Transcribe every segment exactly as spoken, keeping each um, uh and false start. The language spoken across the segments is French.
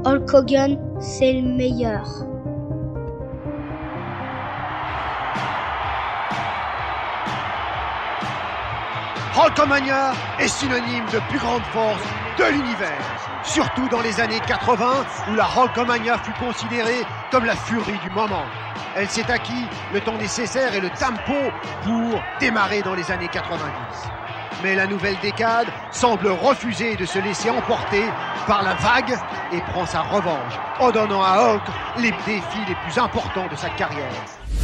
Hulk Hogan, c'est le meilleur. Hulkamania est synonyme de plus grande force de l'univers, surtout dans les années quatre-vingts où la Hulkamania fut considérée comme la furie du moment. Elle s'est acquis le temps nécessaire et le tempo pour démarrer dans les années quatre-vingt-dix. Mais la nouvelle décade semble refuser de se laisser emporter par la vague et prend sa revanche en donnant à Hulk les défis les plus importants de sa carrière.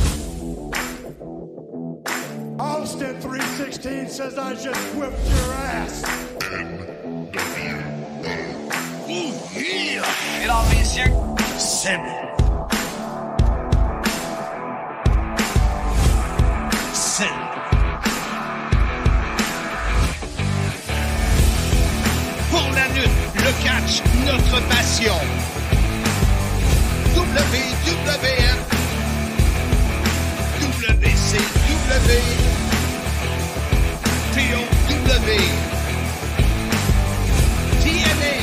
Austin three sixteen says I just whipped your ass. Ooh, yeah. Mesdames, messieurs, Sim. Sim. Pour la lutte, le catch, notre passion. W W F, W C W, T O W, T N A,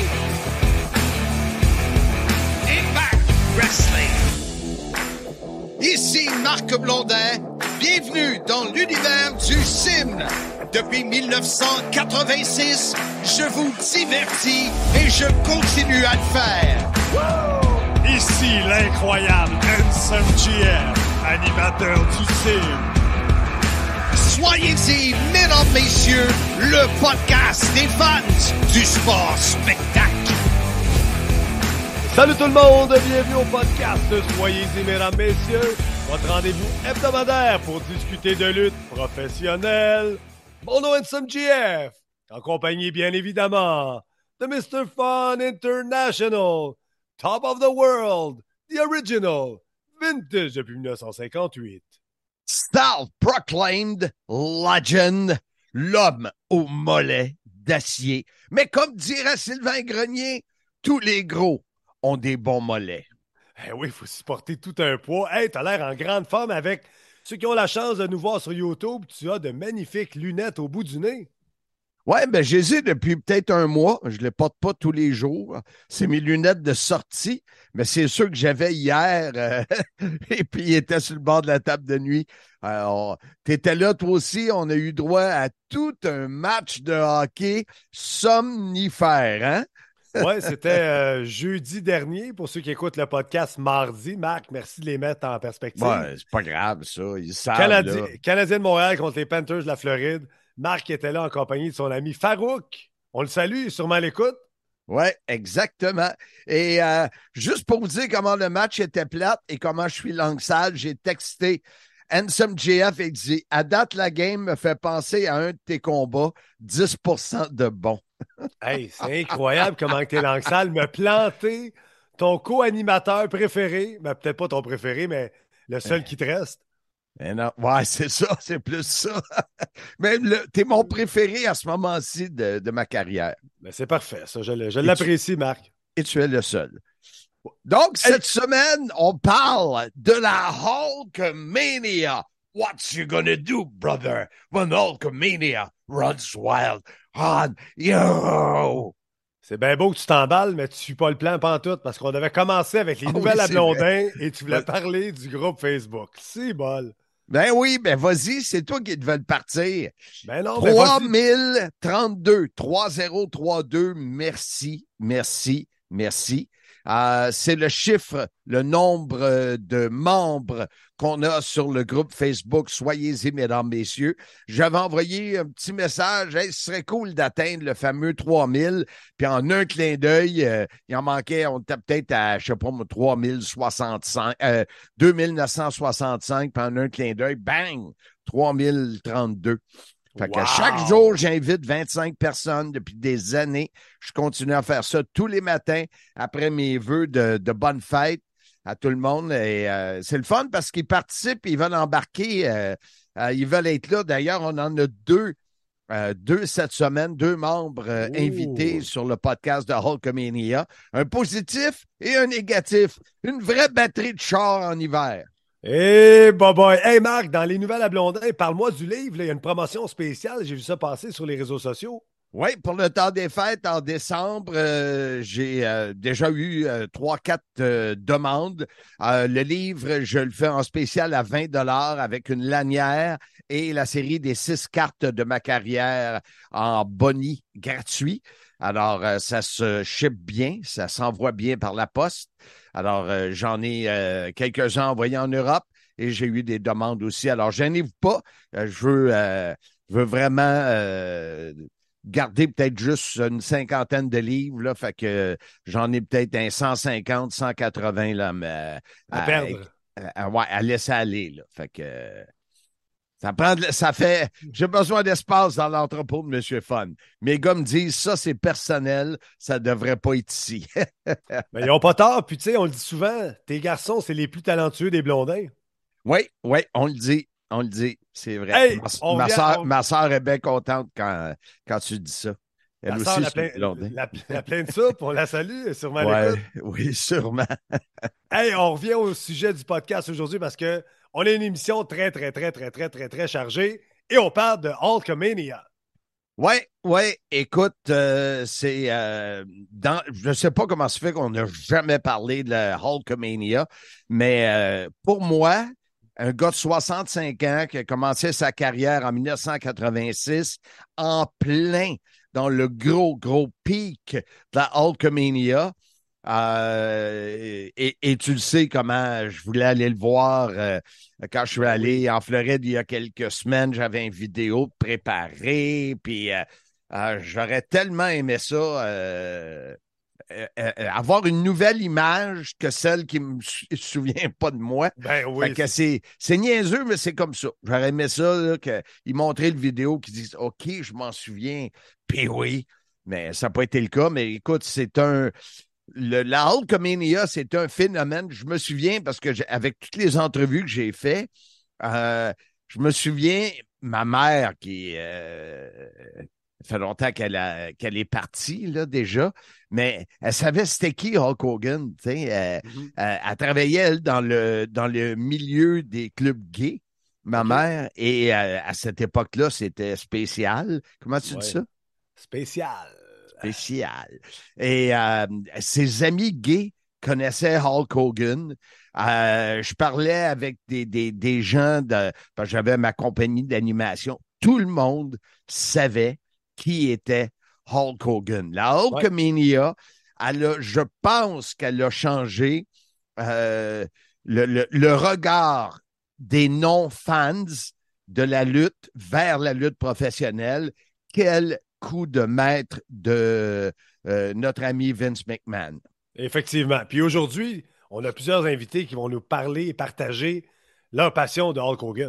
Impact Wrestling. Ici Marc Blondin, bienvenue dans l'univers du Sim. Depuis mille neuf cent quatre-vingt-six, je vous divertis et je continue à le faire. Woo! Ici l'incroyable Handsome G F, animateur du Sim. Soyez-y, mesdames, messieurs, le podcast des fans du sport spectacle. Salut tout le monde, bienvenue au podcast Soyez-y, mesdames, messieurs, votre rendez-vous hebdomadaire pour discuter de lutte professionnelle. Mon nom est Handsome G F, en compagnie bien évidemment de mister Fun International, Top of the World, The Original, Vintage depuis dix-neuf cent cinquante-huit. Self-proclaimed legend, l'homme au mollet d'acier. Mais comme dirait Sylvain Grenier, tous les gros ont des bons mollets. Eh oui, il faut supporter tout un poids. Hey, t'as l'air en grande forme avec ceux qui ont la chance de nous voir sur YouTube. Tu as de magnifiques lunettes au bout du nez. Ouais, ben j'ai les ai depuis peut-être un mois. Je les porte pas tous les jours. C'est mes lunettes de sortie, mais c'est ceux que j'avais hier. Euh, et puis, ils étaient sur le bord de la table de nuit. Alors, t'étais là, toi aussi. On a eu droit à tout un match de hockey somnifère, hein? Ouais, c'était euh, jeudi dernier. Pour ceux qui écoutent le podcast mardi, Marc, merci de les mettre en perspective. Ouais, c'est pas grave, ça. Ils savent, Canadi- là. Canadien de Montréal contre les Panthers de la Floride. Marc était là en compagnie de son ami Farouk. On le salue, il est sûrement à l'écoute. Oui, exactement. Et euh, juste pour vous dire comment le match était plate et comment je suis langue sale, j'ai texté Handsome J F et dit « À date, la game me fait penser à un de tes combats, dix pour cent de bon. » Hey, c'est incroyable comment t'es langue sale. Me planter ton co-animateur préféré, ben, peut-être pas ton préféré, mais le seul qui te reste. Eh non, ouais, c'est ça, c'est plus ça. Mais le, t'es mon préféré à ce moment-ci de, de ma carrière. Ben, c'est parfait, ça. Je, je l'apprécie, tu, Marc. Et tu es le seul. Donc, cette hey. semaine, on parle de la Hulkamania. What's you gonna do, brother, when Hulkamania runs wild on you? C'est bien beau que tu t'emballes, mais tu suis pas le plan pantoute parce qu'on devait commencer avec les oh nouvelles oui, à Blondin vrai. et tu voulais ouais. parler du groupe Facebook. C'est bol. Ben oui, ben vas-y, c'est toi qui devais le partir. Ben non, trois mille trente-deux, trois zéro trois deux, merci, merci, merci. Euh, c'est le chiffre, le nombre de membres qu'on a sur le groupe Facebook. Soyez-y, mesdames, messieurs. J'avais envoyé un petit message. Hey, ce serait cool d'atteindre le fameux trois mille. Puis en un clin d'œil, euh, il en manquait, on était peut-être à, je sais pas, trois mille soixante-cinq, euh, deux mille neuf cent soixante-cinq. Puis en un clin d'œil, bang, trois mille trente-deux. Fait qu'à wow. chaque jour, j'invite vingt-cinq personnes depuis des années. Je continue à faire ça tous les matins après mes vœux de, de bonne fête à tout le monde. Et euh, c'est le fun parce qu'ils participent, ils veulent embarquer, euh, euh, ils veulent être là. D'ailleurs, on en a deux, euh, deux cette semaine, deux membres euh, invités sur le podcast de Hulkamania. Un positif et un négatif. Une vraie batterie de char en hiver. Hey, boy, boy. Hey, Marc, dans les nouvelles à Blondin, parle-moi du livre. Il y a une promotion spéciale. J'ai vu ça passer sur les réseaux sociaux. Oui, pour le temps des fêtes en décembre, euh, j'ai euh, déjà eu euh, trois, quatre euh, demandes. Euh, le livre, je le fais en spécial à vingt dollars avec une lanière et la série des six cartes de ma carrière en boni gratuit. Alors, euh, ça se ship bien, ça s'envoie bien par la poste. Alors, euh, j'en ai euh, quelques-uns envoyés en Europe et j'ai eu des demandes aussi. Alors, gênez-vous pas, euh, je veux, euh, je veux vraiment... euh, garder peut-être juste une cinquantaine de livres, là, fait que j'en ai peut-être un cent cinquante, cent quatre-vingts, là, mais, À à, perdre. à- à- ouais, à laisser aller, là. Fait que ça prend, de- ça fait, j'ai besoin d'espace dans l'entrepôt de Monsieur Fun. Mes gars me disent, ça, c'est personnel, ça devrait pas être ici. Mais ils n'ont pas tort, puis tu sais, on le dit souvent, tes garçons, c'est les plus talentueux des blondins. Oui, oui, on le dit, on le dit, c'est vrai. Hey, Ma, on ma vient, soeur, on- ma soeur est bien contente quand, quand tu dis ça. Elle ta aussi, sœur, la, c'est une plein, blonde. la, la pleine soupe, on la salue, elle est sûrement à Ouais, l'écoute. oui, sûrement. Hey, on revient au sujet du podcast aujourd'hui parce que on a une émission très, très, très, très, très, très, très chargée et on parle de Hulkamania. Oui, oui, écoute, euh, c'est euh, dans je ne sais pas comment se fait qu'on n'a jamais parlé de la Hulkamania, mais euh, pour moi, un gars de soixante-cinq ans qui a commencé sa carrière en dix-neuf cent quatre-vingt-six en plein dans le gros, gros pic de la Hulkamania. Euh, et, et tu le sais comment je voulais aller le voir euh, quand je suis Ben allé oui. en Floride il y a quelques semaines. J'avais une vidéo préparée, puis euh, euh, j'aurais tellement aimé ça, euh, euh, euh, avoir une nouvelle image que celle qui me sou- souvient pas de moi. Ben Fait oui, que c'est c'est, c'est niaiseux, mais c'est comme ça. J'aurais aimé ça, là, qu'ils montraient le vidéo, qu'ils disent OK, je m'en souviens. Puis oui, mais ça n'a pas été le cas. Mais écoute, c'est un. Le, la Hulkamania, c'est un phénomène. Je me souviens parce que j'ai- avec toutes les entrevues que j'ai faites, euh, je me souviens, ma mère qui euh, ça fait longtemps qu'elle a, qu'elle est partie là déjà, mais elle savait c'était qui Hulk Hogan. Tu sais, euh, Mhm. euh, elle travaillait elle dans le dans le milieu des clubs gays, ma OK. mère, et euh, à cette époque-là, c'était spécial. Comment tu dis Ouais. ça? Spécial. Spécial. Et euh, ses amis gays connaissaient Hulk Hogan. Euh, je parlais avec des, des, des gens, de, parce que j'avais ma compagnie d'animation. Tout le monde savait qui était Hulk Hogan. La Ouais. Hulkamania, elle a, je pense qu'elle a changé euh, le, le, le regard des non-fans de la lutte vers la lutte professionnelle. Quel coup de maître de euh, notre ami Vince McMahon. Effectivement. Puis aujourd'hui, on a plusieurs invités qui vont nous parler et partager leur passion de Hulk Hogan.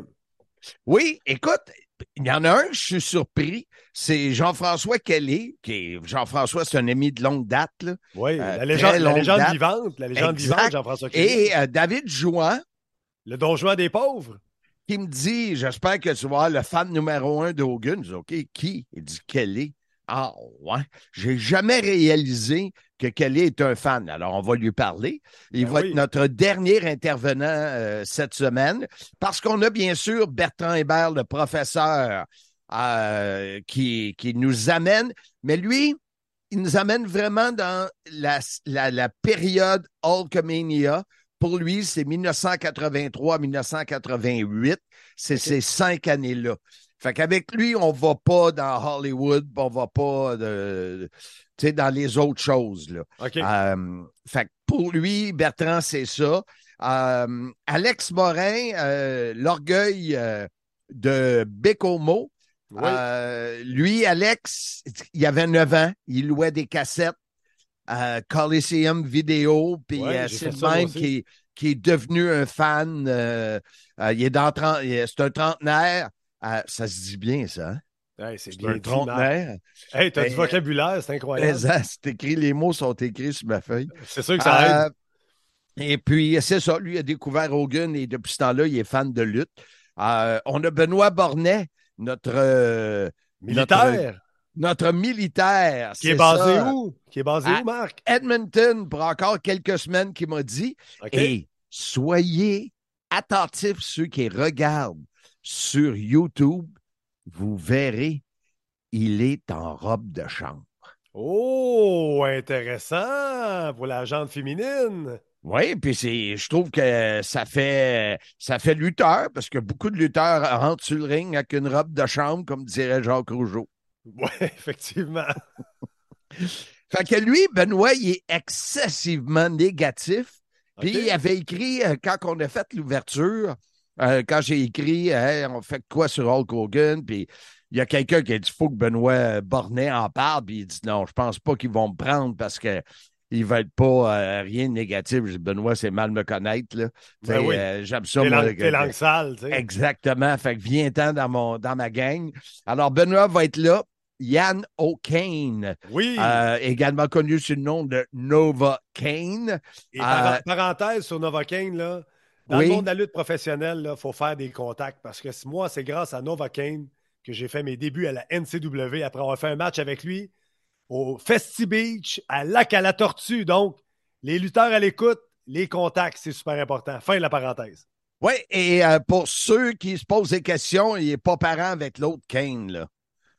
Oui, écoute, il y en a un, je suis surpris, c'est Jean-François Kelly, qui est, Jean-François, c'est un ami de longue date, là. Oui, Euh, la légende, très la longue légende date. vivante, la légende vivante, Exact. Jean-François Kelly. Et euh, David Jouan, Le Don Juan des pauvres. qui me dit, j'espère que tu vas être le fan numéro un de Hogan. Je dis, OK, qui? Il dit, Kelly. Ah, ouais. J'ai jamais réalisé que Kelly est un fan. Alors, on va lui parler. Il Ben va oui. être notre dernier intervenant euh, cette semaine parce qu'on a bien sûr Bertrand Hébert, le professeur, euh, qui, qui nous amène. Mais lui, il nous amène vraiment dans la, la, la période Hulkamania. Pour lui, c'est dix-neuf cent quatre-vingt-trois à dix-neuf cent quatre-vingt-huit. C'est OK. ces cinq années-là. Fait qu'avec lui, on va pas dans Hollywood, on va pas de, tu sais, dans les autres choses, là. OK. Euh, fait que pour lui, Bertrand, c'est ça. Euh, Alex Morin, euh, l'orgueil euh, de Bécomo. Oui. Euh, lui, Alex, il avait neuf ans, il louait des cassettes. Euh, Coliseum Vidéo, puis Ouais, euh, j'ai c'est fait le ça, moi même aussi. qui, qui est devenu un fan. Euh, euh, il est dans trente, il est- c'est un trentenaire. Euh, ça se dit bien, ça. Hein? Hey, c'est C'est bien un dit, Marc. trentenaire. Hey, t'as du Ben, vocabulaire, c'est incroyable. mais, hein, c'est écrit, les mots sont écrits sur ma feuille. C'est sûr que ça aide. Euh, et puis, c'est ça, lui a découvert Hogan et depuis ce temps-là, il est fan de lutte. Euh, on a Benoît Bornet, notre, euh, notre, Militaire. notre militaire. Qui est c'est basé ça. où? Qui est basé À où, Marc? Edmonton pour encore quelques semaines qui m'a dit. OK. Et soyez attentifs, ceux qui regardent sur YouTube, vous verrez il est en robe de chambre. Oh, intéressant pour la jante féminine. Oui, puis c'est, je trouve que ça fait, ça fait lutteur, parce que beaucoup de lutteurs rentrent sur le ring avec une robe de chambre, comme dirait Jacques Rougeau. Oui, effectivement. Fait que lui, Benoît, il est excessivement négatif. Puis OK. il avait écrit, euh, quand on a fait l'ouverture, euh, quand j'ai écrit, hey, on fait quoi sur Hulk Hogan? Puis il y a quelqu'un qui a dit, faut que Benoît Bornet en parle. Puis il dit, non, je pense pas qu'ils vont me prendre parce que ils veulent pas euh, rien de négatif. Je dis, Benoît, c'est mal me connaître, là. Ben oui. Euh, j'aime ça, T'es moi. langue, t'es que- langue sale, tu sais. Exactement. Fait que viens-t'en dans, mon, dans ma gang. Alors, Benoît va être là. Yann O'Kane, Oui. euh, également connu sous le nom de Nova Kane. Et Euh, par- parenthèse sur Novocaine, là, dans le oui. monde de la lutte professionnelle, il faut faire des contacts parce que moi, c'est grâce à Novocaine que j'ai fait mes débuts à la N C W après avoir fait un match avec lui au Festi Beach à Lac à la Tortue. Donc, les lutteurs à l'écoute, les contacts, c'est super important. Fin de la parenthèse. Oui, et euh, pour ceux qui se posent des questions, il n'est pas parent avec l'autre Kane, là.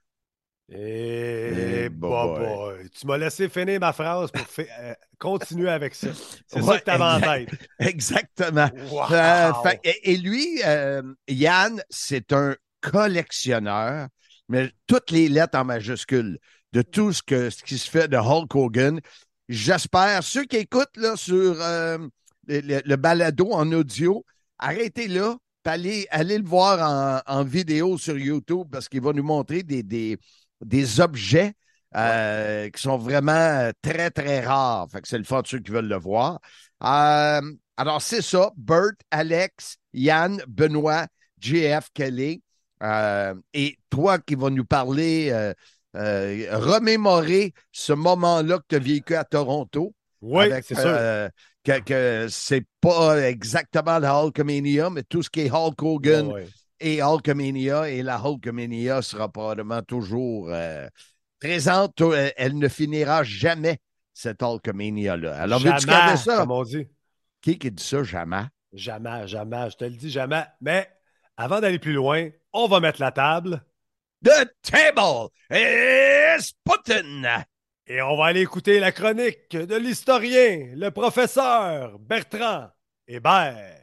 Et Eh, bah, boy. boy. Tu m'as laissé finir ma phrase pour fa- euh, continuer avec ça. C'est Ouais, ça que tu avais en exact- tête. Exactement. Wow! Euh, fait- et, et lui, euh, Yann, c'est un collectionneur, mais toutes les lettres en majuscules de tout ce, que, ce qui se fait de Hulk Hogan. J'espère, ceux qui écoutent là, sur euh, le, le- le balado en audio, arrêtez là, puis allez, allez le voir en, en vidéo sur YouTube parce qu'il va nous montrer des, des, des objets euh, qui sont vraiment euh, très, très rares. Fait que c'est le fun de ceux qui veulent le voir. Euh, alors, c'est ça. Bert, Alex, Yann, Benoît, J F. Kelly. Euh, et toi qui vas nous parler, euh, euh, remémorer ce moment-là que tu as vécu à Toronto. Oui, avec, c'est sûr. euh, que, que c'est pas exactement la Hulkamania, mais tout ce qui est Hulk Hogan Ouais, ouais. et Hulkamania, et la Hulkamania sera probablement toujours euh, présente. Elle, elle ne finira jamais, cette Hulkamania-là. Alors, veux-tu Jamais, garder ça? comme on dit. Qui qui dit ça, jamais? Jamais, jamais. Je te le dis jamais. Mais avant d'aller plus loin, on va mettre la table The table is putting. et on va aller écouter la chronique de l'historien, le professeur Bertrand Hébert.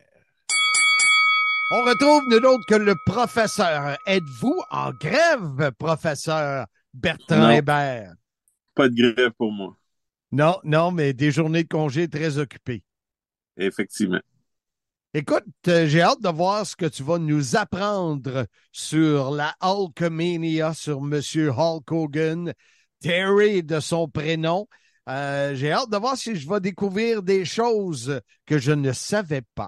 On retrouve nul autre que le professeur. Êtes-vous en grève, professeur Bertrand Non. Hébert? Pas de grève pour moi, Non, non, mais des journées de congé très occupées. effectivement. Écoute, euh, j'ai hâte de voir ce que tu vas nous apprendre sur la Hulkamania, sur M. Hulk Hogan, Terry de son prénom. Euh, j'ai hâte de voir si je vais découvrir des choses que je ne savais pas.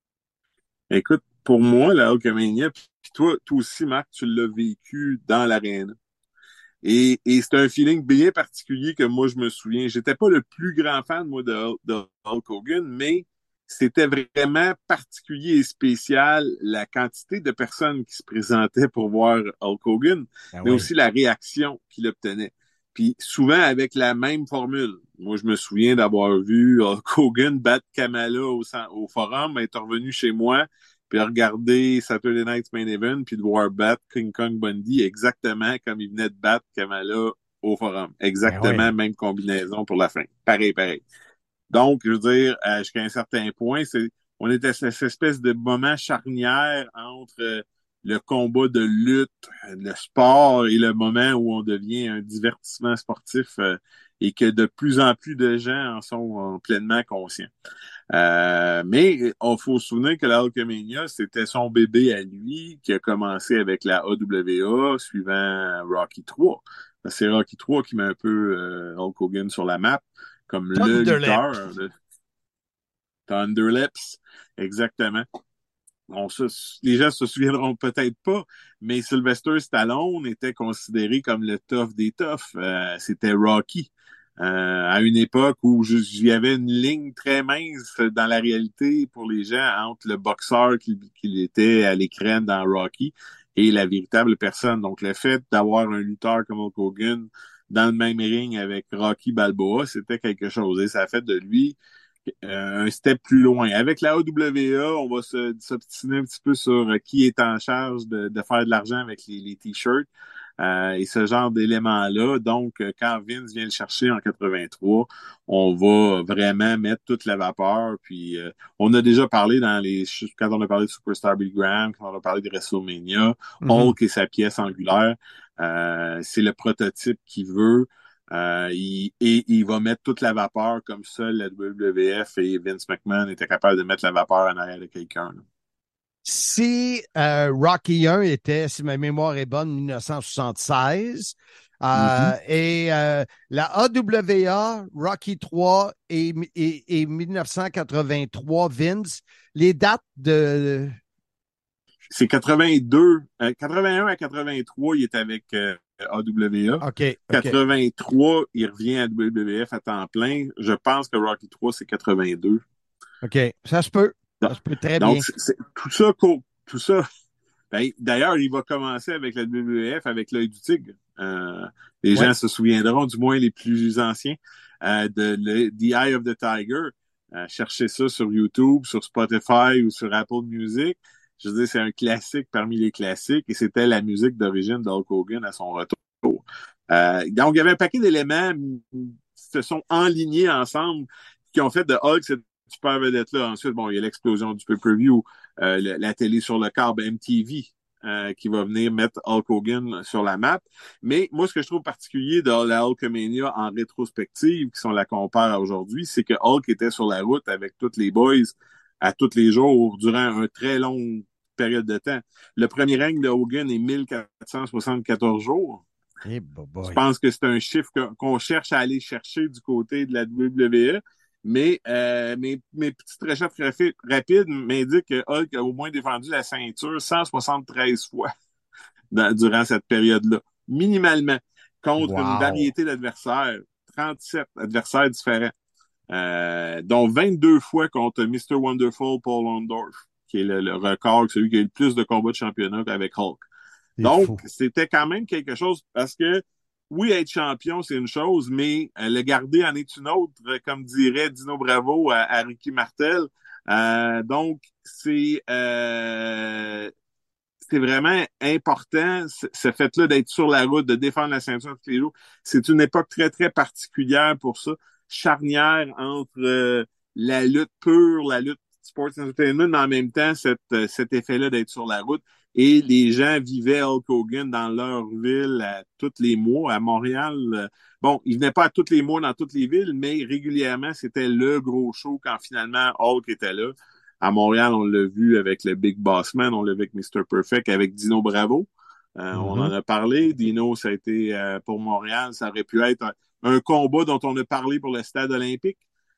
Écoute, pour moi, la Hulkamania, puis toi, toi aussi, Marc, tu l'as vécu dans l'aréna. Et, et c'est un feeling bien particulier que moi, je me souviens. J'étais pas le plus grand fan, moi, de, de Hulk Hogan, mais c'était vraiment particulier et spécial la quantité de personnes qui se présentaient pour voir Hulk Hogan, Ah mais oui. aussi la réaction qu'il obtenait. Puis souvent avec la même formule. Moi, je me souviens d'avoir vu Hulk Hogan battre Kamala au, au forum, être revenu chez moi, puis regarder Saturday Night's Main Event, puis de voir battre King Kong Bundy exactement comme il venait de battre Kamala au forum. Exactement, Ben oui. même combinaison pour la fin. Pareil, pareil. Donc, je veux dire, euh, jusqu'à un certain point, c'est, on était à cette espèce de moment charnière entre euh, le combat de lutte, le sport et le moment où on devient un divertissement sportif euh, et que de plus en plus de gens en sont euh, pleinement conscients. Euh, mais il faut se souvenir que la Hulkamania, c'était son bébé à lui qui a commencé avec la A W A suivant Rocky trois. C'est Rocky trois qui met un peu euh, Hulk Hogan sur la map comme le Thunderlips. lutteur. Le... Thunderlips, exactement. On se, les gens se souviendront peut-être pas, mais Sylvester Stallone était considéré comme le tough des toughs. Euh, c'était Rocky. Euh, à une époque où il y avait une ligne très mince dans la réalité pour les gens entre le boxeur qu'il qu'il était à l'écran dans Rocky et la véritable personne. Donc, le fait d'avoir un lutteur comme Hulk Hogan dans le même ring avec Rocky Balboa, c'était quelque chose. Et ça a fait de lui euh, un step plus loin. Avec la A W A, on va se, s'obstiner un petit peu sur qui est en charge de, de faire de l'argent avec les, les t-shirts. Euh, et ce genre d'éléments-là. Donc, euh, quand Vince vient le chercher en quatre-vingt-trois, on va vraiment mettre toute la vapeur. Puis, euh, on a déjà parlé dans les quand on a parlé de Superstar Billy Graham, quand on a parlé de WrestleMania, Mhm. Hulk et sa pièce angulaire, euh, c'est le prototype qu'il veut. Euh, il, et il va mettre toute la vapeur comme seul la W W F et Vince McMahon était capable de mettre la vapeur en arrière de quelqu'un. Là. Si euh, Rocky un était, si ma mémoire est bonne, dix-neuf cent soixante-seize, euh, Mm-hmm. et euh, la A W A, Rocky trois et, et, et dix-neuf cent quatre-vingt-trois, Vince, les dates de... C'est quatre-vingt-deux, euh, quatre-vingt-un à quatre-vingt-trois, il est avec euh, A W A. OK, OK. quatre-vingt-trois, il revient à W W F à temps plein. Je pense que Rocky trois, c'est quatre-vingt-deux. OK, ça se peut. Ça Donc, se peut très donc bien. c'est, c'est- tout ça, co- tout ça. Ben, d'ailleurs, il va commencer avec la W W F, avec l'œil du tigre. Euh, les Ouais. gens se souviendront, du moins les plus anciens, euh, de le, The Eye of the Tiger. Euh, cherchez ça sur YouTube, sur Spotify ou sur Apple Music. Je veux dire, c'est un classique parmi les classiques et c'était la musique d'origine d'Hulk Hogan à son retour. Euh, donc, il y avait un paquet d'éléments qui se sont enlignés ensemble qui ont fait de Hulk cette super vedette-là. Ensuite, bon, il y a l'explosion du pay-per-view, euh, le, la télé sur le câble M T V euh, qui va venir mettre Hulk Hogan sur la map. Mais moi, ce que je trouve particulier de la Hulkamania en rétrospective, qui sont la compare à aujourd'hui, c'est que Hulk était sur la route avec tous les boys à tous les jours durant un très long période de temps. Le premier règne de Hogan est mille quatre cent soixante-quatorze jours. Hey, boy, boy. Je pense que c'est un chiffre que, qu'on cherche à aller chercher du côté de la W W E. Mais euh, mes, mes petites recherches rapi- rapides m'indiquent que Hulk a au moins défendu la ceinture cent soixante-treize fois dans, durant cette période-là. Minimalement. Contre Wow. une variété d'adversaires. trente-sept adversaires différents. Euh, dont vingt-deux fois contre mister Wonderful Paul Orndorff, qui est le, le record, celui qui a eu le plus de combats de championnat avec Hulk. C'est Donc, fou. c'était quand même quelque chose parce que, oui, être champion, c'est une chose, mais euh, le garder en est une autre, comme dirait Dino Bravo à, à Ricky Martel. Euh, donc, c'est euh, c'est vraiment important, ce, ce fait-là d'être sur la route, de défendre la ceinture tous les jours. C'est une époque très, très particulière pour ça, charnière entre euh, la lutte pure, la lutte sports entertainment, mais en même temps, cette, cet effet-là d'être sur la route. Et les gens vivaient Hulk Hogan dans leur ville à tous les mois. À Montréal, bon, il venait pas à tous les mois dans toutes les villes, mais régulièrement, c'était le gros show quand finalement Hulk était là. À Montréal, on l'a vu avec le Big Boss Man, on l'a vu avec mister Perfect, avec Dino Bravo. Euh, mm-hmm. On en a parlé. Dino, ça a été euh, pour Montréal, ça aurait pu être un, un combat dont on a parlé pour le stade olympique.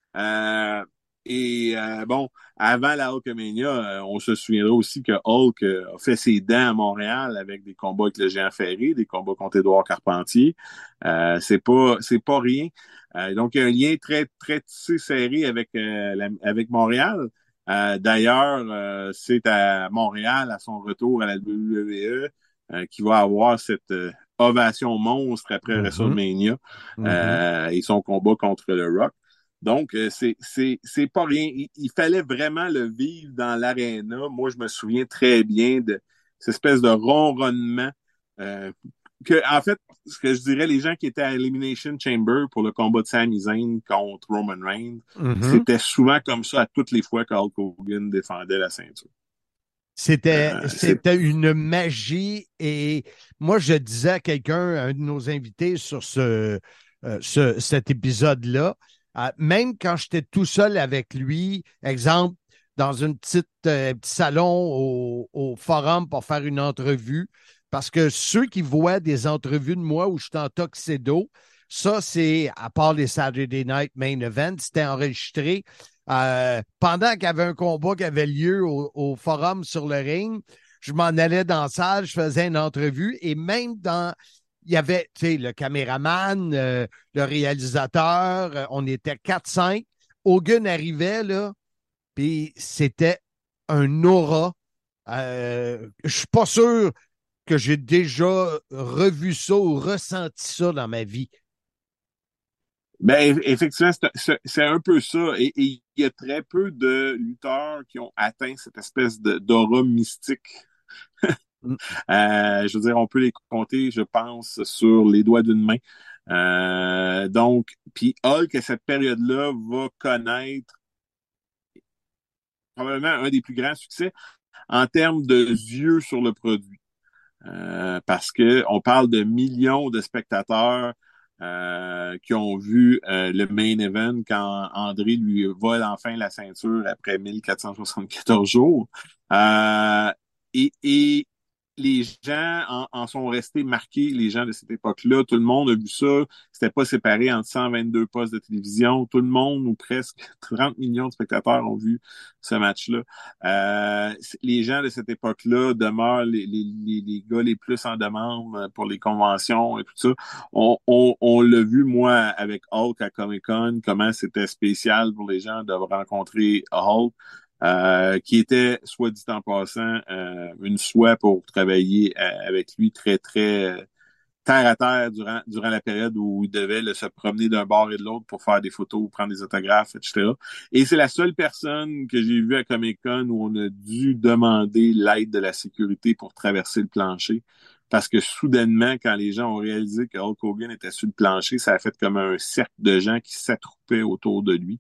Euh, Et euh, bon, avant la Hulkamania, euh, on se souviendra aussi que Hulk euh, a fait ses dents à Montréal avec des combats avec le Géant Ferré, des combats contre Édouard Carpentier. Euh, c'est pas, c'est pas rien. Euh, donc il y a un lien très, très tissé serré avec euh, la, avec Montréal. Euh, d'ailleurs, euh, c'est à Montréal, à son retour à la W W E, euh, qui va avoir cette euh, ovation monstre après mm-hmm. WrestleMania mm-hmm. Euh, et son combat contre le Rock. Donc, euh, c'est, c'est, c'est pas rien. Il, il fallait vraiment le vivre dans l'aréna. Moi, je me souviens très bien de cette espèce de ronronnement. Euh, que, en fait, ce que je dirais, les gens qui étaient à Elimination Chamber pour le combat de Sami Zayn contre Roman Reigns, mm-hmm. c'était souvent comme ça à toutes les fois que Hulk Hogan défendait la ceinture. C'était, euh, c'était une magie. Et moi, je disais à quelqu'un, un de nos invités sur ce, euh, ce cet épisode-là, Euh, même quand j'étais tout seul avec lui, exemple, dans une petite euh, petit salon au, au forum pour faire une entrevue, parce que ceux qui voient des entrevues de moi où je suis en tuxedo, ça, c'est, à part les Saturday Night Main Event, c'était enregistré euh, pendant qu'il y avait un combat qui avait lieu au, au forum sur le ring. Je m'en allais dans la salle, je faisais une entrevue et même dans... Il y avait, tu sais, le caméraman, euh, le réalisateur, euh, on était quatre cinq. Hogan arrivait, là, puis c'était un aura. Euh, je suis pas sûr que j'ai déjà revu ça ou ressenti ça dans ma vie. Ben, effectivement, c'est, c'est un peu ça. Et, et il y a très peu de lutteurs qui ont atteint cette espèce de, d'aura mystique Mm. Euh, je veux dire, on peut les compter, je pense, sur les doigts d'une main. Euh, donc, puis Hulk, à cette période-là, va connaître probablement un des plus grands succès en termes de yeux sur le produit. Euh, parce que on parle de millions de spectateurs euh, qui ont vu euh, le main event quand André lui vole enfin la ceinture après mille quatre cent soixante-quatorze jours. Euh, et, et les gens en, en sont restés marqués, les gens de cette époque-là. Tout le monde a vu ça. C'était pas séparé entre cent vingt-deux postes de télévision. Tout le monde, ou presque trente millions de spectateurs ont vu ce match-là. Euh, les gens de cette époque-là demeurent les, les, les, les gars les plus en demande pour les conventions et tout ça. On, on, on l'a vu, moi, avec Hulk à Comic-Con, comment c'était spécial pour les gens de rencontrer Hulk. Euh, qui était, soit dit en passant, euh, une soie pour travailler euh, avec lui très, très euh, terre à terre durant, durant la période où il devait là, se promener d'un bord et de l'autre pour faire des photos, prendre des autographes, et cetera. Et c'est la seule personne que j'ai vue à Comic-Con où on a dû demander l'aide de la sécurité pour traverser le plancher. Parce que soudainement, quand les gens ont réalisé que Hulk Hogan était sur le plancher, ça a fait comme un cercle de gens qui s'attroupaient autour de lui.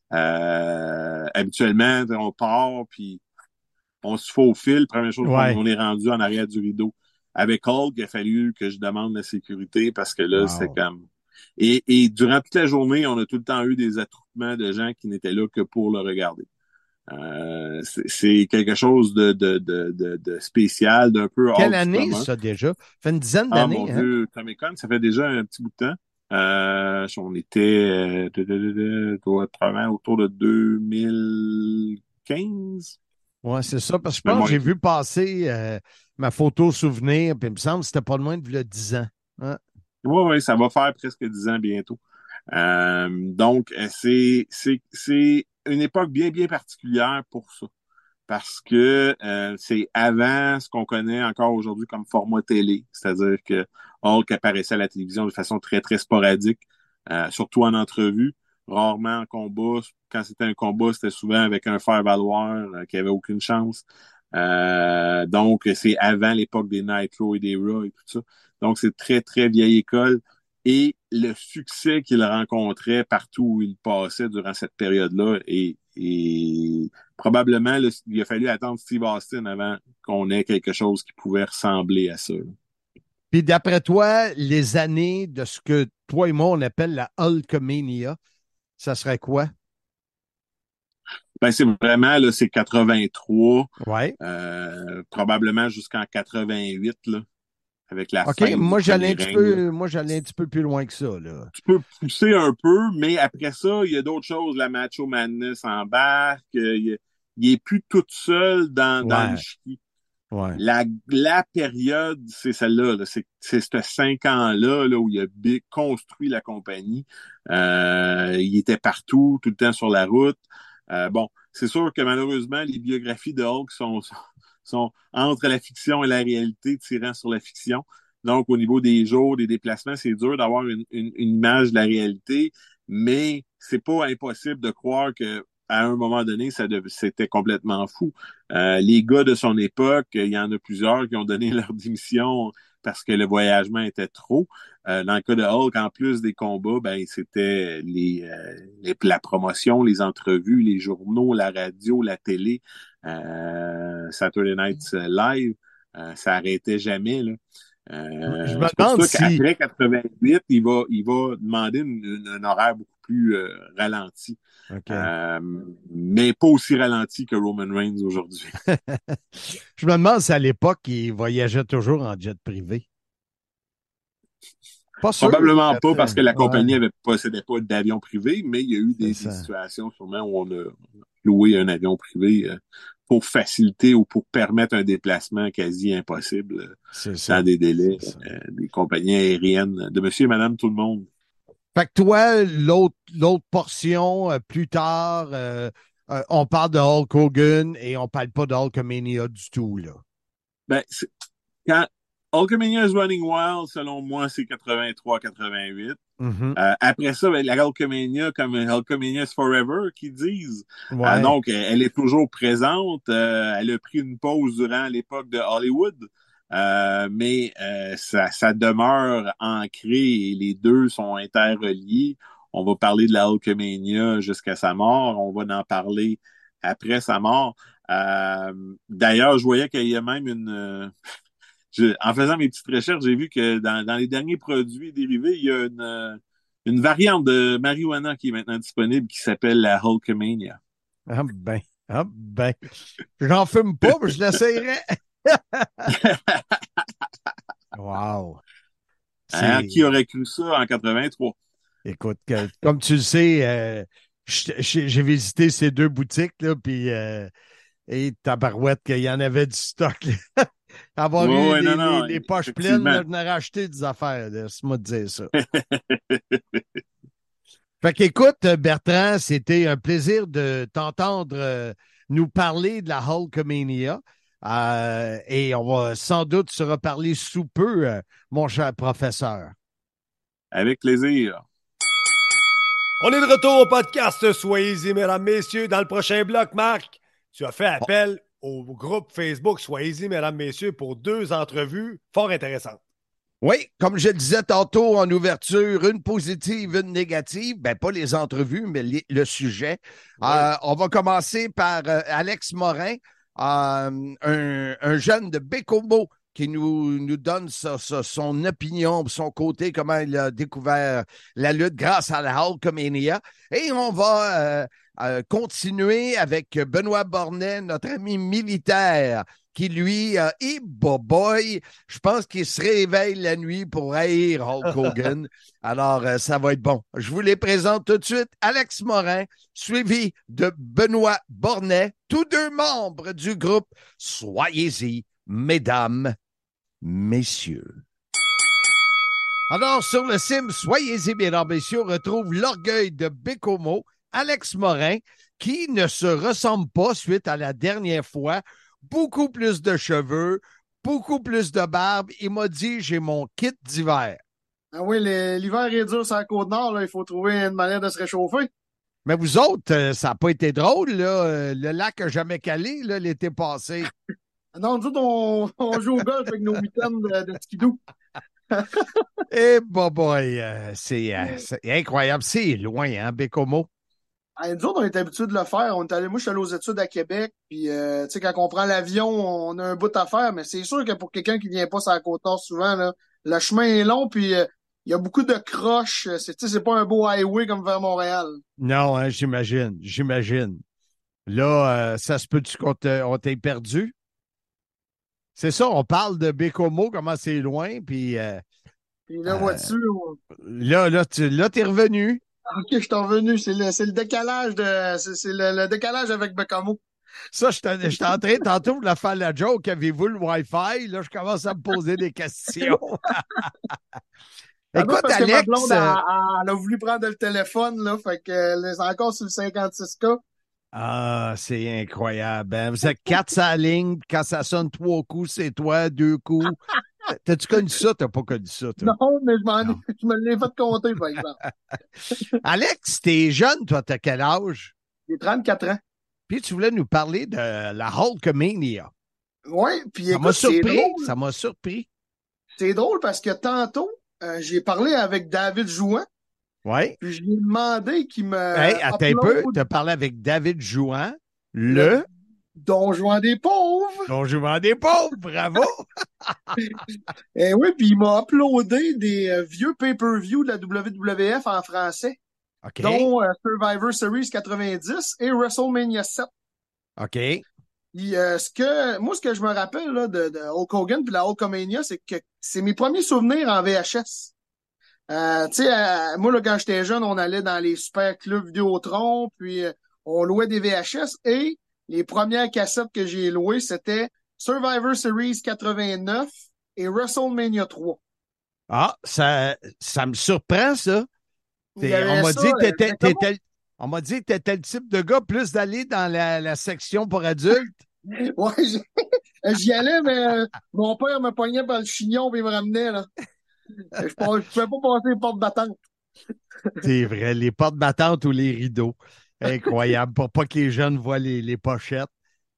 Euh, habituellement, on part, puis on se faufile. Première chose, Ouais. on est rendu en arrière du rideau. Avec Hulk, il a fallu que je demande la sécurité parce que là, Wow. c'est comme... Et, et durant toute la journée, on a tout le temps eu des attroupements de gens qui n'étaient là que pour le regarder. Euh, c'est, c'est quelque chose de, de, de, de, de spécial, d'un peu hors Quelle du année, commun. ça, déjà? Ça fait une dizaine Ah, d'années, mon hein? Dieu, Comic-Con, ça fait déjà un petit bout de temps. Euh, on était euh, de, de, de, de, doit être probablement autour de deux mille quinze. Ouais, c'est ça. Parce que je Mais pense moi, que j'ai vu passer euh, ma photo souvenir, puis il me semble que c'était pas loin de là, dix ans. Hein? oui, oui, ça va faire presque dix ans bientôt. Euh, donc, euh, c'est, c'est, c'est une époque bien, bien particulière pour ça. Parce que euh, c'est avant ce qu'on connaît encore aujourd'hui comme format télé. C'est-à-dire que Hulk apparaissait à la télévision de façon très, très sporadique, euh, surtout en entrevue, rarement en combat. Quand c'était un combat, c'était souvent avec un faire-valoir euh, qui avait aucune chance. Euh, donc, c'est avant l'époque des Nitro et des Raw et tout ça. Donc, c'est très, très vieille école. Et le succès qu'il rencontrait partout où il passait durant cette période-là est, est probablement, là, il a fallu attendre Steve Austin avant qu'on ait quelque chose qui pouvait ressembler à ça. Puis d'après toi, les années de ce que toi et moi, on appelle la Hulkamania, ça serait quoi? Ben, c'est vraiment, là, c'est quatre-vingt-trois, Ouais. euh, probablement jusqu'en quatre-vingt-huit, là, avec la OK, fin moi du j'allais un premier petit règne. peu, moi j'allais un petit peu plus loin que ça, là. Tu peux pousser un peu, mais après ça, il y a d'autres choses. La Macho Madness embarque, il, il est plus tout seul dans, dans Ouais. l'échiquier. Ouais. La, la période, c'est celle-là. Là. C'est, c'est ce cinq ans-là là, où il a b- construit la compagnie. Euh, il était partout, tout le temps sur la route. Euh, bon, c'est sûr que malheureusement, les biographies de Hulk sont, sont, sont entre la fiction et la réalité, tirant sur la fiction. Donc, au niveau des jours, des déplacements, c'est dur d'avoir une, une, une image de la réalité, mais c'est pas impossible de croire que à un moment donné, ça dev- c'était complètement fou. Euh, les gars de son époque, il y en a plusieurs qui ont donné leur démission parce que le voyagement était trop. Euh, dans le cas de Hulk, en plus des combats, ben c'était les, euh, les la promotion, les entrevues, les journaux, la radio, la télé, euh, Saturday Night Live, euh, ça arrêtait jamais là. Je Euh, me c'est pour demande ça si, qu'après quatre-vingt-huit, il va, il va demander une, une, un horaire beaucoup plus euh, ralenti. OK. Euh, mais pas aussi ralenti que Roman Reigns aujourd'hui. Je me demande si à l'époque, il voyageait toujours en jet privé. Pas sûr. Probablement pas parce que la compagnie Ouais, avait possédait pas d'avion privé, mais il y a eu c'est des, des ça. situations sûrement où on a loué un avion privé euh, pour faciliter ou pour permettre un déplacement quasi impossible euh, C'est ça. dans des délais C'est ça. euh, des compagnies aériennes de monsieur et madame tout le monde. Fait que toi, l'autre, l'autre portion, euh, plus tard, euh, euh, on parle de Hulk Hogan et on parle pas de Hulkamania du tout, là. Ben, c'est- quand Hulkamania is Running Wild, selon moi, c'est quatre-vingt-trois quatre-vingt-huit. Mhm. Euh, après ça, ben, la Hulkamania, comme Hulkamania is Forever, qu'ils disent. Ouais. Euh, donc, elle est toujours présente. Euh, elle a pris une pause durant l'époque de Hollywood. Euh, mais euh, ça, ça demeure ancré et les deux sont interreliés. On va parler de la Hulkamania jusqu'à sa mort. On va en parler après sa mort. Euh, d'ailleurs, je voyais qu'il y a même une... euh, je- en faisant mes petites recherches, j'ai vu que dans, dans les derniers produits dérivés, il y a une, euh, une variante de marijuana qui est maintenant disponible qui s'appelle la Hulkamania. Ah ben, ah ben. J'en fume pas, mais je l'essayerai. Wow. Hein, C'est... qui aurait cru ça en quatre-vingt-trois? Écoute, que- comme tu le sais, euh, je- j'ai j'ai visité ces deux boutiques, là, puis euh, et tabarouette, qu'il y en avait du stock. Là. Avoir Oui, eu oui, les, non, les, non, les poches pleines, effectivement. là, je n'aurais acheté des affaires, laisse-moi te dire ça. Fait qu'écoute, Bertrand, c'était un plaisir de t'entendre euh, nous parler de la Hulkamania. Euh, et on va sans doute se reparler sous peu, euh, mon cher professeur. Avec plaisir. On est de retour au podcast. Soyez-y, mesdames, messieurs. Dans le prochain bloc, Marc, tu as fait appel au groupe Facebook Soyez-y, mesdames, messieurs, pour deux entrevues fort intéressantes. Oui, comme je le disais tantôt en ouverture, une positive, une négative. Ben, pas les entrevues, mais les- le sujet. Oui. Euh, on va commencer par euh, Alex Morin, euh, un, un jeune de Bécomo qui nous, nous donne sa- sa- son opinion, son côté, comment il a découvert la lutte grâce à la Hulkamania. Et on va euh, euh, continuer avec Benoît Bornet, notre ami militaire, qui lui, euh, et boy, je pense qu'il se réveille la nuit pour haïr Hulk Hogan. Alors, euh, ça va être bon. Je vous les présente tout de suite. Alex Morin, suivi de Benoît Bornet, tous deux membres du groupe Soyez-y, mesdames, messieurs. Alors, sur le sim, Soyez-y, mesdames, messieurs, on retrouve l'orgueil de Bécomo, Alex Morin, qui ne se ressemble pas suite à la dernière fois. Beaucoup plus de cheveux, beaucoup plus de barbe. Il m'a dit, j'ai mon kit d'hiver. Ah oui, les- l'hiver est dur sur la Côte-Nord, là. Il faut trouver une manière de se réchauffer. Mais vous autres, euh, ça n'a pas été drôle, là. Euh, Le lac n'a jamais calé, là, l'été passé. Non, nous autres, on, on joue au golf avec nos mitaines de, de skidoo. Eh, bah boy, euh, c'est euh, c'est incroyable. C'est loin, hein, Bécomo? Ah, nous autres, on est habitués de le faire. On est allé, moi, je suis allé aux études à Québec. Puis, euh, tu sais, quand on prend l'avion, on a un bout à faire. Mais c'est sûr que pour quelqu'un qui vient pas sur la Côte-Nord souvent, là, le chemin est long. Puis, euh, il y a beaucoup de croches. C'est, tu sais, c'est pas un beau highway comme vers Montréal. Non, hein, j'imagine, j'imagine. Là, euh, ça se peut-tu qu'on te- on t'ait perdu? C'est ça, on parle de Bécomo, comment c'est loin, puis euh, Puis là, Euh, vois-tu, on- là, là, tu là, t'es revenu. OK, je suis revenu. C'est le, c'est le décalage de, c'est, c'est le, le décalage avec Bécamo. Ça, je t'en- j'étais en train tantôt de la faire la joke. Avez-vous le Wi-Fi? Là, je commence à me poser des questions. Ah non, Écoute, parce que ma Alex, blonde, euh, elle, elle a voulu prendre le téléphone, là, fait que elle est encore sur le cinquante-six K. ah, c'est incroyable. Hein? Vous êtes quatre sur la ligne, puis quand ça sonne trois coups, c'est toi, deux coups. T'as-tu connu ça? T'as pas connu ça, toi? Non, mais je m'en ai, Non. je me l'ai fait compter, par exemple. Alex, t'es jeune, toi, t'as quel âge? J'ai trente-quatre ans. Puis tu voulais nous parler de la Hulkamania. Oui, puis Ça m'a écoute, c'est surpris. drôle. Ça m'a surpris. C'est drôle parce que tantôt, euh, j'ai parlé avec David Jouan, Oui. puis je lui ai demandé qu'il me Hey, attends un peu. upload Tu as parlé avec David Jouan, le Don Juan des pauvres. Don Juan des pauvres. Bravo. Et oui, puis il m'a uploadé des euh, vieux pay-per-view de la W W F en français, OK. dont euh, Survivor Series quatre-vingt-dix et WrestleMania sept. OK. Puis, euh, ce que, moi, ce que je me rappelle là, de, de Hulk Hogan puis la Hulkamania, c'est que c'est mes premiers souvenirs en V H S. Euh, tu sais, euh, moi, là, quand j'étais jeune, on allait dans les super clubs Vidéotron, puis euh, on louait des V H S, et les premières cassettes que j'ai louées, c'était Survivor Series quatre-vingt-neuf et WrestleMania trois. Ah, ça, ça me surprend, ça. Il y T'es- avait on m'a ça, dit que euh, t'étais, mais comment- t'étais- on m'a dit que t'étais le type de gars plus d'aller dans la, la section pour adultes. Ouais, j'y j'y allais, mais euh, mon père me pognait par le chignon et il me ramenait, là. Je ne pouvais pas passer les portes battantes. C'est vrai, les portes battantes ou les rideaux. Incroyable. Pour pas que les jeunes voient les, les pochettes.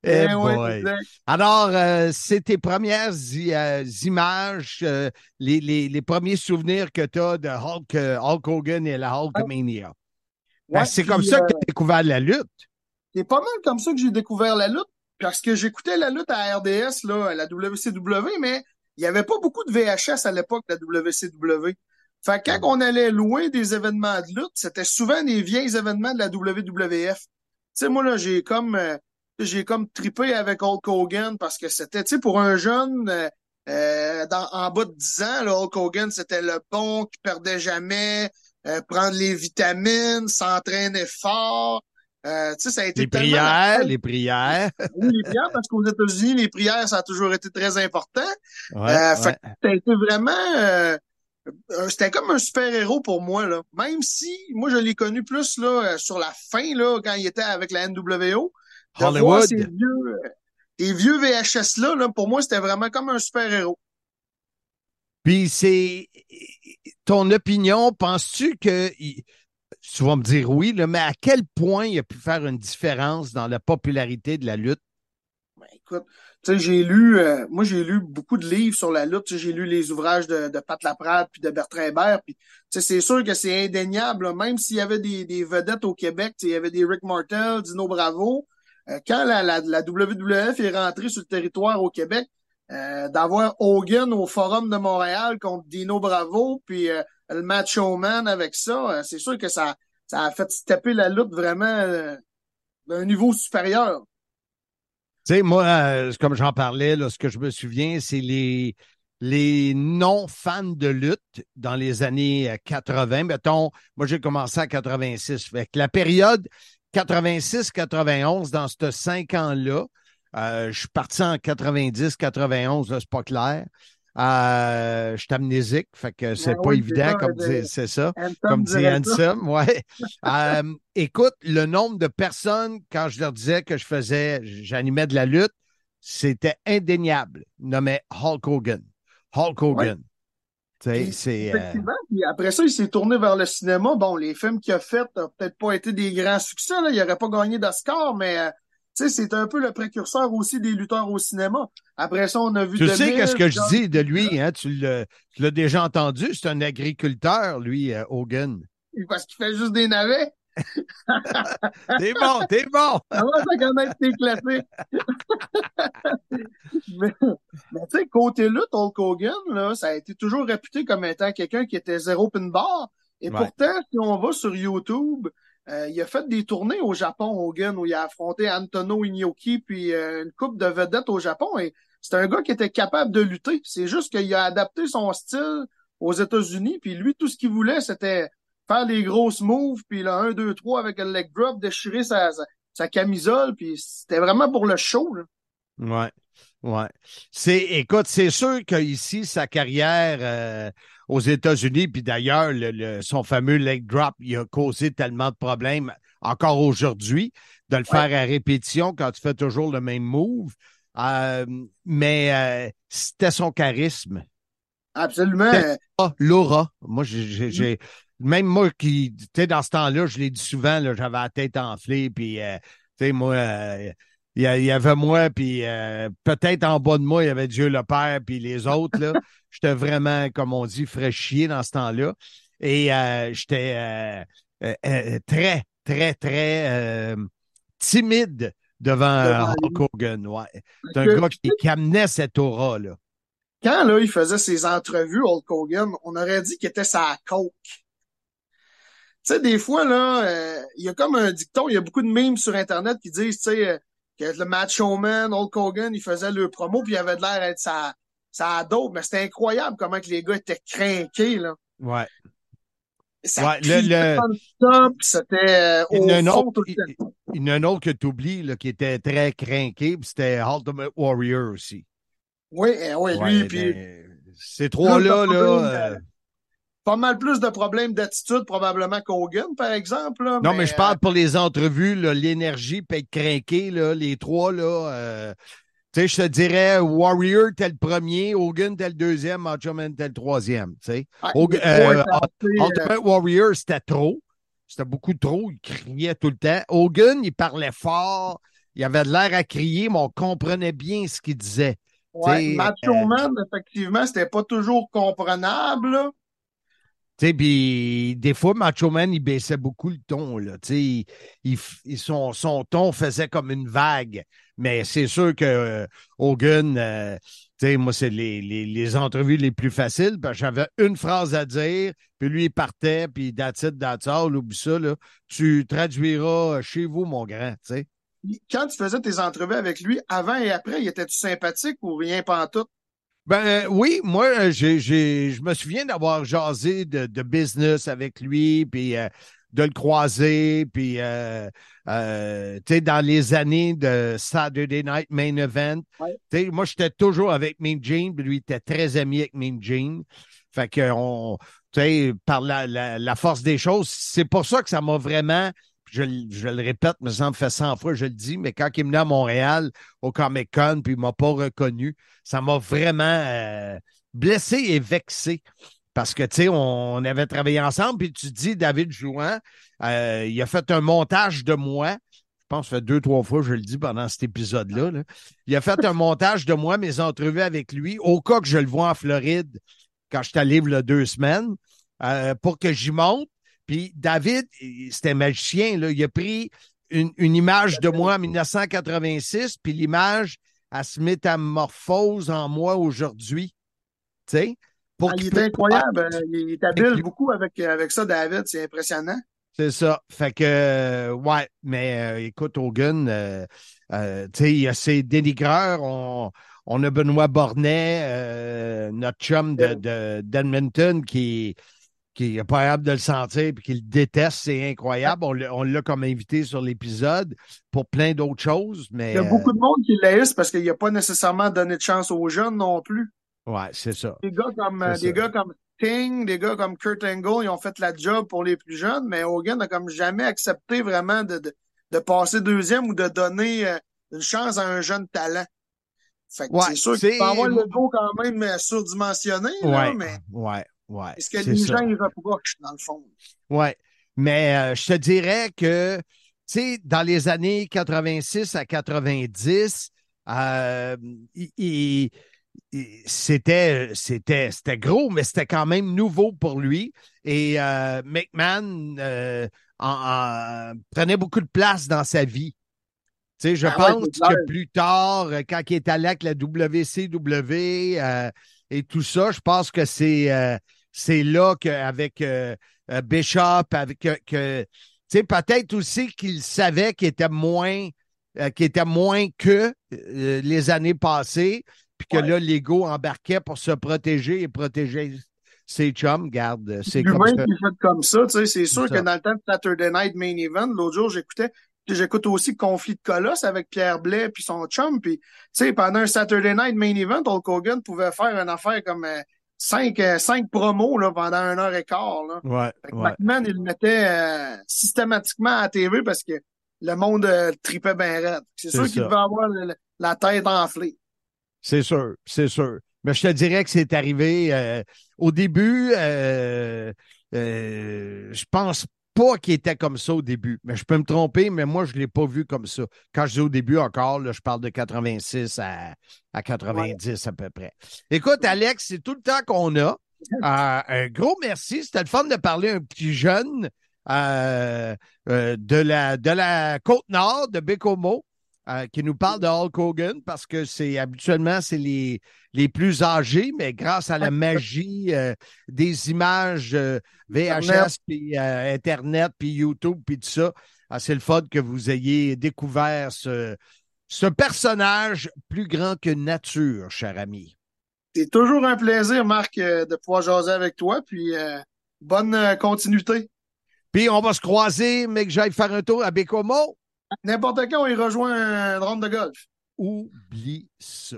Eh Eh ouais, boy. exact. Alors, euh, c'est tes premières i- euh, images, euh, les, les, les premiers souvenirs que tu as de Hulk, euh, Hulk Hogan et la Hulkamania. Ben, Ouais, c'est comme puis ça euh, que tu as découvert la lutte. c'est pas mal comme ça que j'ai découvert la lutte, parce que j'écoutais la lutte à R D S, là, à la W C W, mais il n'y avait pas beaucoup de V H S à l'époque de la W C W. Fait que quand on allait louer des événements de lutte, c'était souvent des vieils événements de la W W F. Tu sais, moi, là, j'ai comme, euh, j'ai comme trippé avec Hulk Hogan parce que c'était, tu sais, pour un jeune, euh, euh, dans, en bas de dix ans, là, Hulk Hogan, c'était le bon qui perdait jamais, euh, prendre les vitamines, s'entraîner fort. Euh, tu sais, ça a été Les tellement la prières, fête. les prières. Oui, les prières, parce qu'aux États-Unis, les prières, ça a toujours été très important. Ouais, Euh, fait ouais. que ça a été vraiment, euh, euh, c'était comme un super-héros pour moi, là. Même si, moi, je l'ai connu plus, là, euh, sur la fin, là, quand il était avec la N W O. De voir ces Hollywood. vieux, euh, ces vieux V H S-là, là, pour moi, c'était vraiment comme un super-héros. Puis c'est ton opinion, penses-tu que il- tu vas me dire oui, là, mais à quel point il a pu faire une différence dans la popularité de la lutte? Ben, écoute, tu sais, j'ai lu, euh, moi, j'ai lu beaucoup de livres sur la lutte. Tu sais, j'ai lu les ouvrages de, de Pat Laprade puis de Bertrand Hébert. Puis, tu sais, c'est sûr que c'est indéniable, là. Même s'il y avait des, des vedettes au Québec, tu sais, il y avait des Rick Martel, Dino Bravo. Euh, quand la, la, la W W F est rentrée sur le territoire au Québec, euh, d'avoir Hogan au Forum de Montréal contre Dino Bravo, puis euh, le Macho Man avec ça, euh, c'est sûr que ça, ça a fait taper la lutte vraiment euh, d'un niveau supérieur. Tu sais, moi, euh, comme j'en parlais, là, ce que je me souviens, c'est les, les non-fans de lutte dans les années euh, quatre-vingts. Mettons, moi, j'ai commencé en quatre-vingt-six. Fait que la période quatre-vingt-six quatre-vingt-onze, dans ces cinq ans-là, euh, je suis parti en quatre-vingt-dix quatre-vingt-onze, là, c'est pas clair. Euh, je suis amnésique, fait que c'est Ah pas oui, c'est évident, ça, comme euh, dit, c'est ça, Anthem comme dit dirait ça. Ansem, ouais. Euh, écoute, le nombre de personnes, quand je leur disais que je faisais, j'animais de la lutte, c'était indéniable. Ils nommaient Hulk Hogan. Hulk Ouais. Hogan. Tu sais, Puis, c'est. euh, effectivement, puis après ça, il s'est tourné vers le cinéma. Bon, les films qu'il a faits n'ont peut-être pas été des grands succès, là. Il n'aurait pas gagné d'Oscar, mais euh, tu sais, c'est un peu le précurseur aussi des lutteurs au cinéma. Après ça, on a vu Tu The sais Miz, qu'est-ce que je John dis de Cena. lui, hein? Tu l'as tu l'as déjà entendu, c'est un agriculteur, lui, euh, Hogan. Parce qu'il fait juste des navets. T'es bon, t'es bon! Comment ça connaître tes classiques? Mais, mais tu sais, côté lutte, Hulk Hogan, là, ça a été toujours réputé comme étant quelqu'un qui était zéro pin bar. Et Ouais. pourtant, si on va sur YouTube, euh, il a fait des tournées au Japon, Hogan, où il a affronté Antonio Inoki puis euh, une coupe de vedettes au Japon. Et c'est un gars qui était capable de lutter. C'est juste qu'il a adapté son style aux États-Unis. Puis lui, tout ce qu'il voulait, c'était faire des grosses moves, puis là, un, deux, trois avec le leg drop, déchirer sa, sa, sa camisole. Puis c'était vraiment pour le show, là. Ouais, ouais. C'est, écoute, c'est sûr qu'ici, sa carrière euh, aux États-Unis, puis d'ailleurs, le, le- son fameux leg drop, il a causé tellement de problèmes encore aujourd'hui de le Ouais. faire à répétition quand tu fais toujours le même move. Euh, mais euh, c'était son charisme. Absolument. C'était ah, l'aura. Moi, j'ai, j'ai, j'ai- même moi qui, tu sais, dans ce temps-là, je l'ai dit souvent, là, j'avais la tête enflée, puis, euh, tu sais, moi, euh, il y, a- il y avait moi, puis euh, peut-être en bas de moi, il y avait Dieu le Père, puis les autres, là. J'étais vraiment, comme on dit, fraîchier dans ce temps-là. Et euh, j'étais euh, euh, euh, très, très, très euh, timide devant euh, Devant Hulk lui. Hogan. Ouais. Parce C'est un que gars qui, qui amenait cette aura-là. quand là, il faisait ses entrevues, Hulk Hogan, on aurait dit qu'il était sa coke. Tu sais, des fois, là, euh, il y a comme un dicton, il y a beaucoup de memes sur Internet qui disent, tu sais, euh, que le Macho Man, Hulk Hogan, il faisait le promo, puis il avait de l'air d'être sa, sa dope. Mais c'était incroyable comment que les gars étaient crinqués, là. Ouais. Ça Ouais, le, criait le, non-stop, puis c'était euh, il y en au a un fond autre, tout il, le temps. il y en a un autre que tu oublies, qui était très crinqué, puis c'était Ultimate Warrior aussi. Oui, euh, oui, lui, Ouais, puis ben, ces plus de trois-là, là, problèmes, euh, pas mal plus de problèmes d'attitude probablement qu'Hogan, par exemple, là, non, mais mais je euh, parle pour les entrevues, là, l'énergie peut être crinquée, là, les trois, là, euh, tu sais, je te dirais, Warrior, t'es le premier, Hogan, t'es le deuxième, Macho Man, t'es le troisième, tu sais. ouais, Hogan- les trois euh, étaient assez, euh, Ultimate Warrior, c'était trop. C'était beaucoup trop. Il criait tout le temps. Hogan, il parlait fort. il avait de l'air à crier, mais on comprenait bien ce qu'il disait. Ouais, T'sais, Macho euh, Man, effectivement, c'était pas toujours comprenable, là. Tu sais, puis des fois, Macho Man, il baissait beaucoup le ton, là. Tu sais, il, il f- il- son, son ton faisait comme une vague. Mais c'est sûr que euh, Hogan, euh, tu sais, moi, c'est les, les, les entrevues les plus faciles, parce que j'avais une phrase à dire, puis lui, il partait, puis that's it, that's all, oublie ça, là. Tu traduiras chez vous, mon grand, tu sais. Quand tu faisais tes entrevues avec lui, avant et après, il était-tu sympathique ou rien pantoute? Ben euh, oui, moi, euh, j'ai, j'ai, je me souviens d'avoir jasé de, de business avec lui, puis euh, de le croiser, puis euh, euh, tu sais, dans les années de Saturday Night Main Event, Ouais. tu sais, moi, j'étais toujours avec Mean Gene, puis lui était très ami avec Mean Gene. Fait que, on, tu sais, par la, la, la force des choses, c'est pour ça que ça m'a vraiment, je, le- je le répète, me semble fait cent fois, je le dis, mais quand il est venu à Montréal, au Comic Con, puis il m'a pas reconnu, ça m'a vraiment euh, blessé et vexé. Parce que, tu sais, on, on avait travaillé ensemble, puis tu dis, David Jouan, euh, il a fait un montage de moi. Je pense que ça fait deux, trois fois, je le dis pendant cet épisode-là. Là. Il a fait un montage de moi, mes entrevues avec lui, au cas que je le vois en Floride, quand je t'arrive là deux semaines, euh, pour que j'y monte. Puis David, il- c'était un magicien, là. Il a pris une, une image de moi en mille neuf cent quatre-vingt-six, puis l'image, elle se métamorphose en moi aujourd'hui. Tu sais, Ah, pour il qu'il est puisse incroyable. euh, Il est avec habile lui. beaucoup avec, avec ça, David. C'est impressionnant. C'est ça. Fait que, euh, ouais, mais euh, écoute, Hogan, euh, euh, tu sais, il y a ses dénigreurs. On, on a Benoît Bornet, euh, notre chum de, de, d'Edmonton, qui, qui est pas capable de le sentir puis qui le déteste. C'est incroyable. On l'a, on l'a comme invité sur l'épisode pour plein d'autres choses, Il y a mais beaucoup de monde qui l'haïssent parce qu'il n'a pas nécessairement donné de chance aux jeunes non plus. euh, ouais, c'est ça. Des gars comme, C'est euh, des ça. gars comme King, des gars comme Kurt Angle, ils ont fait la job pour les plus jeunes, mais Hogan n'a comme jamais accepté vraiment de, de, de passer deuxième ou de donner euh, une chance à un jeune talent. Fait que Ouais, c'est sûr qu'il c'est. peut avoir le go quand même euh, surdimensionné, là, Ouais, mais ouais, ouais, est-ce que c'est les gens ça. ils reprochent, dans le fond? Ouais, mais euh, je te dirais que, tu sais, dans les années quatre-vingt-six à quatre-vingt-dix, euh, il- il- il- c'était, c'était, c'était gros, mais c'était quand même nouveau pour lui. Et euh, McMahon euh, en- en- prenait beaucoup de place dans sa vie. Tu sais, je Ah ouais, pense c'est clair. que plus tard, euh, quand il est allé avec la W C W euh, et tout ça, je pense que c'est euh, c'est là qu'avec euh, euh, Bishop, avec que, que tu sais, peut-être aussi qu'il savait qu'il était moins euh, qu'il était moins que euh, les années passées, puis que Ouais. là, l'ego embarquait pour se protéger et protéger ses chums. Garde, c'est comme L'humain ça. qui est fait comme ça, tu sais, c'est C'est sûr que ça. dans le temps de Saturday Night Main Event, l'autre jour, j'écoutais, puis j'écoute aussi Conflit de Colosse avec Pierre Blais puis son chum, puis tu sais, pendant un Saturday Night Main Event, Hulk Hogan pouvait faire une affaire comme euh, cinq, euh, cinq promos là, pendant une heure et quart. Là. Ouais, Fait que ouais. McMahon, il le mettait euh, systématiquement à la T V parce que le monde euh, tripait bien raide. C'est C'est sûr qu'il ça. devait avoir le- le- la tête enflée. C'est sûr, c'est sûr. Mais je te dirais que c'est arrivé euh, au début. Euh, euh, je pense pas qu'il était comme ça au début. Mais je peux me tromper, mais moi, je ne l'ai pas vu comme ça. Quand je dis au début encore, là, je parle de quatre-vingt-six à, à quatre-vingt-dix à peu près. Écoute, Alex, c'est tout le temps qu'on a. Euh, un gros merci. C'était le fun de parler à un petit jeune euh, euh, de la, de la Côte-Nord, de Bécomo. Euh, qui nous parle de Hulk Hogan parce que c'est habituellement c'est les, les plus âgés, mais grâce à la magie euh, des images euh, V H S, puis euh, Internet, puis YouTube, puis tout ça, ah, c'est le fun que vous ayez découvert ce, ce personnage plus grand que nature, cher ami. C'est toujours un plaisir, Marc, euh, de pouvoir jaser avec toi, puis euh, bonne euh, continuité. Puis on va se croiser, mais que j'aille faire un tour à Bécomo. N'importe quand, on y rejoint un drone de golf. Oublie ça.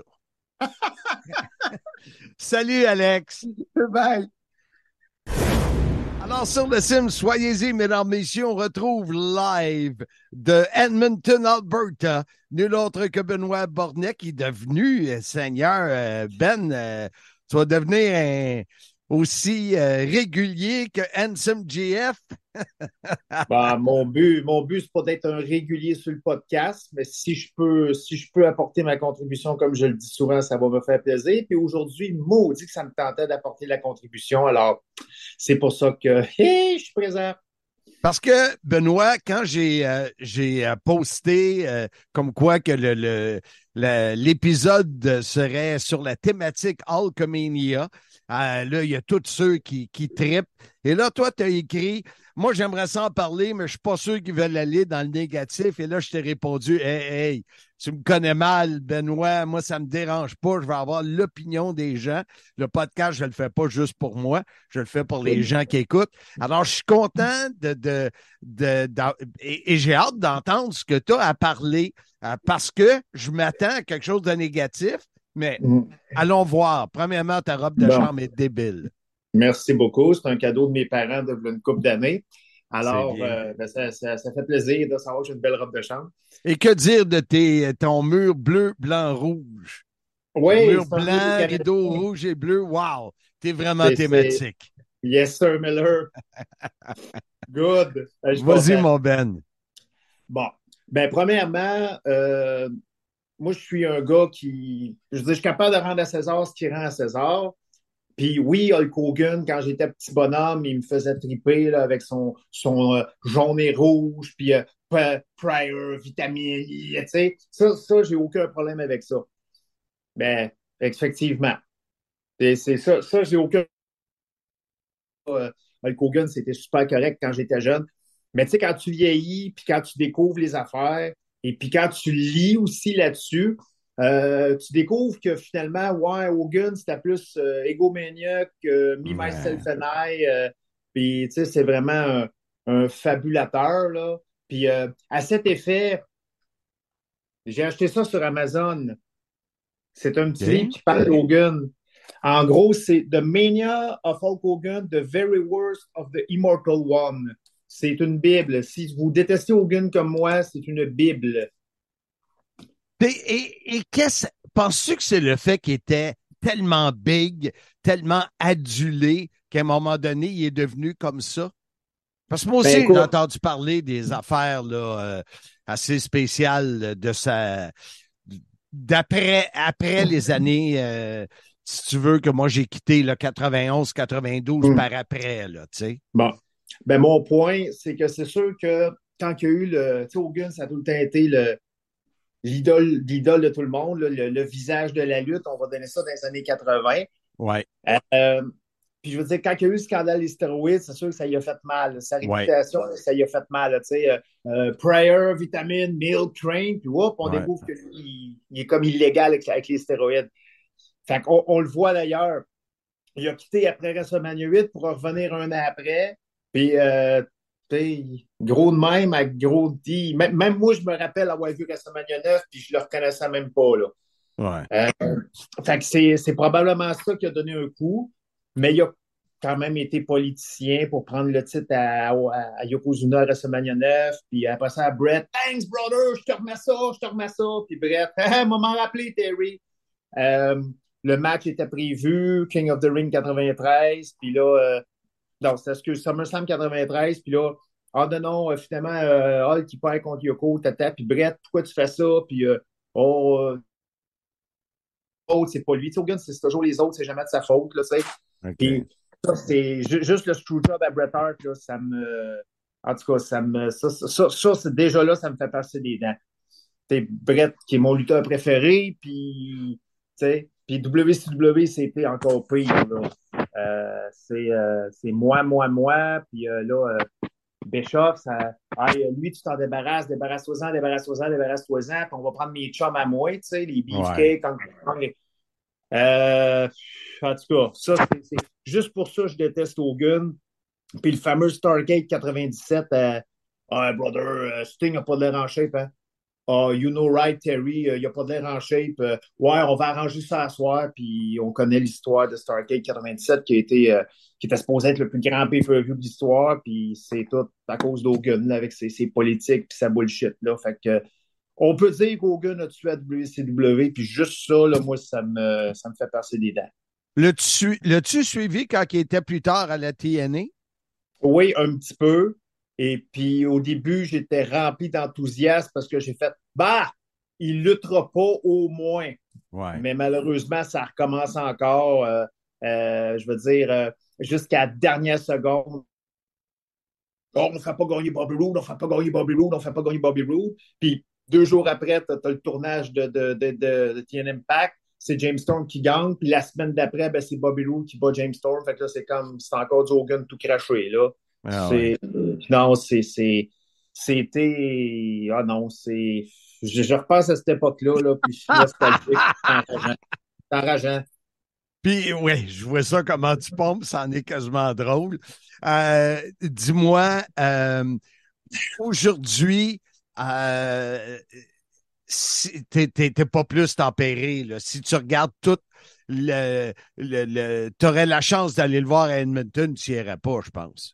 Salut, Alex. Bye. Alors, sur le sim, soyez-y, mesdames, messieurs, on retrouve live de Edmonton, Alberta, nul autre que Benoît Bornet, qui est devenu, euh, Seigneur, euh, Ben, euh, tu vas devenir un, aussi euh, régulier que Handsome G F. Ben, mon but, mon but, c'est pas d'être un régulier sur le podcast, mais si je peux, si je peux apporter ma contribution, comme je le dis souvent, ça va me faire plaisir. Puis aujourd'hui, maudit que ça me tentait d'apporter la contribution. Alors, c'est pour ça que hey, je suis présent. Parce que, Benoît, quand j'ai euh, j'ai euh, posté euh, comme quoi que le, le, le- l'épisode serait sur la thématique Hulkamania, euh, là, il y a tous ceux qui, qui trippent. Et là, toi, tu as écrit, moi, j'aimerais ça en parler, mais je suis pas sûr qu'ils veulent aller dans le négatif. Et là, je t'ai répondu, hey, hey, tu me connais mal, Benoît, moi, ça me dérange pas, je vais avoir l'opinion des gens. Le podcast, je le fais pas juste pour moi, je le fais pour les gens qui écoutent. Alors, je suis content de, de, de, d'en- et, et j'ai hâte d'entendre ce que tu as à parler euh, parce que je m'attends à quelque chose de négatif, mais Mm. allons voir. Premièrement, ta robe de Bon. chambre est débile. Merci beaucoup. C'est un cadeau de mes parents de une couple d'années. Alors, C'est bien. euh, ben, ça, ça, ça fait plaisir de savoir que j'ai une belle robe de chambre. Et que dire de tes, ton mur bleu, blanc, rouge? Oui, Mur c'est un blanc, peu rideau rouge et bleu. Wow! T'es vraiment C'est- thématique. Yes, sir, Miller. Good. Euh, je suis Vas-y, content. mon Ben. Bon. Ben, premièrement, euh, moi, je suis un gars qui. Je veux dire, je suis capable de rendre à César ce qui rend à César. Puis oui, Hulk Hogan, quand j'étais petit bonhomme, il me faisait triper là, avec son, son euh, jaune et rouge, puis euh, P- Prior, Vitamine, tu sais. Ça, ça, j'ai aucun problème avec ça. Ben, effectivement. Et c'est ça, ça, j'ai aucun. Euh, Hulk Hogan, c'était super correct quand j'étais jeune. Mais tu sais, quand tu vieillis, puis quand tu découvres les affaires, et puis quand tu lis aussi là-dessus, euh, tu découvres que finalement, ouais, Hogan, c'était plus euh, egomaniac, euh, me, Ouais. myself and I. Euh, puis tu sais, c'est vraiment un, un fabulateur, là. Puis euh, à cet effet, j'ai acheté ça sur Amazon. C'est un petit Ok. livre qui parle d'Hogan. En gros, c'est The Mania of Hulk Hogan, The Very Worst of the Immortal One. C'est une Bible. Si vous détestez Hogan comme moi, c'est une Bible. Et, et, et qu'est-ce, penses-tu que c'est le fait qu'il était tellement big, tellement adulé, qu'à un moment donné, il est devenu comme ça? Parce que moi aussi, Ben, écoute- j'ai entendu parler des affaires là, euh, assez spéciales de sa. D'après après les années, euh, si tu veux, que moi j'ai quitté le quatre-vingt-onze quatre-vingt-douze Mm. par après, là, tu sais. Bon. Ben, mon point, c'est que c'est sûr que quand il y a eu le. Tu sais, Hogan, ça a tout le temps été le, l'idole, l'idole de tout le monde, là, le, le visage de la lutte. On va donner ça dans les années quatre-vingts. Ouais. Euh, puis je veux dire, quand il y a eu le scandale des stéroïdes, c'est sûr que ça y a fait mal. Sa Ouais. réputation, ça y a fait mal. là, Tu sais, euh, euh, Prior, Vitamine, Milk Train, puis whoop, on Ouais. découvre qu'il il est comme illégal avec, avec les stéroïdes. Fait qu'on on le voit d'ailleurs. Il a quitté après WrestleMania huit pour revenir un an après. Puis, euh, tu sais, gros de même, avec gros de dit. Même, même moi, je me rappelle avoir vu WrestleMania neuf, puis je le reconnaissais même pas, là. Ouais. Euh, fait que c'est, c'est probablement ça qui a donné un coup, mais il a quand même été politicien pour prendre le titre à, à, à Yokozuna à WrestleMania neuf, puis après ça à Brett, thanks brother, je te remets ça, je te remets ça, puis Brett, ah, m'a m'en rappelé Terry. Euh, le match était prévu, King of the Ring quatre-vingt-treize, puis là, euh, non, c'est ce que SummerSlam quatre-vingt-treize, puis là, ah non, non, euh, finalement, euh, Hulk qui perd contre Yoko, tata, puis Brett, pourquoi tu fais ça, puis euh, oh, euh, autres, c'est pas lui. Tu sais, Hogan, c'est toujours les autres, c'est jamais de sa faute, là, tu sais. OK. Puis ça, c'est ju- juste le screwjob à Bret Hart, là, ça me. En tout cas, ça me. Ça, ça, ça, ça, c'est déjà là, ça me fait passer des dents. C'est Bret qui est mon lutteur préféré, puis. Tu sais. Puis W C W, c'était encore pire, là. Euh, c'est, euh, c'est moi, moi, moi, puis euh, là. Euh, Bischoff, ça, ah, lui, tu t'en débarrasses, débarrasse-toi-en, débarrasse-toi-en, débarrasse-toi-en, puis on va prendre mes chums à moi, tu sais, les beefcakes, quand les... Euh, en tout cas, ça, c'est, c'est juste pour ça que je déteste Hogan. Puis le fameux Starcade quatre-vingt-dix-sept, euh, ah, brother, euh, Sting n'a pas de l'air en shape, hein. Ah, you know right, Terry, euh, il n'a pas de l'air en shape. Euh, ouais, on va arranger ça à soir, puis on connaît l'histoire de Starcade quatre-vingt-dix-sept qui a été, euh, qui était supposé être le plus grand pay-per-view de l'histoire, puis c'est tout à cause d'Hogan, là, avec ses, ses politiques puis sa bullshit, là. Fait que, on peut dire qu'Hogan a tué à W C W, puis juste ça, là, moi, ça me, ça me fait passer des dents. L'as-tu, l'as-tu suivi quand il était plus tard à la T N A? Oui, un petit peu. Et puis, au début, j'étais rempli d'enthousiasme parce que j'ai fait, bah, il luttera pas au moins. Ouais. Mais malheureusement, ça recommence encore. Euh, euh, je veux dire, euh, jusqu'à la dernière seconde. Oh, on ne fait pas gagner Bobby Roode, on ne fait pas gagner Bobby Roode, on ne fait pas gagner Bobby Roode. Puis deux jours après, tu as le tournage de, de, de, de, de T N Impact. C'est James Storm qui gagne. Puis la semaine d'après, ben, c'est Bobby Roode qui bat James Storm. Fait que là, c'est comme, c'est encore du Hogan tout craché, là. Ah, c'est, ouais. non, c'est, c'est, c'était, ah non, c'est, je, je repasse à cette époque-là, là, puis je suis nostalgique. C'est enrageant. C'est enrageant. Puis, oui, je vois ça comment tu pompes, ça en est quasiment drôle. Euh, dis-moi, euh, aujourd'hui, euh, si, t'es, t'es, t'es pas plus tempéré, là. Si tu regardes tout, le, le, le, tu aurais la chance d'aller le voir à Edmonton, tu n'y irais pas, je pense.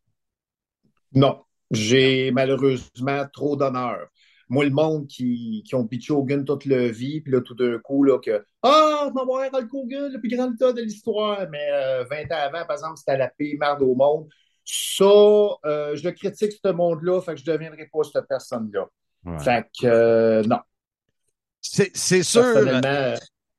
Non, j'ai malheureusement trop d'honneur. Moi, le monde qui, qui ont pitché Hogan toute leur vie, puis là, tout d'un coup, là, que Ah, on va voir Hulk Hogan, le plus grand lutteur de l'histoire. Mais euh, vingt ans avant, par exemple, c'était la pire merde au monde. Ça, euh, je critique ce monde-là, fait que je ne deviendrai pas cette personne-là. Ouais. Fait que, euh, non. C'est, c'est sûr. Personnellement, euh,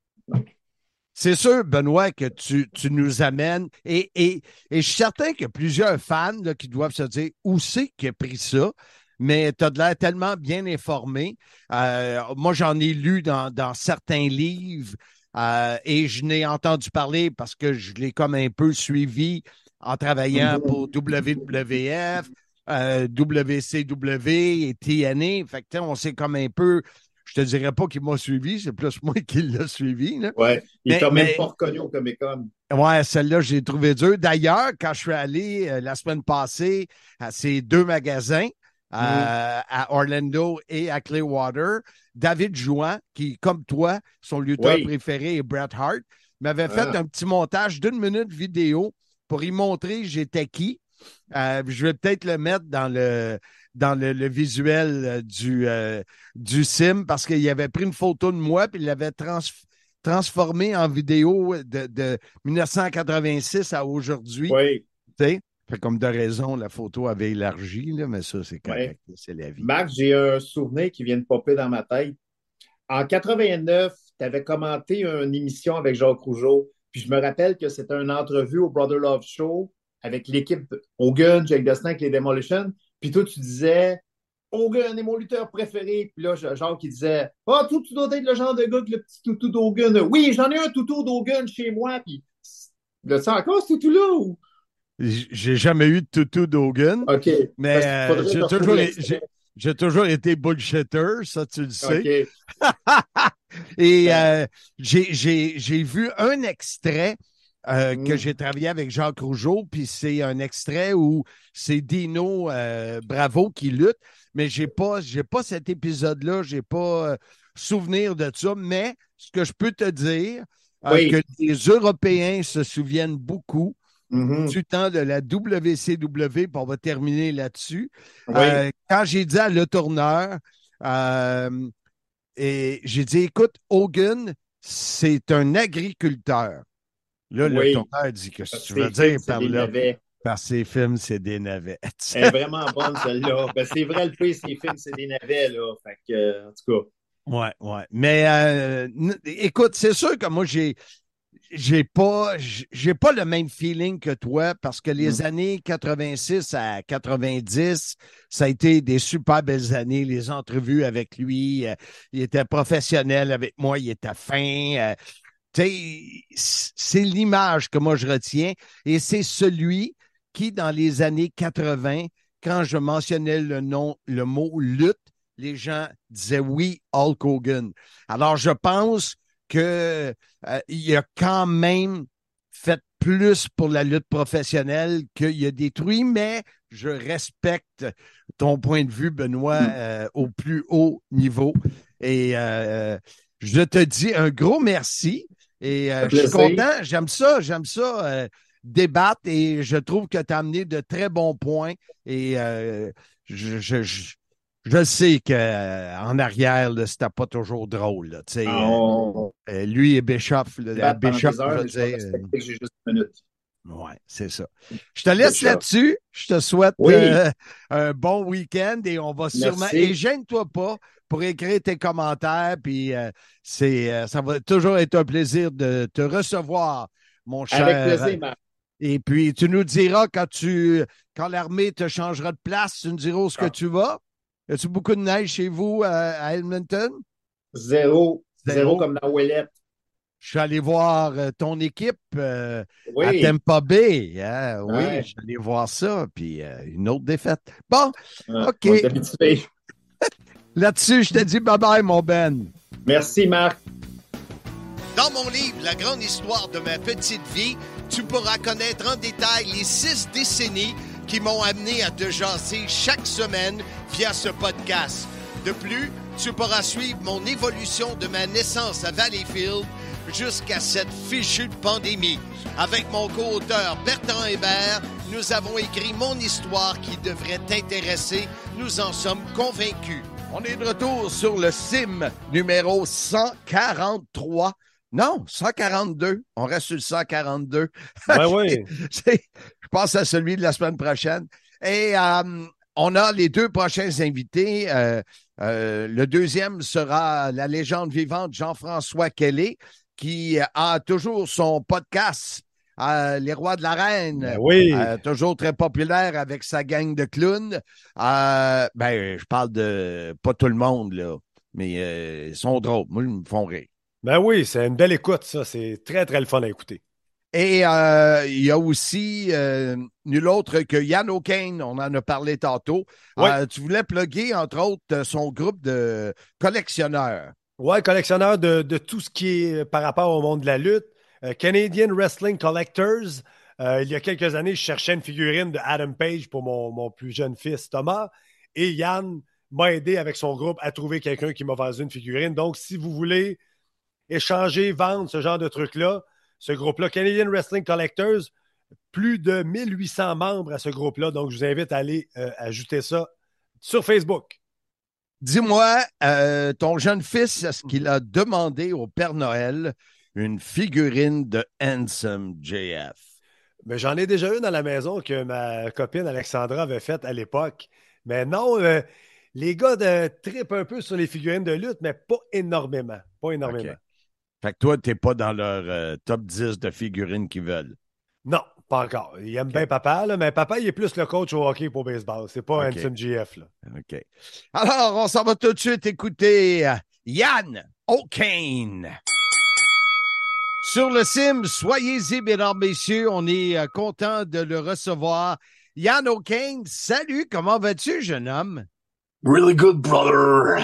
C'est sûr, Benoît, que tu, tu nous amènes. Et, et, et je suis certain qu'il y a plusieurs fans là, qui doivent se dire où c'est qu'il a pris ça. Mais tu as de l'air tellement bien informé. Euh, moi, j'en ai lu dans, dans certains livres euh, et je n'ai entendu parler parce que je l'ai comme un peu suivi en travaillant pour W W F, euh, W C W et T N A. Fait que, on s'est comme un peu. Je te dirais pas qu'il m'a suivi, c'est plus moi qui l'ai suivi. Là. Ouais, il mais, t'a même mais, pas reconnu au Comic-Con. Ouais, celle-là, j'ai trouvé dur. D'ailleurs, quand je suis allé euh, la semaine passée à ces deux magasins, euh, mm. à Orlando et à Clearwater, David Jouan, qui, comme toi, son lutteur oui. préféré est Bret Hart, m'avait ah. fait un petit montage d'une minute vidéo pour y montrer j'étais qui. Euh, je vais peut-être le mettre dans le dans le, le visuel du, euh, du sim parce qu'il avait pris une photo de moi puis il l'avait trans, transformé en vidéo de, de dix-neuf cent quatre-vingt-six à aujourd'hui. Oui. Tu sais, fait comme de raison, la photo avait élargi, là, mais ça, c'est correct. Oui. C'est la vie. Marc, j'ai un souvenir qui vient de popper dans ma tête. En quatre-vingt-neuf, tu avais commenté une émission avec Jacques Rougeau, puis je me rappelle que c'était une entrevue au Brother Love Show avec l'équipe Hogan, Jake the Snake, les Demolition. Puis toi, tu disais Hogan est mon lutteur préféré. Puis là, Jacques, qui disait Ah, oh, toi, tu dois être le genre de gars que le petit toutou d'Hogan. Oui, j'en ai un toutou d'Hogan chez moi. Puis là, tu encore ce toutou-là ou? J'ai jamais eu de toutou d'Hogan. OK. Mais euh, j'ai, toujours, j'ai, j'ai toujours été bullshitter, ça, tu le sais. OK. Et euh, j'ai, j'ai, j'ai vu un extrait. Euh, mm. que j'ai travaillé avec Jacques Rougeau, puis c'est un extrait où c'est Dino euh, Bravo qui lutte, mais j'ai pas, j'ai pas cet épisode-là, j'ai pas euh, souvenir de ça, mais ce que je peux te dire, euh, oui. que les Européens se souviennent beaucoup mm-hmm. du temps de la W C W, puis on va terminer là-dessus. Oui. Euh, quand j'ai dit à Le Tourneur, euh, et j'ai dit, écoute, Hogan, c'est un agriculteur. Là, oui. le tourneur dit que si tu veux dire par là, par ses films, c'est des navets. Elle est vraiment bonne, celle-là. Ben, c'est vrai, le fait, ses films, c'est des navets, là. Fait que, euh, en tout cas. Ouais, ouais. Mais euh, n- écoute, c'est sûr que moi, j'ai j'ai pas j'ai pas le même feeling que toi parce que les mm. années quatre-vingt-six à quatre-vingt-dix, ça a été des super belles années. Les entrevues avec lui, euh, il était professionnel avec moi, il était fin. Euh, c'est l'image que moi je retiens et c'est celui qui, dans les années quatre-vingt, quand je mentionnais le nom, le mot lutte, les gens disaient oui, Hulk Hogan. Alors, je pense qu'il euh, a quand même fait plus pour la lutte professionnelle qu'il a détruit, mais je respecte ton point de vue, Benoît, euh, au plus haut niveau. Et euh, je te dis un gros merci. Et euh, je suis content, j'aime ça, j'aime ça euh, débattre et je trouve que tu as amené de très bons points et euh, je, je, je, je sais qu'en euh, arrière, là, c'était pas toujours drôle. Là, oh. euh, lui et Bischoff, là, Bischoff, heures, je vais dire, euh... j'ai juste une minute. Oui, c'est ça. Je te laisse là-dessus. Je te souhaite Oui. euh, un bon week-end et on va sûrement. Merci. Et gêne-toi pas pour écrire tes commentaires. Puis euh, c'est, euh, ça va toujours être un plaisir de te recevoir, mon cher. Avec plaisir, Marc. Et puis tu nous diras quand tu quand l'armée te changera de place, tu nous diras où est-ce que Ah. tu vas. Y a-tu beaucoup de neige chez vous euh, à Edmonton? Zéro. Zéro. Zéro comme dans Ouellette. Je suis allé voir euh, ton équipe euh, Oui. à Tampa Bay. Hein? Oui, Ouais. je suis allé voir ça. Puis euh, une autre défaite. Bon, Ouais, OK. on est habitué. Là-dessus, je te dis bye-bye, mon Ben. Merci, Marc. Dans mon livre, La grande histoire de ma petite vie, tu pourras connaître en détail les six décennies qui m'ont amené à te jaser chaque semaine via ce podcast. De plus, tu pourras suivre mon évolution de ma naissance à Valleyfield jusqu'à cette fichue pandémie. Avec mon co-auteur Bertrand Hébert, nous avons écrit mon histoire qui devrait t'intéresser. Nous en sommes convaincus. On est de retour sur le sim numéro cent quarante-trois. Non, cent quarante-deux. On reste sur le cent quarante-deux. Ben oui. C'est- Je pense à celui de la semaine prochaine. Et euh, on a les deux prochains invités. Euh, euh, le deuxième sera la légende vivante Jean-François Kelly, qui a toujours son podcast euh, Les Rois de l'arène. Ben oui. Euh, toujours très populaire avec sa gang de clowns. Euh, ben, je parle de pas tout le monde, là, mais euh, ils sont drôles. Moi, ils me font rire. Ben oui, c'est une belle écoute, ça. C'est très, très le fun à écouter. Et euh, il y a aussi euh, nul autre que Yann O'Kane, on en a parlé tantôt. Ouais. Euh, tu voulais plugger, entre autres, son groupe de collectionneurs. Ouais, collectionneur de, de tout ce qui est par rapport au monde de la lutte. Euh, Canadian Wrestling Collectors. Euh, il y a quelques années, je cherchais une figurine de Adam Page pour mon, mon plus jeune fils Thomas. Et Yann m'a aidé avec son groupe à trouver quelqu'un qui m'a vendu une figurine. Donc, si vous voulez échanger, vendre ce genre de trucs-là, ce groupe-là, Canadian Wrestling Collectors, plus de mille huit cents membres à ce groupe-là. Donc, je vous invite à aller euh, ajouter ça sur Facebook. Dis-moi, euh, ton jeune fils, est-ce qu'il a demandé au Père Noël une figurine de Handsome J F? Mais j'en ai déjà une à la maison que ma copine Alexandra avait faite à l'époque. Mais non, euh, les gars de tripent un peu sur les figurines de lutte, mais pas énormément. Pas énormément. OK. Fait que toi, t'es pas dans leur euh, top dix de figurines qu'ils veulent. Non, pas encore. Il aime bien papa, là, mais papa, il est plus le coach au hockey pour baseball. C'est pas OK. Handsome G F. Là. OK. Alors, on s'en va tout de suite écouter euh, Yann O'Kane. Sur le sim, soyez-y, mesdames, messieurs. On est euh, content de le recevoir. Yann O'Kane, salut, comment vas-tu, jeune homme? Really good, brother.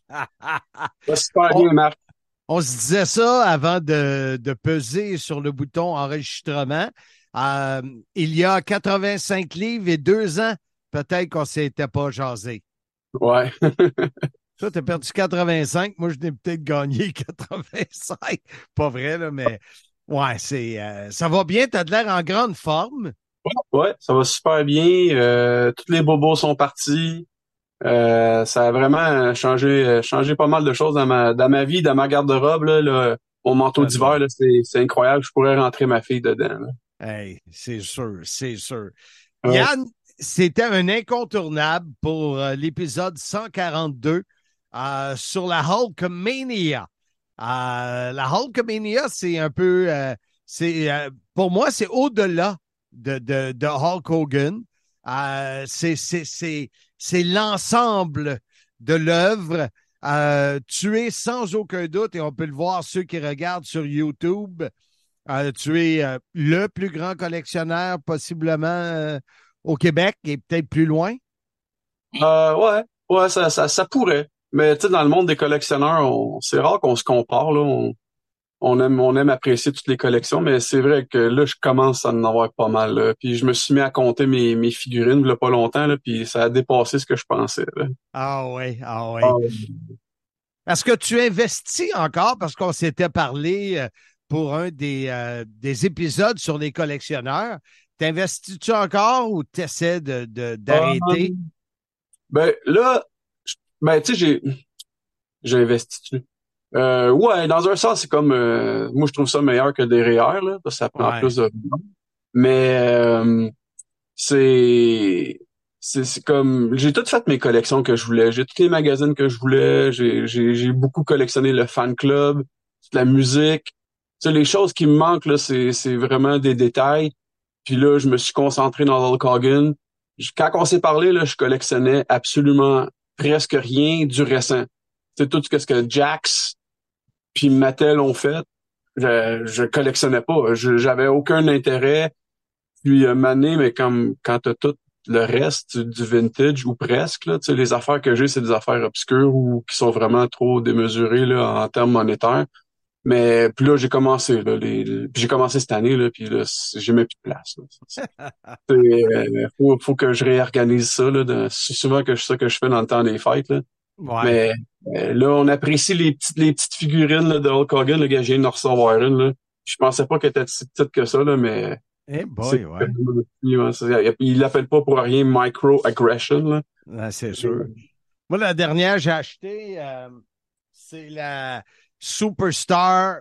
Ça, super On- bien, Marc. On se disait ça avant de, de peser sur le bouton enregistrement. Euh, il y a quatre-vingt-cinq livres et deux ans, peut-être qu'on ne s'était pas jasé. Ouais. Toi, tu as perdu quatre-vingt-cinq. Moi, je n'ai peut-être gagné quatre-vingt-cinq. Pas vrai, là, mais ouais, c'est euh, ça va bien. Tu as de l'air en grande forme. Ouais, ça va super bien. Euh, tous les bobos sont partis. Euh, ça a vraiment changé, changé pas mal de choses dans ma, dans ma vie, dans ma garde-robe. Là, là, mon manteau Ah, d'hiver, bon. là, c'est, c'est incroyable. Je pourrais rentrer ma fille dedans. Là. Hey, c'est sûr, c'est sûr. Ouais. Yann, c'était un incontournable pour euh, l'épisode cent quarante-deux euh, sur la Hulkamania. Euh, la Hulkamania, c'est un peu, euh, c'est euh, pour moi, c'est au-delà de, de, de Hulk Hogan. Euh, c'est, c'est, c'est, c'est l'ensemble de l'œuvre. Euh, tu es sans aucun doute, et on peut le voir ceux qui regardent sur YouTube, euh, tu es euh, le plus grand collectionneur possiblement euh, au Québec et peut-être plus loin. Euh, ouais, ouais, ça, ça, ça pourrait. Mais tu sais, dans le monde des collectionneurs, on, c'est rare qu'on se compare. Là. On, on aime, on aime apprécier toutes les collections, mais c'est vrai que là, je commence à en avoir pas mal. Là. Puis je me suis mis à compter mes, mes figurines il y a pas longtemps, là, puis ça a dépassé ce que je pensais. Là. Ah oui, ah oui. Ah, Est-ce que tu investis encore, parce qu'on s'était parlé euh, pour un des, euh, des épisodes sur les collectionneurs, t'investis-tu encore ou t'essaies de, de, d'arrêter? Euh, ben là, je- ben tu sais, j'ai j'ai investi dessus. Euh, ouais, dans un sens, c'est comme euh, moi je trouve ça meilleur que des R E E R, là, parce que ça prend Ouais. plus de. Mais euh, c'est, c'est c'est comme j'ai tout fait mes collections que je voulais, j'ai tous les magazines que je voulais, j'ai j'ai j'ai beaucoup collectionné le fan club, la musique. Tu sais, les choses qui me manquent là, c'est c'est vraiment des détails. Puis là, je me suis concentré dans Hulk Hogan. Je- Quand on s'est parlé là, je collectionnais absolument presque rien du récent. C'est tout ce que ce que Jax puis Mattel ont fait. Je je collectionnais pas, Je- j'avais aucun intérêt. Puis euh, Mané, mais comme quand t'as tout le reste du vintage ou presque, là, tu sais, les affaires que j'ai, c'est des affaires obscures ou qui sont vraiment trop démesurées là, en termes monétaires. Mais puis là, j'ai commencé, là, les, les- puis j'ai commencé cette année, là, puis là, c'est- j'ai même plus de place. Là. C'est, euh, faut, faut que je réorganise ça. Là, de- c'est souvent que c'est ça que je fais dans le temps des fêtes. Là. Ouais. Mais euh, là, on apprécie les petites les petites figurines là, de Hulk Hogan, le gars, je viens de recevoir une. Là. Je pensais pas qu'elle était si petite que ça, là, mais Eh c'est boy, ouais. ouais, c'est- il l'appelle pas pour rien micro-aggression. Là. Ouais, c'est sûr. Moi, la dernière que j'ai achetée, euh, c'est la Superstar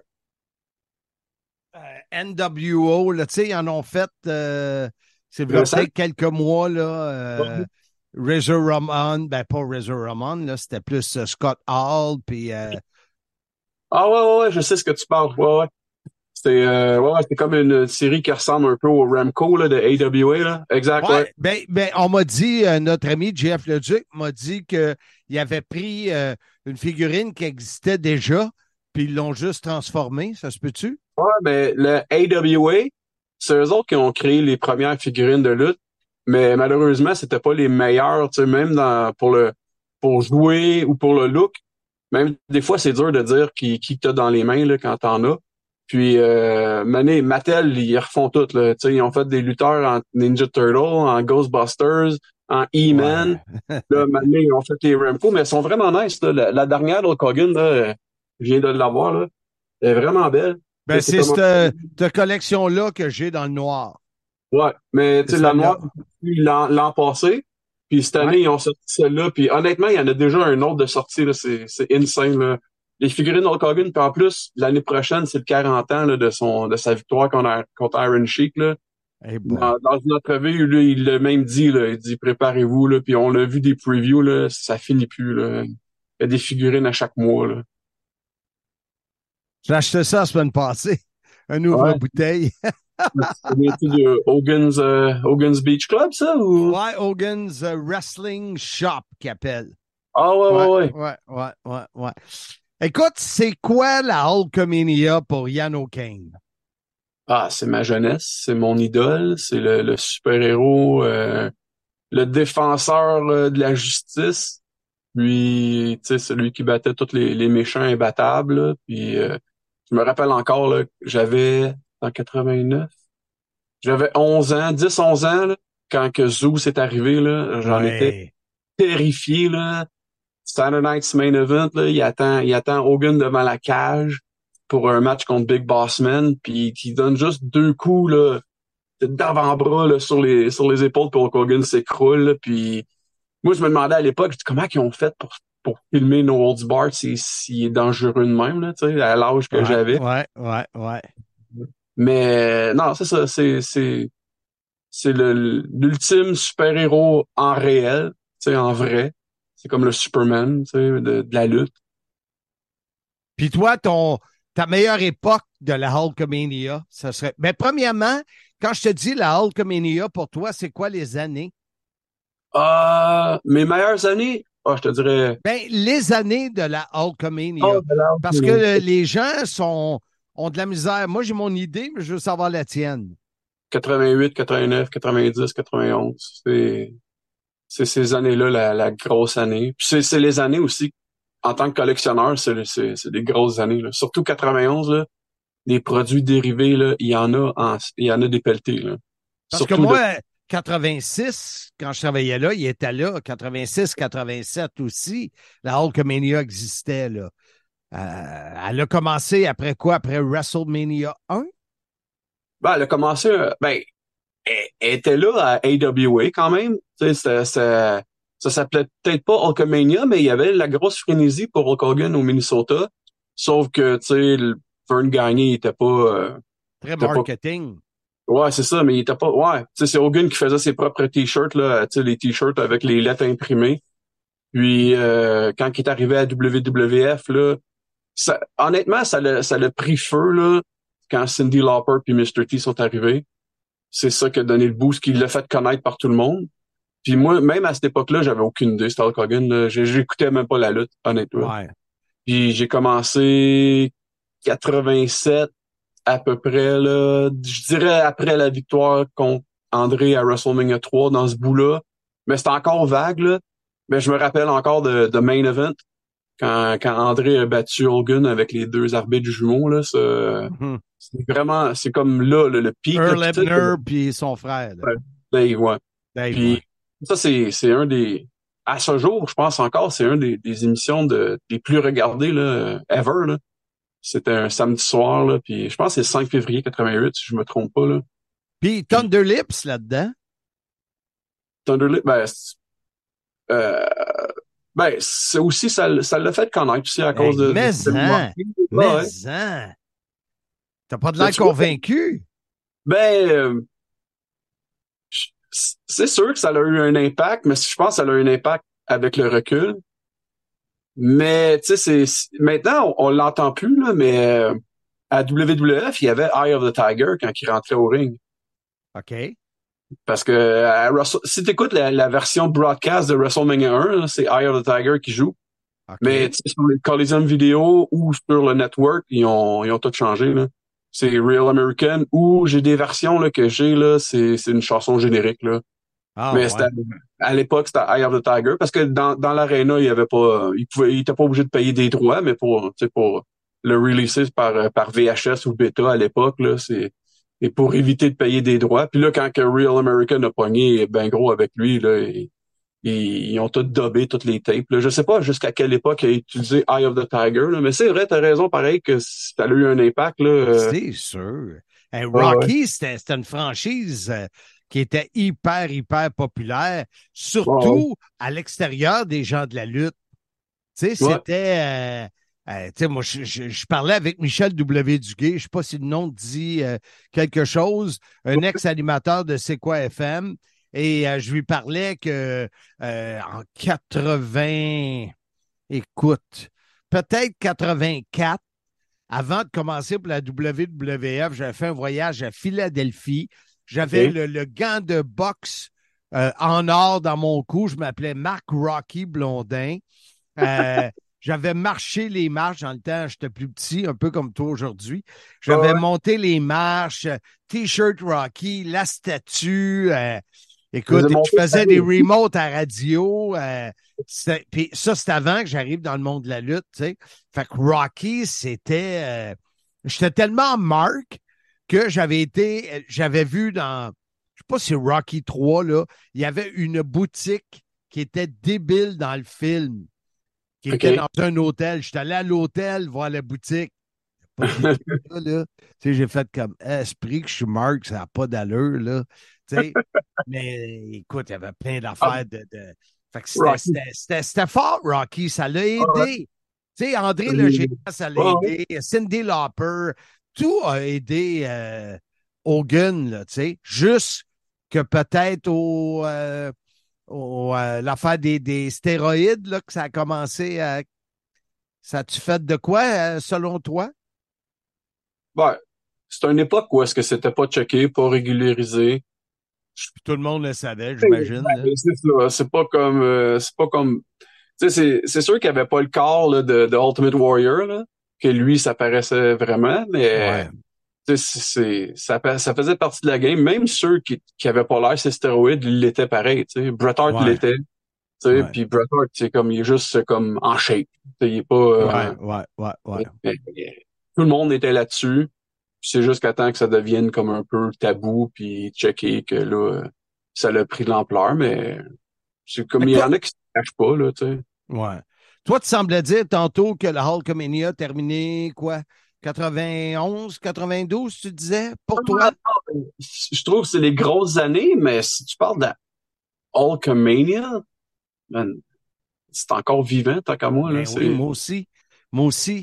euh, N W O. Là, tu sais, ils en ont fait, euh, c'est voilà Récent? peut-être quelques mois, là. Euh, Razor Ramon, ben pas Razor Ramon, là, c'était plus euh, Scott Hall, puis euh, Ah ouais, ouais, ouais, je sais ce que tu parles. Ouais, ouais. C'était euh, ouais, ouais, c'était comme une série qui ressemble un peu au Ramco là, de A W A. Là. Exact, ouais. ouais, ben, ben, on m'a dit, euh, notre ami Jeff Leduc m'a dit qu'il avait pris euh, une figurine qui existait déjà, puis ils l'ont juste transformée. Ça se peut-tu? Ouais, mais le A W A, c'est eux autres qui ont créé les premières figurines de lutte, mais malheureusement, c'était pas les meilleurs, tu sais, même dans pour le pour jouer ou pour le look. Même des fois, c'est dur de dire qui qui t'as dans les mains là, quand t'en as. Puis euh, Mané, Mattel, ils refont tout. Là. Tu sais, ils ont fait des lutteurs en Ninja Turtle, en Ghostbusters, en E-Man. Ouais. Là, Mané, ils ont fait les Ramco, mais elles sont vraiment nice. Là. La, la dernière Hulk Hogan, là, euh, je viens de l'avoir, là. Elle est vraiment belle. Ben, C'est c'est comme cette, cette collection-là que j'ai dans le noir. ouais, mais tu C'est sais, la celle-là. noire, l'an, l'an passé, puis cette année, Ouais. ils ont sorti celle-là, puis honnêtement, il y en a déjà un autre de sortie, là, c'est, c'est insane, là. Les figurines Hulk Hogan, puis en plus, l'année prochaine, c'est le quarante ans, là, de son, de sa victoire contre, contre Iron Sheik, là. Hey boy. Dans, dans une entrevue, lui, il l'a même dit, là, il dit, préparez-vous, là, puis on l'a vu des previews, là, ça finit plus, là. Il y a des figurines à chaque mois, là. J'ai acheté ça la semaine passée. Un ouvre-bouteille. C'est bientôt de Hogan's, euh, Hogan's Beach Club, ça, ou? Ouais, Hogan's uh, Wrestling Shop qu'il appelle. Ah, ouais, ouais, ouais. Ouais, ouais, ouais, ouais. Écoute, c'est quoi la Hulkamania pour Yano Kane? Ah, c'est ma jeunesse, c'est mon idole, c'est le, le super-héros, euh, le défenseur euh, de la justice, puis tu sais, celui qui battait tous les, les méchants imbattables. Là. Puis euh, je me rappelle encore, là, j'avais en quatre-vingt-neuf, j'avais onze ans, dix onze ans, là, quand que Zeus est arrivé, là, j'en Ouais. étais terrifié, là. Saturday Night's Main Event, là, il attend, il attend Hogan devant la cage pour un match contre Big Boss Man, puis il donne juste deux coups là, d'avant-bras là, sur les sur les épaules pour qu'Hogan s'écroule. Là, puis moi, je me demandais à l'époque, je dis, comment ils ont fait pour pour filmer No Holds Barred s'il s'il est dangereux de même, là, tu sais, à l'âge que Ouais, j'avais. ouais, ouais, ouais. Mais non, c'est ça, c'est c'est c'est le l'ultime super-héros en réel, tu sais, en vrai. C'est comme le Superman, tu sais, de, de la lutte. Puis toi, ton, ta meilleure époque de la Hulkamania, ça serait. Mais premièrement, quand je te dis la Hulkamania, pour toi, c'est quoi les années? Euh, mes meilleures années, ah, je te dirais. Ben, les années de la Hulkamania. Oh, de la Parce que Hulkamania. euh, les gens sont, ont de la misère. Moi, j'ai mon idée, mais je veux savoir la tienne. quatre-vingt-huit, quatre-vingt-neuf, quatre-vingt-dix, quatre-vingt-onze. C'est, c'est ces années-là la, la grosse année. Puis c'est, c'est les années aussi, en tant que collectionneur, c'est, c'est, c'est des grosses années, là. Surtout quatre-vingt-onze, là, les produits dérivés, là, il y en a en, il y en a des pelletés, là. Parce Surtout que moi, de- quatre-vingt-six, quand je travaillais là, il était là. quatre-vingt-six, quatre-vingt-sept aussi. La Hulkamania existait, là. Euh, elle a commencé après quoi? Après WrestleMania un? ben, elle a commencé, euh, ben, elle, elle était là à A W A quand même. Tu sais, ça, ça, ça s'appelait peut-être pas Hulkamania, mais il y avait la grosse frénésie pour Hulk Hogan au Minnesota. Sauf que, tu sais, le Vern Gagné, il était pas, euh, Très était pas marketing. Ouais, c'est ça, mais il était pas. Ouais, tu sais, c'est Hogan qui faisait ses propres t-shirts, là, tu sais, les t-shirts avec les lettres imprimées. Puis euh, quand il est arrivé à W W F, là, ça, honnêtement, ça l'a, ça l'a pris feu, là, quand Cyndi Lauper puis mister T sont arrivés. C'est ça qui a donné le boost, qui l'a fait connaître par tout le monde. Puis moi, même à cette époque-là, j'avais aucune idée, c'était Hulk Hogan, là. J'ai- J'écoutais même pas la lutte, honnêtement. Ouais. Puis j'ai commencé quatre-vingt-sept à peu près, là, je dirais après la victoire contre André à WrestleMania trois dans ce bout-là. Mais c'était encore vague, là. Mais je me rappelle encore de, de Main Event, quand, quand André a battu Hogan avec les deux arbitres jumeaux, là. Ça, Mm-hmm. c'est vraiment, c'est comme là, le, le pic. Earl là, puis, tu sais, Hebner puis son frère. Là. ouais, Dave, ouais. Dave, Puis ouais. ça, c'est, c'est un des, à ce jour, je pense encore, c'est un des, des émissions de, des plus regardées, là, ever, là. C'était un samedi soir, là, puis je pense que c'est le cinq février quatre-vingt-huit, si je me trompe pas, là. Puis Thunder Lips là-dedans. Thunderlip, ben, c'est- euh, ben, c'est aussi, ça, ça l'a fait connaître aussi à cause Hey, de... mais de- de- en, Ouais, ouais. mais en. T'as pas de Ben, l'air tu vois, convaincu? ben, euh, je- c'est sûr que ça a eu un impact, mais je pense que ça a eu un impact avec le recul. Mais, tu sais, c'est, c'est- maintenant, on, on l'entend plus, là, mais euh, à W W F, il y avait Eye of the Tiger quand il rentrait au ring. OK. Parce que à Russell- si tu écoutes la, la version broadcast de WrestleMania un, là, c'est Eye of the Tiger qui joue. OK. Mais tu sais, sur les Coliseum vidéo ou sur le network, ils ont, ils ont tout changé, là. C'est Real American ou j'ai des versions là, que j'ai, là, c'est, c'est une chanson générique, là. Ah, Mais ouais. c'était, à l'époque, c'était Eye of the Tiger parce que dans, dans l'aréna, il y avait pas, il pouvait, il était pas obligé de payer des droits, mais pour, tu sais, pour le releaser par, par V H S ou Beta à l'époque, là, c'est, et pour éviter de payer des droits. Puis là, quand que Real American a pogné ben gros avec lui, là, ils, ils ont tout dobé toutes les tapes, là. Je sais pas jusqu'à quelle époque il a utilisé Eye of the Tiger, là, mais c'est vrai, t'as raison, pareil, que ça a eu un impact, là. euh, C'est sûr. Hey, ouais, ouais. Rocky, c'était c'était une franchise euh, qui était hyper, hyper populaire, Ouais, ouais. surtout à l'extérieur des gens de la lutte. Tu sais, Ouais. c'était... euh, euh, tu sais, moi, je, je- je parlais avec Michel W. Duguay, je ne sais pas si le nom dit euh, quelque chose, un ex-animateur de C'est quoi F M, et euh, je lui parlais que euh, en quatre-vingts, écoute, peut-être quatre-vingt-quatre, avant de commencer pour la W W F, j'avais fait un voyage à Philadelphie. J'avais OK. le, le gant de boxe euh, en or dans mon cou. Je m'appelais Marc Rocky Blondin. Euh, j'avais marché les marches dans le temps, j'étais plus petit, un peu comme toi aujourd'hui. J'avais Ouais. monté les marches, euh, T-shirt Rocky, la statue. euh, Je écoute, faisais je monter faisais ta des vie. remotes à radio. euh, c'est- Puis ça, c'est avant que j'arrive dans le monde de la lutte, tu sais. Fait que Rocky, c'était... euh, j'étais tellement Mark que j'avais été... J'avais vu dans... Je sais pas si Rocky trois, là, il y avait une boutique qui était débile dans le film, qui OK. était dans un hôtel. J'étais allé à l'hôtel voir la boutique. Pas d'équipe, là, là. Tu sais, j'ai fait comme esprit que je suis Mark, ça n'a pas d'allure, là. Tu sais, mais écoute, il y avait plein Ah, d'affaires de. de... Fait que c'était, Rocky. c'était, c'était, c'était fort, Rocky. Ça l'a Ouais, ouais. aidé. Tu sais, André le Géant, ça l'a Ouais, ouais. aidé. Cyndi Lauper, tout a aidé euh, Hogan, là, tu sais. Juste que peut-être au, euh, au, euh, l'affaire des, des stéroïdes, là, que ça a commencé à. Ça a-tu fait de quoi, euh, selon toi? Ouais. C'est une époque où est-ce que c'était pas checké, pas régularisé. Puis tout le monde le savait, j'imagine. Là. Ben, c'est ça. C'est pas comme, euh, c'est pas comme, tu sais, c'est, c'est sûr qu'il n'y avait pas le corps là, de, de Ultimate Warrior, là, que lui, ça paraissait vraiment, mais Ouais. tu sais, c'est, c'est- ça, pa- ça faisait partie de la game. Même ceux qui, qui avaient pas l'air ces stéroïdes, ils l'étaient pareil, tu sais. Bret Hart Ouais. l'était, tu sais, Ouais. puis Bret Hart, c'est comme, il est juste comme en shape. Tu sais, il est pas, euh, Ouais, ouais, ouais, ouais. mais- mais tout le monde était là-dessus. Puis c'est jusqu'à temps que ça devienne comme un peu tabou, puis checker que là, euh, ça l'a pris de l'ampleur, mais c'est comme Mais il y toi, en a qui se cachent pas, là, tu sais. ouais. Toi, tu semblais dire tantôt que la Hulkamania a terminé quoi? quatre-vingt-onze, quatre-vingt-douze, tu disais, pour toi? Je trouve que c'est les grosses années, mais si tu parles de Hulkamania, man, c'est encore vivant, tant qu'à moi, là. Ben C'est... oui, moi aussi. Moi aussi.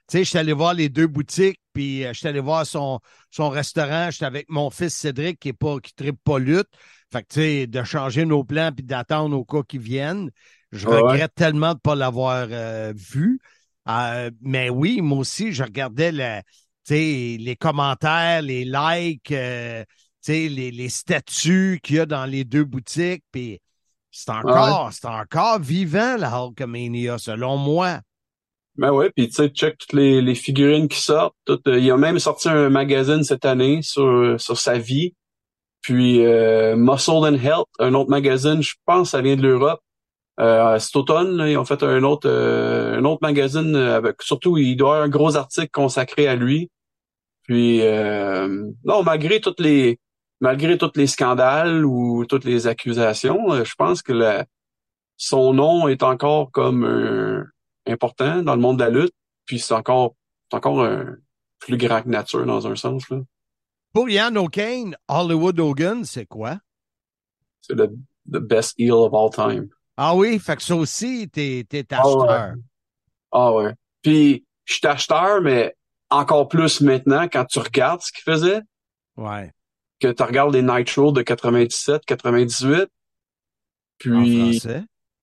sais, je suis allé voir les deux boutiques, puis euh, je suis allé voir son, son restaurant. J'étais avec mon fils Cédric qui est pas, qui trippe pas lutte. Fait que, tu sais, de changer nos plans puis d'attendre au cas qu'ils viennent. Je Ouais. regrette tellement de ne pas l'avoir euh, vu. Euh, mais oui, moi aussi, je regardais le, tu sais, les commentaires, les likes, euh, tu sais, les, les statuts qu'il y a dans les deux boutiques. Puis c'est encore, Ouais. c'est encore vivant, la Hulkamania, selon moi. Ben ouais, puis tu sais, check toutes les, les figurines qui sortent. Tout, euh, il a même sorti un magazine cette année sur, sur sa vie. Puis euh, Muscle and Health, un autre magazine, je pense, ça vient de l'Europe. Euh, cet automne, là, ils ont fait un autre euh, un autre magazine avec surtout il doit y avoir un gros article consacré à lui. Puis euh, non, malgré toutes les malgré tous les scandales ou toutes les accusations, euh, je pense que la, son nom est encore comme euh, important dans le monde de la lutte. Puis c'est encore c'est encore un plus grand que nature dans un sens là. Pour Yann O'Kane, Hollywood Hogan, c'est quoi? C'est le the best heel of all time. Ah oui, fait que ça aussi, t'es, t'es Ah ouais. acheteur. Ah ouais. Puis je suis acheteur, mais encore plus maintenant quand tu regardes ce qu'il faisait, Ouais. que tu regardes les Nitro de quatre-vingt-dix-sept, quatre-vingt-dix-huit, En puis français.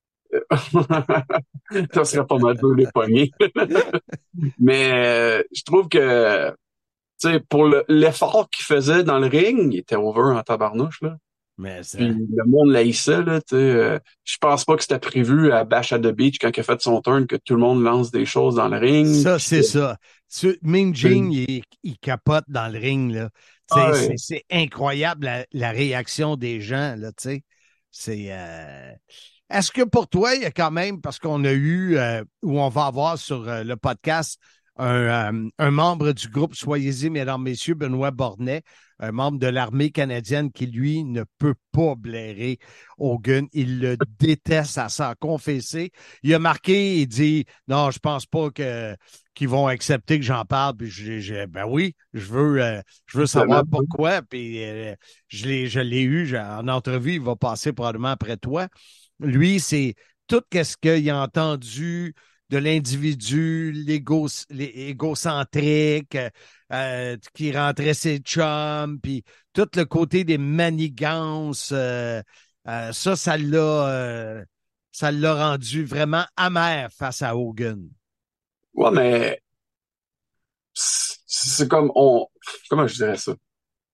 ça serait pas mal dur les poignées. Mais euh, je trouve que tu sais pour le, l'effort qu'il faisait dans le ring, il était over en tabarnouche là. Mais ça. Puis le monde l'haïssait, là, tu sais. Euh, je pense pas que c'était prévu à Bash at the Beach quand il a fait son turn que tout le monde lance des choses dans le ring. Ça, Puis, c'est ça. Tu- Ming Jing, il, il capote dans le ring, là. Tu sais, ah c'est, ouais. c'est incroyable la, la réaction des gens, là, tu sais. C'est. euh, Est-ce que pour toi, il y a quand même, parce qu'on a eu, euh, ou on va avoir sur euh, le podcast, un, euh, un membre du groupe Soyez-y, mesdames, messieurs, Benoît Bornet, un membre de l'armée canadienne qui, lui, ne peut pas blairer Hogan. Il le déteste à s'en confesser. Il a marqué, il dit, non, je pense pas que qu'ils vont accepter que j'en parle. Puis je, je- ben oui, je veux, euh, je veux savoir pourquoi. Puis euh, je l'ai, je l'ai eu j'ai- en entrevue. Il va passer probablement après toi. Lui, c'est tout ce qu'il a entendu de l'individu, l'égo, l'égocentrique, euh, qui rentrait ses chums, puis tout le côté des manigances, euh, euh, ça, ça l'a, euh, ça l'a rendu vraiment amer face à Hogan. Ouais, mais c'est c'est comme on comment je dirais ça?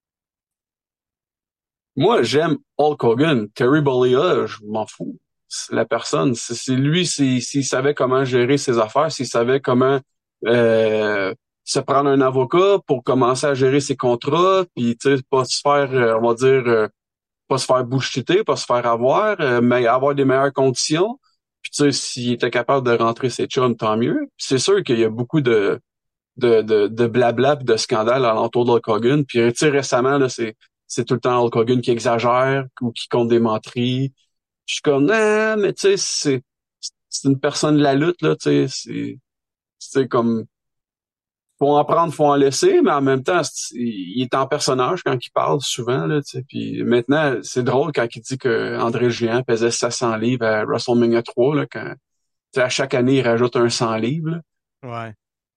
Moi, j'aime Hulk Hogan. Terry Bollea, je m'en fous. C'est la personne. C'est c'est lui, c'est- s'il savait comment gérer ses affaires, s'il savait comment euh, se prendre un avocat pour commencer à gérer ses contrats, puis tu sais, pas se faire, euh, on va dire, euh, pas se faire bullshiter, pas se faire avoir, euh, mais avoir des meilleures conditions. Puis tu sais, s'il était capable de rentrer ses chums, tant mieux. Puis c'est sûr qu'il y a beaucoup de de, de, de blabla pis de scandales alentour de Hulk Hogan. Puis tu sais, récemment, là, c'est c'est tout le temps Hulk Hogan qui exagère ou qui compte des menteries. Je suis comme, ah, mais tu sais, c'est c'est une personne de la lutte, là, tu sais, c'est c'est comme, faut en prendre, faut en laisser, mais en même temps, c'est- il est en personnage quand il parle souvent, là, tu sais. Puis maintenant, c'est drôle quand il dit que André le Géant pesait sept cents livres à WrestleMania trois, là, quand, tu sais, à chaque année, il rajoute un cent livres, là. Ouais.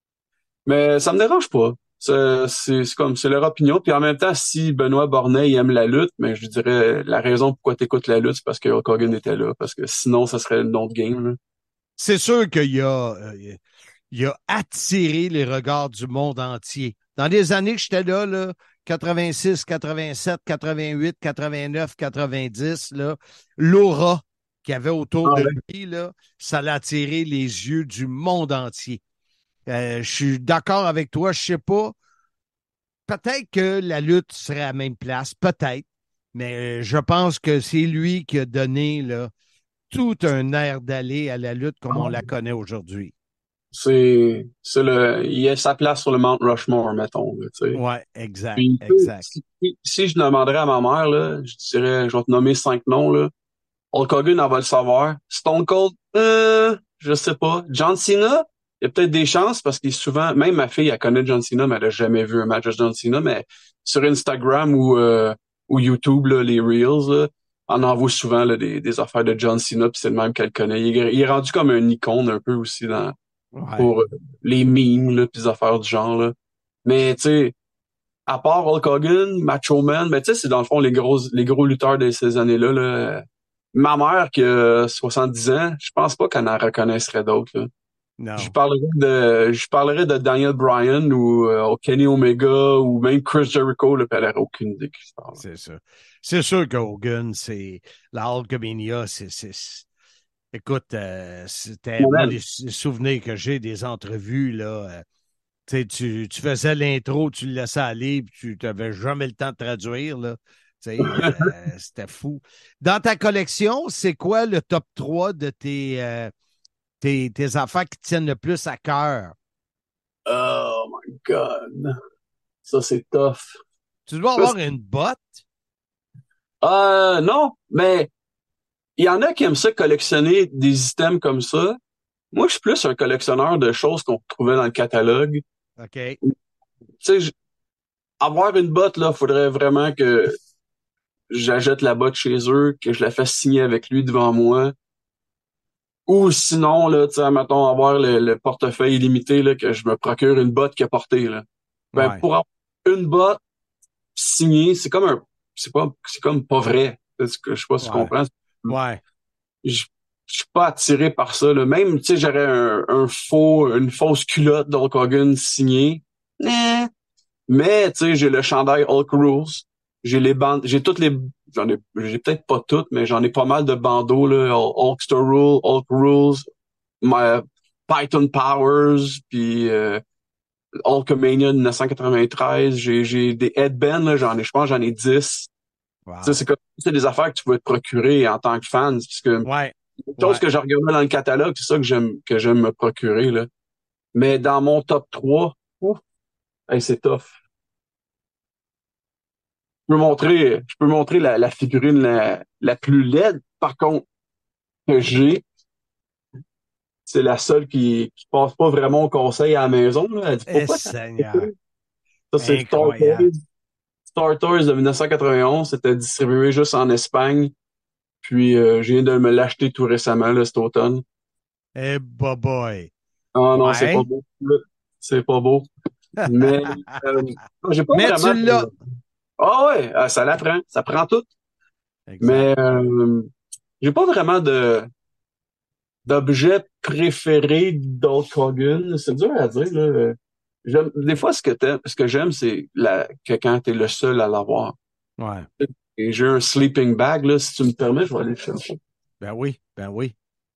Mais ça me dérange pas. C'est c'est- c'est comme, c'est leur opinion. Puis en même temps, si Benoît Bornet il aime la lutte, mais je dirais la raison pourquoi t'écoutes la lutte, c'est parce que Hulk Hogan était là. Parce que sinon, ça serait une autre game, là. C'est sûr qu'il a, euh, il a attiré les regards du monde entier. Dans les années que j'étais là, là, quatre-vingt-six, quatre-vingt-sept, quatre-vingt-huit, quatre-vingt-neuf, quatre-vingt-dix, là, l'aura qu'il y avait autour Ah de ouais. lui, là, ça l'a attiré les yeux du monde entier. Euh, je suis d'accord avec toi, je sais pas. Peut-être que la lutte serait à la même place, peut-être, mais euh, je pense que c'est lui qui a donné là, tout un air d'aller à la lutte comme on la connaît aujourd'hui. C'est, c'est le, il a sa place sur le Mount Rushmore, mettons, là, tu sais. Ouais, exact, Puis, tu sais, exact. si, si- si je demanderais à ma mère, là, je dirais, je vais te nommer cinq noms, là. Hulk Hogan, elle va le savoir. Stone Cold, euh, je sais pas. John Cena, il y a peut-être des chances parce qu'il est souvent, même ma fille, elle connaît John Cena, mais elle a jamais vu un match de John Cena, mais sur Instagram ou, euh, ou YouTube, là, les Reels, là, on en voit souvent, là, des, des affaires de John Cena, puis c'est le même qu'elle connaît. Il est, il est rendu comme un icône un peu aussi dans, Ouais. pour euh, les memes, là, pis les affaires du genre, là. Mais, tu sais, à part Hulk Hogan, Macho Man, mais tu sais, c'est dans le fond les gros, les gros lutteurs de ces années-là, là. Ma mère, qui a soixante-dix ans, je pense pas qu'elle en reconnaîtrait d'autres, là. Non. Je parlerais de, je parlerais de Daniel Bryan ou euh, Kenny Omega ou même Chris Jericho, là, pis elle aurait aucune idée qui se parle. C'est ça. C'est sûr que Hogan, c'est la Hulkamania, c'est, c'est, c'est... Écoute, euh, c'était moi les, les souvenirs que j'ai des entrevues là. Euh, tu, tu faisais l'intro, tu le laissais aller, puis tu n'avais jamais le temps de traduire là. Euh, c'était fou. Dans ta collection, c'est quoi le top trois de tes, euh, tes, tes affaires qui tiennent le plus à cœur? Oh my God. Ça, c'est tough. Tu dois avoir une botte? Euh, non, mais il y en a qui aiment ça collectionner des items comme ça. Moi, je suis plus un collectionneur de choses qu'on trouvait dans le catalogue. OK. Tu sais, j- avoir une botte, là, faudrait vraiment que j'achète la botte chez eux, que je la fasse signer avec lui devant moi. Ou sinon, là, tu sais, mettons, avoir le, le portefeuille illimité, là, que je me procure une botte qu'il a portée, là. Ben, Ouais. pour avoir une botte signée, c'est comme un, c'est pas, c'est comme pas vrai. Je sais pas si tu Ouais. comprends. Ouais. Je, je suis pas attiré par ça, là. Même, tu sais, j'aurais un, un faux, une fausse culotte d'Hulk Hogan signée. Eh. Mais, tu sais, j'ai le chandail Hulk Rules. J'ai les bandes, j'ai toutes les, j'en ai, j'ai peut-être pas toutes, mais j'en ai pas mal de bandeaux, là. Hulkster Rule, Hulk Rules, my, Python Powers, puis euh, Hulkamania de dix-neuf cent quatre-vingt-treize. J'ai, j'ai des headbands, là. J'en ai, je pense, j'en ai dix. Wow. Tu sais, c'est comme, c'est des affaires que tu peux te procurer en tant que fan, parce que Ouais. une chose Ouais. que je regardais dans le catalogue, c'est ça que j'aime, que j'aime me procurer, là. Mais dans mon top trois, ouf, hey, c'est tough. Je peux montrer, je peux montrer la, la figurine la, la plus laide, par contre, que j'ai. C'est la seule qui, qui passe pas vraiment au conseil à la maison, là. Elle dit, faut Eh, pas Seigneur. ça, c'est Star Incroyable. Toys. Star Toys de dix-neuf cent quatre-vingt-onze, c'était distribué juste en Espagne. Puis, euh, je viens de me l'acheter tout récemment, là, cet automne. Eh, bah boy. Ah non, c'est Ouais. pas beau. C'est pas beau. Mais, euh, j'ai pas Mais vraiment... tu l'as. Ah ouais, euh, ça l'apprend. Ça prend tout. Exact. Mais, euh, j'ai pas vraiment de d'objet préféré d'Hulk Hogan. C'est dur à dire, là. J'aime, des fois, ce que t'aimes, ce que j'aime, c'est la, que quand t'es le seul à l'avoir. Ouais. Et j'ai un sleeping bag, là. Si tu me permets, je vais aller le chercher. Ben oui, ben oui.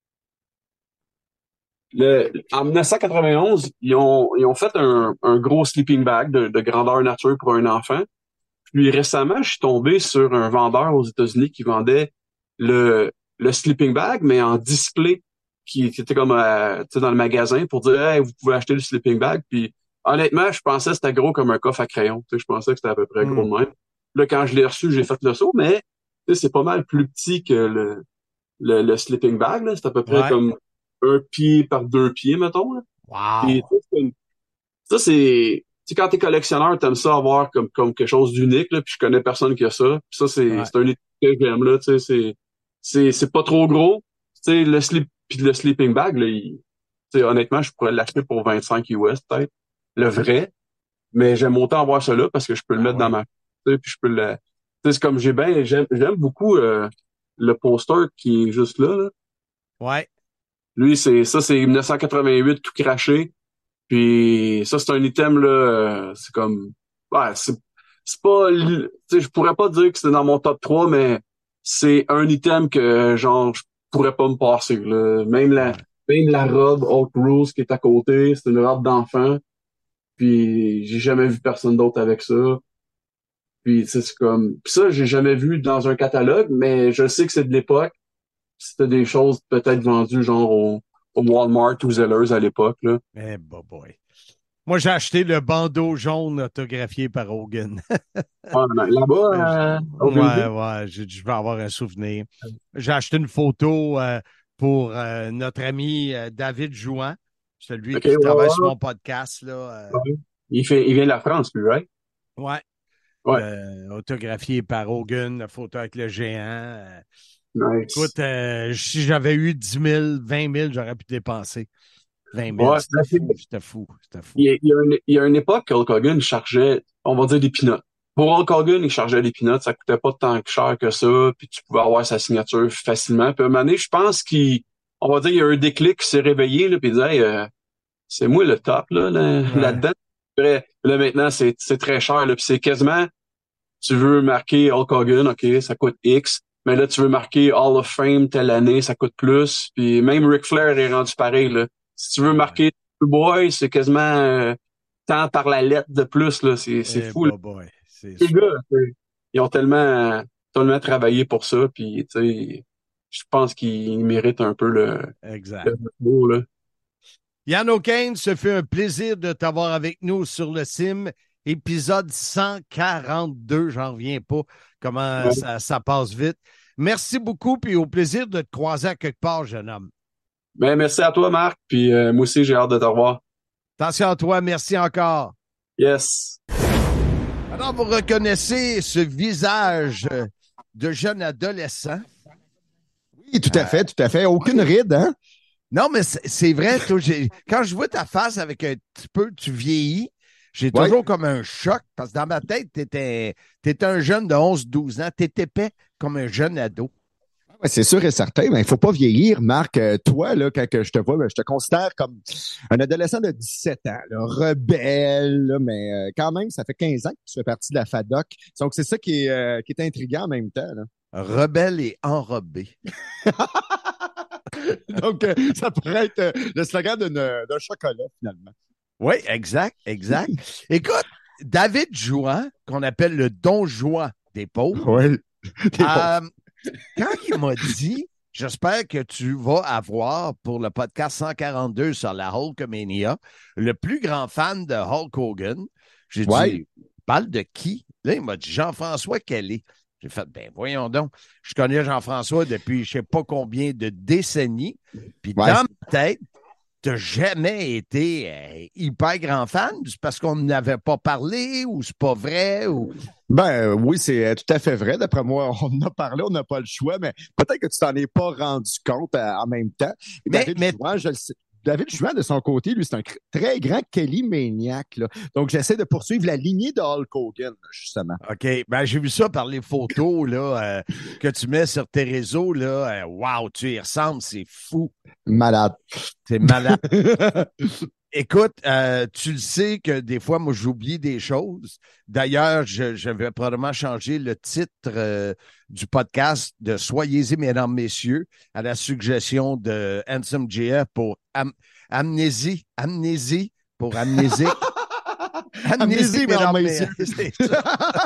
Le, en dix-neuf cent quatre-vingt-onze, ils ont, ils ont fait un, un gros sleeping bag de, de grandeur nature pour un enfant. Puis récemment, je suis tombé sur un vendeur aux États-Unis qui vendait le, le sleeping bag, mais en display, qui, qui était comme euh, tu sais, dans le magasin pour dire hey, vous pouvez acheter le sleeping bag. Puis honnêtement, je pensais que c'était gros comme un coffre à crayon. Tu sais, je pensais que c'était à peu près gros Mm. de même. Là, quand je l'ai reçu, j'ai fait le saut, mais tu sais, c'est pas mal plus petit que le, le, le sleeping bag. Là. C'est à peu près Ouais. comme un pied par deux pieds, mettons. Là. Puis Wow. ça, c'est une- ça, c'est tu sais, quand t'es collectionneur, t'aimes ça avoir comme, comme quelque chose d'unique, là, puis je connais personne qui a ça. Puis ça, c'est, Ouais. c'est un étiquette que j'aime, là, tu sais, c'est, c'est, c'est pas trop gros. Tu sais, le slip, puis le sleeping bag, là, il- tu sais, honnêtement, je pourrais l'acheter pour vingt-cinq U S, peut-être. Le vrai. Mais j'aime autant avoir ça là parce que je peux le Ben mettre dans oui. ma, tu sais, puis je peux le, tu sais, c'est comme j'ai bien, j'aime, j'aime beaucoup, euh, le poster qui est juste là, là. Ouais. Lui, c'est, ça, c'est dix-neuf cent quatre-vingt-huit tout craché. Puis ça, c'est un item, là, euh, c'est comme... Ouais, c'est, c'est pas... Tu sais, je pourrais pas dire que c'est dans mon top trois, mais c'est un item que, genre, je pourrais pas me passer, là. Même la, Ouais. même la robe Hulk Rules qui est à côté, c'est une robe d'enfant. Puis j'ai jamais vu personne d'autre avec ça. Puis tu sais, c'est comme... Puis ça, j'ai jamais vu dans un catalogue, mais je sais que c'est de l'époque. C'était des choses peut-être vendues, genre, au, au Walmart ou Zellers à l'époque, là. Eh, bah boy. Moi, j'ai acheté le bandeau jaune autographié par Hogan. Ouais, mais là-bas, euh, au Ouais, building. ouais, je, je vais avoir un souvenir. J'ai acheté une photo euh, pour euh, notre ami euh, David Jouan, celui OK, qui ouais, travaille ouais, sur mon podcast, là. euh, ouais. Il fait, il vient de la France, lui, right? ouais, Ouais. de- autographié par Hogan, la photo avec le géant. euh. Nice. Écoute, euh, si j'avais eu dix mille, vingt mille, j'aurais pu dépenser. vingt mille. Ouais, C'était fou, c'était fou, c'était fou. Il y a, il y a une, il y a une époque que Hulk Hogan chargeait, on va dire, des peanuts. Pour Hulk Hogan, il chargeait des peanuts, ça coûtait pas tant que cher que ça, puis tu pouvais avoir sa signature facilement. Puis à un moment donné, je pense qu'il, on va dire, il y a eu un déclic qui s'est réveillé, là, puis il disait, hey, euh, c'est moi le top, là, là, Ouais. là-dedans. Là, là, maintenant, c'est, c'est très cher, là, puis c'est quasiment, tu veux marquer Hulk Hogan, OK, ça coûte X. Mais là, tu veux marquer Hall of Fame telle année, ça coûte plus. Puis même Ric Flair est rendu pareil, là. Si tu veux marquer True Boy, c'est quasiment euh, tant par la lettre de plus, là. C'est, c'est Eh, fou, là. boy, c'est Les sûr. gars, c'est- ils ont tellement, tellement travaillé pour ça, puis tu sais, je pense qu'ils méritent un peu le, Exact. le mot, là. Yann O'Kane, ce fut un plaisir de t'avoir avec nous sur le Sim. Épisode cent quarante-deux, j'en reviens pas comment Ouais. ça, ça passe vite. Merci beaucoup, puis au plaisir de te croiser à quelque part, jeune homme. Ben, merci à toi, Marc, puis euh, moi aussi, j'ai hâte de te revoir. Attention à toi, merci encore. Yes. Alors, vous reconnaissez ce visage de jeune adolescent? Oui, tout à fait, tout à fait. Aucune ride, hein? Non, mais c'est, c'est vrai, toi, j'ai- quand je vois ta face avec un petit peu, tu vieillis, j'ai Ouais. toujours comme un choc, parce que dans ma tête, t'étais, t'étais un jeune de onze douze ans, t'étais épais comme un jeune ado. Ouais, c'est sûr et certain, mais il faut pas vieillir, Marc. Euh, toi, là, quand que je te vois, ben, je te considère comme un adolescent de dix-sept ans, là, rebelle, là, mais euh, quand même, ça fait quinze ans que tu fais partie de la FADOC. Donc, c'est ça qui est, euh, qui est intriguant en même temps. Là. Rebelle et enrobé. Donc, euh, ça pourrait être euh, le slogan d'une- d'un chocolat, finalement. Oui, exact, exact. Écoute, David Jouan, qu'on appelle le Don Juan des pauvres, Oui. euh, quand il m'a dit, j'espère que tu vas avoir pour le podcast cent quarante-deux sur la Hulkamania, le plus grand fan de Hulk Hogan, j'ai Ouais. dit, parle de qui? Là, il m'a dit Jean-François Kelly. J'ai fait, ben voyons donc, je connais Jean-François depuis je sais pas combien de décennies, puis Ouais. dans ma tête, t'as jamais été euh, hyper grand fan? C'est parce qu'on n'avait pas parlé ou c'est pas vrai? Ou... Ben euh, oui, c'est euh, tout à fait vrai. D'après moi, on en a parlé, on n'a pas le choix, mais peut-être que tu t'en es pas rendu compte euh, en même temps. Mais- David mais- Jouan, je le sais. David Jouan, de son côté, lui, c'est un cr- très grand Kelly maniac. Là. Donc, j'essaie de poursuivre la lignée de Hulk Hogan, justement. OK. Ben, j'ai vu ça par les photos là, euh, que tu mets sur tes réseaux. Là. Euh, wow, tu y ressembles, c'est fou. Malade. C'est malade. Écoute, euh, tu le sais que des fois, moi, j'oublie des choses. D'ailleurs, je, je vais probablement changer le titre euh, du podcast de Soyez-y, mesdames, messieurs, à la suggestion de Handsome J F pour am- amnésie, amnésie pour amnésique. Amnésie, mesdames, messieurs. C'est ça.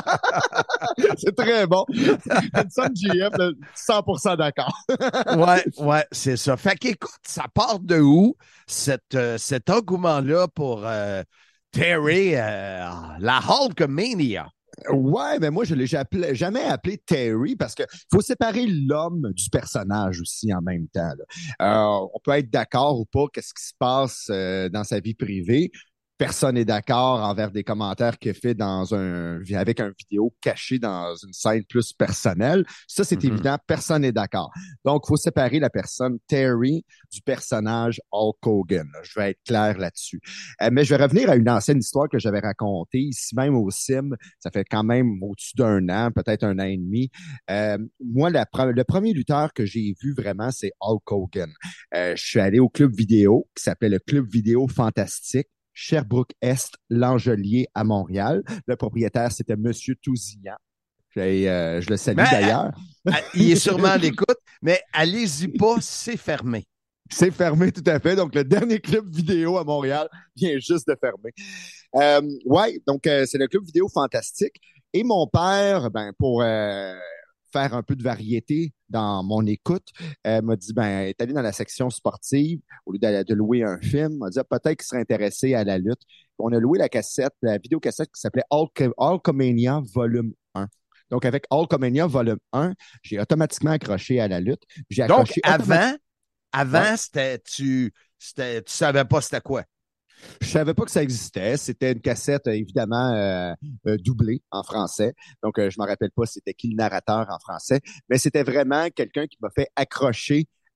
C'est très bon. Handsome G F, là, cent pour cent d'accord. Ouais, ouais, c'est ça. Fait qu'écoute, ça part de où, cette, euh, cet engouement-là pour euh, Terry, euh, la Hulkamania? Ouais, mais moi, je l'ai jamais jamais appelé Terry parce que faut séparer l'homme du personnage aussi en même temps. Là. Euh, on peut être d'accord ou pas, qu'est-ce qui se passe euh, dans sa vie privée. Personne n'est d'accord envers des commentaires qu'il fait dans un avec un vidéo caché dans une scène plus personnelle. Ça, c'est Mhm. évident, personne n'est d'accord. Donc, il faut séparer la personne Terry du personnage Hulk Hogan. Là. Je vais être clair là-dessus. Euh, mais je vais revenir à une ancienne histoire que j'avais racontée ici même au Sim. Ça fait quand même au-dessus d'un an, peut-être un an et demi. Euh, moi, la pre- le premier lutteur que j'ai vu vraiment, c'est Hulk Hogan. Euh, je suis allé au club vidéo qui s'appelait le Club Vidéo Fantastique. Sherbrooke-Est, L'Angelier à Montréal. Le propriétaire, c'était Monsieur Tousillan. J'ai, euh, je le salue Mais, d'ailleurs. Ah, il est sûrement à l'écoute, mais allez-y pas, c'est fermé. C'est fermé tout à fait. Donc, le dernier club vidéo à Montréal vient juste de fermer. Euh, ouais, donc euh, c'est le club vidéo fantastique. Et mon père, ben pour euh, faire un peu de variété dans mon écoute, euh, m'a dit, ben, est allé dans la section sportive au lieu de, de louer un film, m'a dit ah, peut-être qu'il serait intéressé à la lutte. On a loué la cassette, la vidéocassette qui s'appelait Hulk, Hulkamania Volume un. Donc, avec Hulkamania Volume un, j'ai automatiquement accroché à la lutte. J'ai Donc, accroché avant, avant, Ouais. c'était, tu, c'était, tu savais pas c'était quoi. Je savais pas que ça existait. C'était une cassette, euh, évidemment, euh, euh, doublée en français. Donc, euh, je me rappelle pas c'était qui le narrateur en français. Mais c'était vraiment quelqu'un qui m'a fait accrocher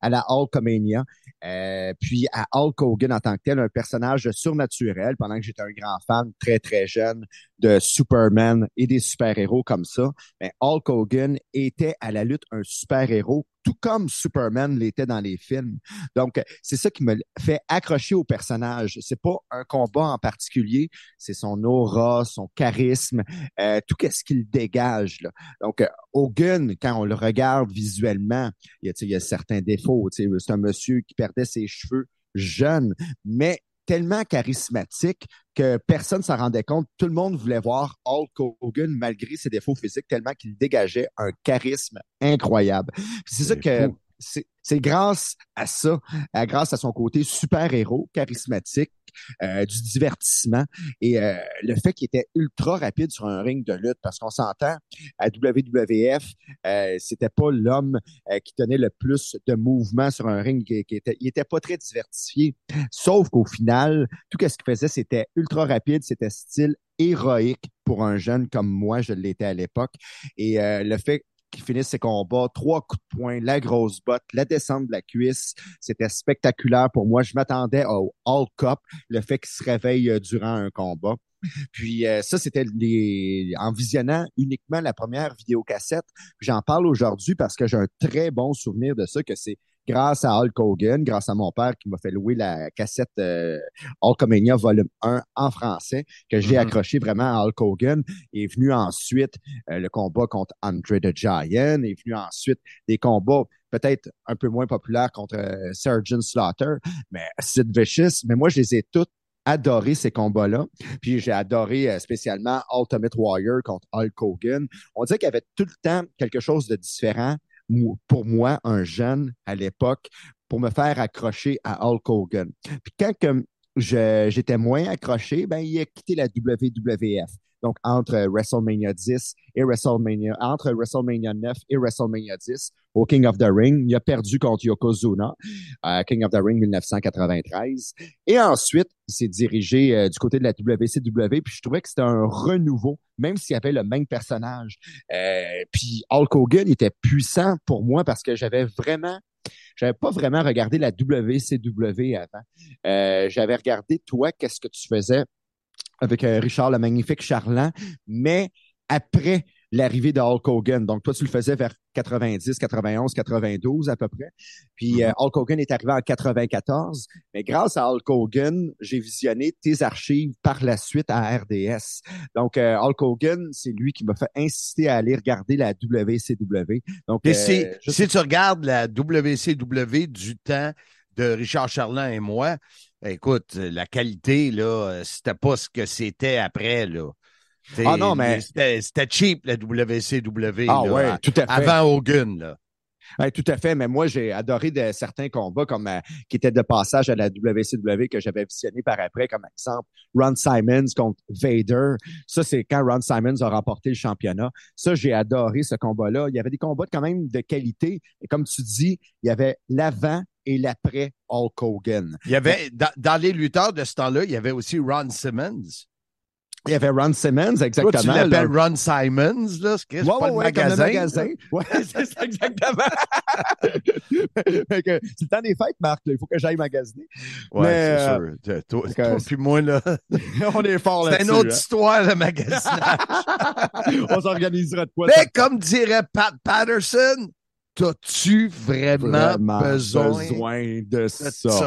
à la Hulkamania. Euh, puis à Hulk Hogan en tant que tel, un personnage surnaturel, pendant que j'étais un grand fan très, très jeune de Superman et des super-héros comme ça. Mais Hulk Hogan était à la lutte un super-héros, tout comme Superman l'était dans les films. Donc, c'est ça qui me fait accrocher au personnage. C'est pas un combat en particulier, c'est son aura, son charisme, euh, tout ce qu'il dégage, là. Donc, euh, Hogan, quand on le regarde visuellement, il y a, il y a certains défauts. C'est un monsieur qui perdait ses cheveux jeune, mais tellement charismatique que personne ne s'en rendait compte. Tout le monde voulait voir Hulk Hogan malgré ses défauts physiques, tellement qu'il dégageait un charisme incroyable. C'est ça que c'est, c'est grâce à ça, à, grâce à son côté super-héros, charismatique, euh, du divertissement et euh, le fait qu'il était ultra rapide sur un ring de lutte, parce qu'on s'entend, à W W F, euh, c'était pas l'homme euh, qui tenait le plus de mouvement sur un ring, qui, qui était, il était pas très diversifié, sauf qu'au final, tout ce qu'il faisait, c'était ultra rapide, c'était style héroïque pour un jeune comme moi, je l'étais à l'époque, et euh, le fait qui finissent ses combats, trois coups de poing, la grosse botte, la descente de la cuisse. C'était spectaculaire pour moi. Je m'attendais au Hulk Cup, le fait qu'il se réveille euh, durant un combat. Puis euh, ça, c'était les... en visionnant uniquement la première vidéocassette. J'en parle aujourd'hui parce que j'ai un très bon souvenir de ça, que c'est grâce à Hulk Hogan, grâce à mon père qui m'a fait louer la cassette euh, Hulkamania volume un en français, que j'ai mm-hmm. accroché vraiment à Hulk Hogan. Est venu ensuite euh, le combat contre Andre the Giant, est venu ensuite des combats peut-être un peu moins populaires contre euh, Sergeant Slaughter, mais Sid Vicious. Mais moi, je les ai toutes adoré ces combats-là. Puis j'ai adoré euh, spécialement Ultimate Warrior contre Hulk Hogan. On dirait qu'il y avait tout le temps quelque chose de différent pour moi, un jeune à l'époque, pour me faire accrocher à Hulk Hogan. Puis quand que je, j'étais moins accroché, ben il a quitté la W W F. Donc, entre WrestleMania dix et WrestleMania, entre WrestleMania neuf et WrestleMania dix, au King of the Ring, il a perdu contre Yokozuna, euh, King of the Ring dix-neuf cent quatre-vingt-treize. Et ensuite, il s'est dirigé euh, du côté de la W C W, puis je trouvais que c'était un renouveau, même s'il y avait le même personnage. Euh, puis Hulk Hogan était puissant pour moi parce que j'avais vraiment J'avais pas vraiment regardé la W C W avant. Euh, j'avais regardé, toi, qu'est-ce que tu faisais avec euh, Richard le Magnifique Charland, mais après l'arrivée de Hulk Hogan. Donc, toi, tu le faisais vers quatre-vingt-dix, quatre-vingt-onze, quatre-vingt-douze à peu près. Puis mm-hmm. euh, Hulk Hogan est arrivé en quatre-vingt-quatorze. Mais grâce à Hulk Hogan, j'ai visionné tes archives par la suite à R D S. Donc, euh, Hulk Hogan, c'est lui qui m'a fait insister à aller regarder la W C W. Donc, Et euh, si, je... si tu regardes la W C W du temps de Richard Charland et moi, écoute, la qualité, là, c'était pas ce que c'était après, là. T'sais, ah non, mais... C'était, c'était cheap, la W C W, ah, là, ouais, tout à fait. avant Hogan, là. Oui, tout à fait, mais moi, j'ai adoré de, certains combats comme euh, qui étaient de passage à la W C W que j'avais visionné par après, comme exemple Ron Simmons contre Vader. Ça, c'est quand Ron Simmons a remporté le championnat. Ça, j'ai adoré ce combat-là. Il y avait des combats quand même de qualité. Et comme tu dis, il y avait l'avant et l'après Hulk Hogan. Il y avait, dans, dans les lutteurs de ce temps-là, il y avait aussi Ron Simmons. Il y avait Ron Simmons, exactement. Toi, tu l'appelles là. Ron Simons, là, c'est, c'est ouais, pas ouais, le ouais, magasin. Comme le magasin. Ouais, c'est ça, exactement. Fait que, c'est le temps des fêtes, Marc, là. Il faut que j'aille magasiner. Ouais, mais, c'est euh, sûr. Toi, que, toi puis moi, là. On est fort là-dessus. C'est une autre hein. histoire, le magasinage. On s'organisera de quoi. Mais comme dirait Pat Patterson, t'as-tu vraiment, vraiment besoin, besoin de, de ça? ça?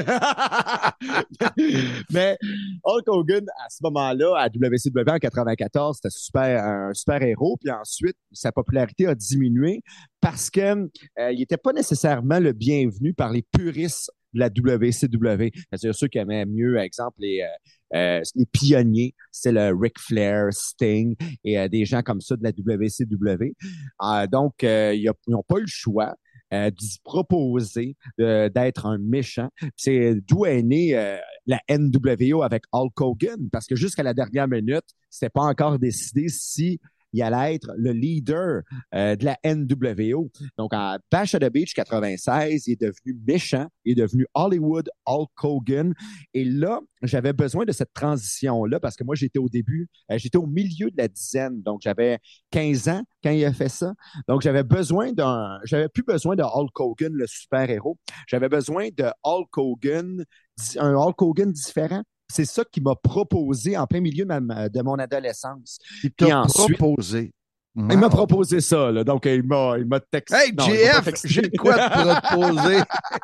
Mais Hulk Hogan, à ce moment-là, à W C W en quatre-vingt-quatorze, c'était super, un super héros. Puis ensuite, sa popularité a diminué parce que euh, il était pas nécessairement le bienvenu par les puristes de la W C W. C'est-à-dire ceux qui aimaient mieux, par exemple, les, euh, euh, les pionniers, c'est le Ric Flair, Sting et euh, des gens comme ça de la W C W. Euh, donc, euh, ils n'ont pas eu le choix euh, d'y proposer euh, d'être un méchant. C'est d'où est née euh, la N W O avec Hulk Hogan, parce que jusqu'à la dernière minute, c'était pas encore décidé si il allait être le leader euh, de la N W O. Donc, à Bash at the Beach quatre-vingt-seize, il est devenu méchant, il est devenu Hollywood Hulk Hogan. Et là, j'avais besoin de cette transition-là parce que moi, j'étais au début, euh, j'étais au milieu de la dizaine. Donc, j'avais quinze ans quand il a fait ça. Donc, j'avais besoin d'un, j'avais plus besoin de Hulk Hogan, le super-héros. J'avais besoin de Hulk Hogan, un Hulk Hogan différent. C'est ça qu'il m'a proposé en plein milieu de, ma, de mon adolescence. Il t'a ensuite, proposé. Wow. Il m'a proposé ça, là. Donc, il m'a, il m'a texté. Hey, non, J F, j'ai de quoi te proposer.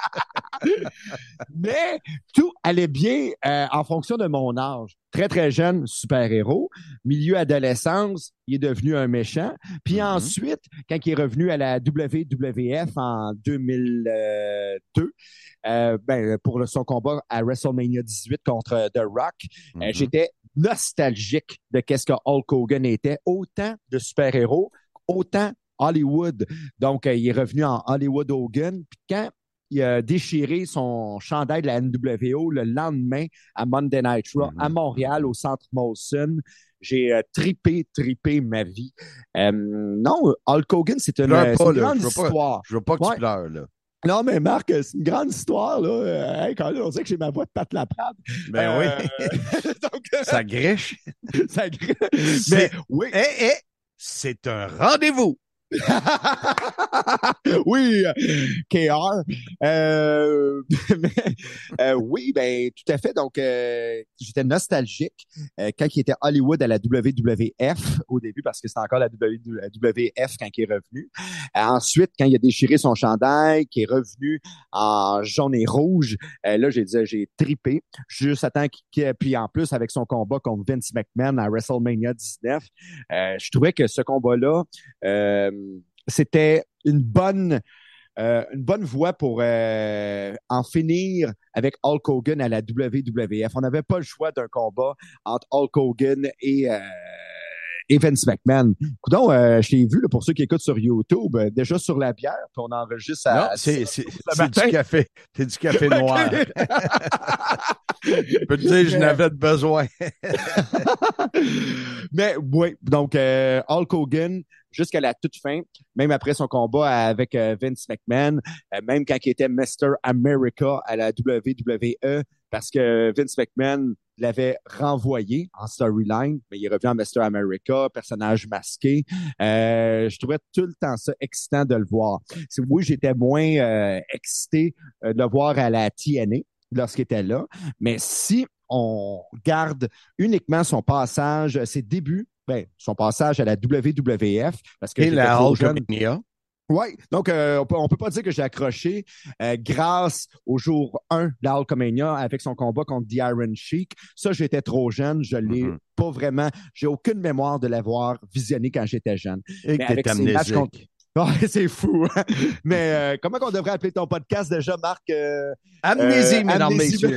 Mais tout allait bien euh, en fonction de mon âge. Très, très jeune, super-héros. Milieu adolescence, il est devenu un méchant. Puis mm-hmm. ensuite, quand il est revenu à la W W F en deux mille deux, euh, ben, pour son combat à WrestleMania dix-huit contre The Rock, mm-hmm. euh, j'étais nostalgique de qu'est-ce que Hulk Hogan était. Autant de super-héros, autant Hollywood. Donc, euh, il est revenu en Hollywood Hogan. Puis quand il a déchiré son chandail de la N W O le lendemain à Monday Night Raw mm-hmm. à Montréal, au Centre Molson. J'ai euh, tripé, tripé ma vie. Euh, non, Hulk Hogan, c'est une, pas, c'est une là. grande je veux histoire. Pas, je veux pas que ouais. tu pleures, là. Non, mais Marc, c'est une grande histoire, là. Euh, hey, quand là, on sait que j'ai ma voix de Pat Laprade. Ben euh, oui. Donc, ça griche. Ça griche. Mais oui. Eh, eh, c'est un rendez-vous. oui, K R. Euh, mais, euh, oui, ben tout à fait. Donc, euh, j'étais nostalgique euh, quand il était Hollywood à la W W F au début, parce que c'était encore la W W F quand il est revenu. Euh, ensuite, quand il a déchiré son chandail, qui est revenu en jaune et rouge, euh, là, j'ai dit, j'ai tripé. Juste à temps qu'il, puis en plus, avec son combat contre Vince McMahon à WrestleMania dix-neuf, euh, je trouvais que ce combat-là, euh, c'était une bonne euh, une bonne voie pour euh, en finir avec Hulk Hogan à la W W F. On n'avait pas le choix d'un combat entre Hulk Hogan et, euh, et Vince McMahon. Coudon, euh, je t'ai vu, là, pour ceux qui écoutent sur YouTube, euh, déjà sur la bière, puis on enregistre à... Non, c'est, c'est, c'est du café. C'est du café noir. Je peux te dire, je n'avais de besoin. Mais oui, donc euh, Hulk Hogan, jusqu'à la toute fin, même après son combat avec euh, Vince McMahon, euh, même quand il était mister America à la W W E, parce que Vince McMahon l'avait renvoyé en storyline, mais il est revenu en mister America, personnage masqué. Euh, je trouvais tout le temps ça excitant de le voir. C'est, oui, j'étais moins euh, excité euh, de le voir à la T N A lorsqu'il était là, mais si on garde uniquement son passage, ses débuts, ben, son passage à la W W F, parce que et la Hulkamania. Oui, donc euh, on peut, on peut pas dire que j'ai accroché euh, grâce au jour un de la Hulkamania avec son combat contre The Iron Sheik. Ça, j'étais trop jeune, je l'ai mm-hmm. pas vraiment, j'ai aucune mémoire de l'avoir visionné quand j'étais jeune. Et que t'es amnésique. Contre... Oh, c'est fou. Hein? Mais euh, comment on devrait appeler ton podcast déjà, Marc? Euh, Amnésie, euh, mesdames, messieurs.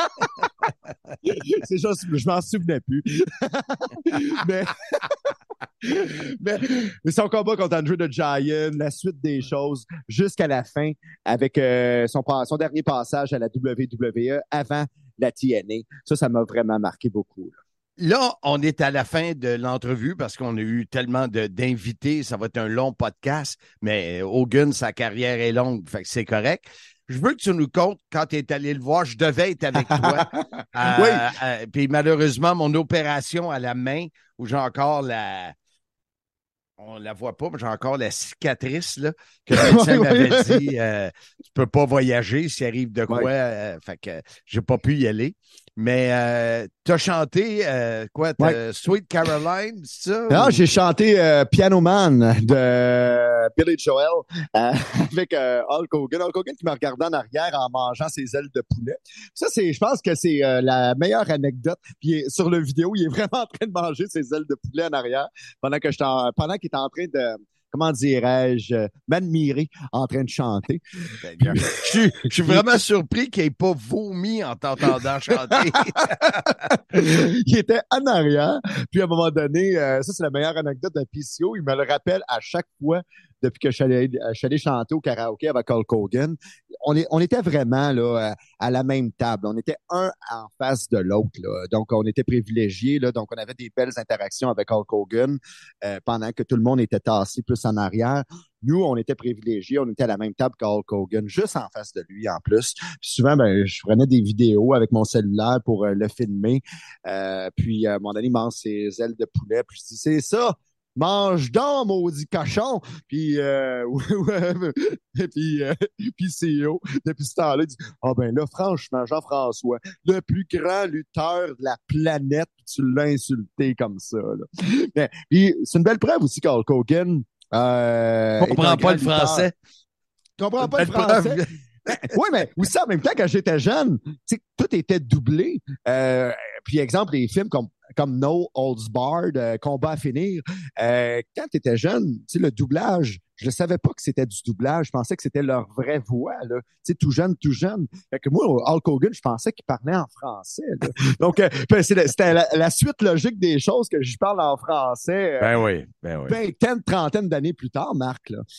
C'est juste, je m'en souvenais plus. mais, mais, mais son combat contre Andrew the Giant, la suite des choses, jusqu'à la fin, avec euh, son, son dernier passage à la W W E avant la T N A. Ça, ça m'a vraiment marqué beaucoup. Là. Là, on est à la fin de l'entrevue parce qu'on a eu tellement de, d'invités. Ça va être un long podcast, mais Hogan, sa carrière est longue, fait que c'est correct. Je veux que tu nous comptes quand tu es allé le voir. Je devais être avec toi. euh, oui. Euh, puis malheureusement, mon opération à la main, où j'ai encore la... On la voit pas, mais j'ai encore la cicatrice là, que le médecin m'avait dit euh, tu peux pas voyager s'il arrive de quoi. Ouais. Euh, fait que j'ai pas pu y aller. Mais euh, t'as chanté euh, quoi, ouais. Sweet Caroline, c'est ça? Non, ou... j'ai chanté euh, Piano Man de Billy Joel euh, avec euh, Hulk Hogan. Hulk Hogan qui me regardait en arrière en mangeant ses ailes de poulet. Ça, c'est, je pense que c'est euh, la meilleure anecdote. Puis sur le vidéo, il est vraiment en train de manger ses ailes de poulet en arrière pendant que je t'en, pendant qu'il est en train de, comment dirais-je, euh, m'admirer en train de chanter. Je suis, je suis vraiment surpris qu'il n'ait pas vomi en t'entendant chanter. Il était en arrière. Puis à un moment donné, euh, ça c'est la meilleure anecdote de P C O, il me le rappelle à chaque fois depuis que je suis allé, je suis allé chanter au karaoké avec Hulk Hogan. On, est, on était vraiment là, à, à la même table. On était un en face de l'autre. Là. Donc, on était privilégiés. Là. Donc, on avait des belles interactions avec Hulk Hogan euh, pendant que tout le monde était tassé plus en arrière. Nous, on était privilégiés, on était à la même table qu'Hulk Hogan, juste en face de lui en plus. Puis souvent, ben, je prenais des vidéos avec mon cellulaire pour euh, le filmer. Euh, puis, à un moment donné, il mange ses ailes de poulet. Puis je dis, c'est ça! Mange donc, maudit cochon! Puis, euh, et puis, euh, puis C E O, depuis ce temps-là, il dit, ah ben là, franchement, Jean-François, le plus grand lutteur de la planète, tu l'as insulté comme ça. Là. Mais, puis, c'est une belle preuve aussi qu'Hulk Hogan, Euh, comprends pas le français. Tu comprends pas le français. Oui, mais aussi en même temps, quand j'étais jeune, tout était doublé. Euh, puis, exemple, les films comme, comme No Holds Barred, euh, Combat à finir, euh, quand tu étais jeune, le doublage, je ne savais pas que c'était du doublage. Je pensais que c'était leur vraie voix, là. Tu sais, tout jeune, tout jeune. Fait que moi, Hulk Hogan, je pensais qu'il parlait en français. Là. Donc, euh, c'était la, la suite logique des choses que je parle en français. Euh, ben oui, ben oui. Vingtaine, trentaine d'années plus tard, Marc, là.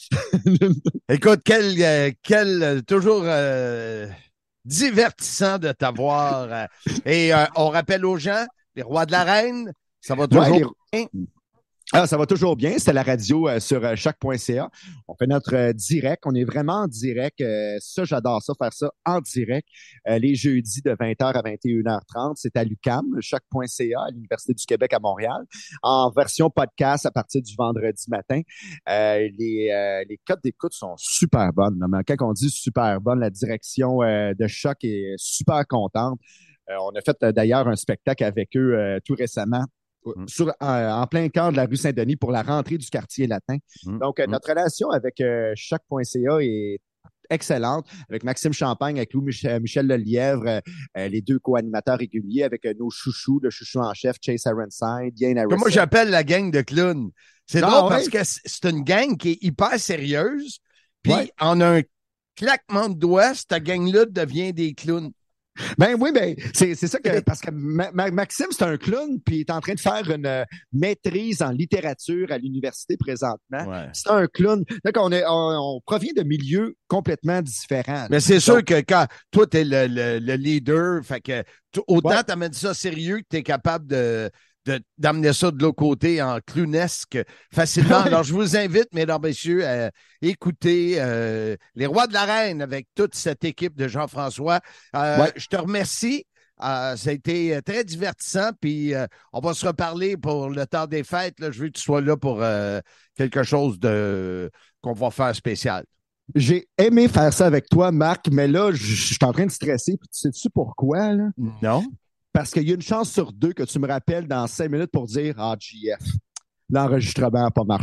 Écoute, quel, euh, quel euh, toujours euh, divertissant de t'avoir. Euh, et euh, on rappelle aux gens, les Rois de l'Arène, ça va toujours bien. Les... Ah, ça va toujours bien. C'est la radio euh, sur euh, choc point c a. On fait notre euh, direct. On est vraiment en direct. Euh, ça, j'adore ça, faire ça en direct. Euh, les jeudis de vingt heures à vingt et une heures trente. C'est à l'U Q A M, choc point c a, à l'Université du Québec à Montréal. En version podcast à partir du vendredi matin. Euh, les, euh, les codes d'écoute sont super bonnes. Mais quand on dit super bonne, la direction euh, de Choc est super contente. Euh, on a fait euh, d'ailleurs un spectacle avec eux euh, tout récemment. Sur, euh, en plein cœur de la rue Saint-Denis pour la rentrée du quartier latin. Mmh. Donc, euh, mmh. notre relation avec euh, choc point c a est excellente, avec Maxime Champagne, avec Louis-Michel Michel Lelièvre, euh, les deux co-animateurs réguliers, avec euh, nos chouchous, le chouchou en chef, Chase Ironside, Ian Harrison. Moi, j'appelle la gang de clowns. C'est non, drôle ouais. parce que c'est une gang qui est hyper sérieuse, puis ouais. en un claquement de doigts, cette gang-là devient des clowns. Ben oui, ben c'est c'est ça que parce que Ma, Ma, Maxime c'est un clown puis il est en train de faire une euh, maîtrise en littérature à l'université présentement. Ouais. C'est un clown. Donc on est on, on provient de milieux complètement différents. Mais c'est Donc, sûr que quand toi t'es le, le, le leader, fait que autant ouais. t'amènes ça sérieux que t'es capable de De, d'amener ça de l'autre côté en clownesque facilement. Alors, je vous invite, mesdames, messieurs, à écouter euh, Les Rois de l'Arène avec toute cette équipe de Jean-François. Euh, ouais. Je te remercie. Euh, ça a été très divertissant. Puis, euh, on va se reparler pour le temps des fêtes. Là. Je veux que tu sois là pour euh, quelque chose de qu'on va faire spécial. J'ai aimé faire ça avec toi, Marc, mais là, je suis en train de stresser. Puis, tu sais-tu pourquoi, là? Non. Parce qu'il y a une chance sur deux que tu me rappelles dans cinq minutes pour dire « Ah, J F, l'enregistrement n'a pas marché. »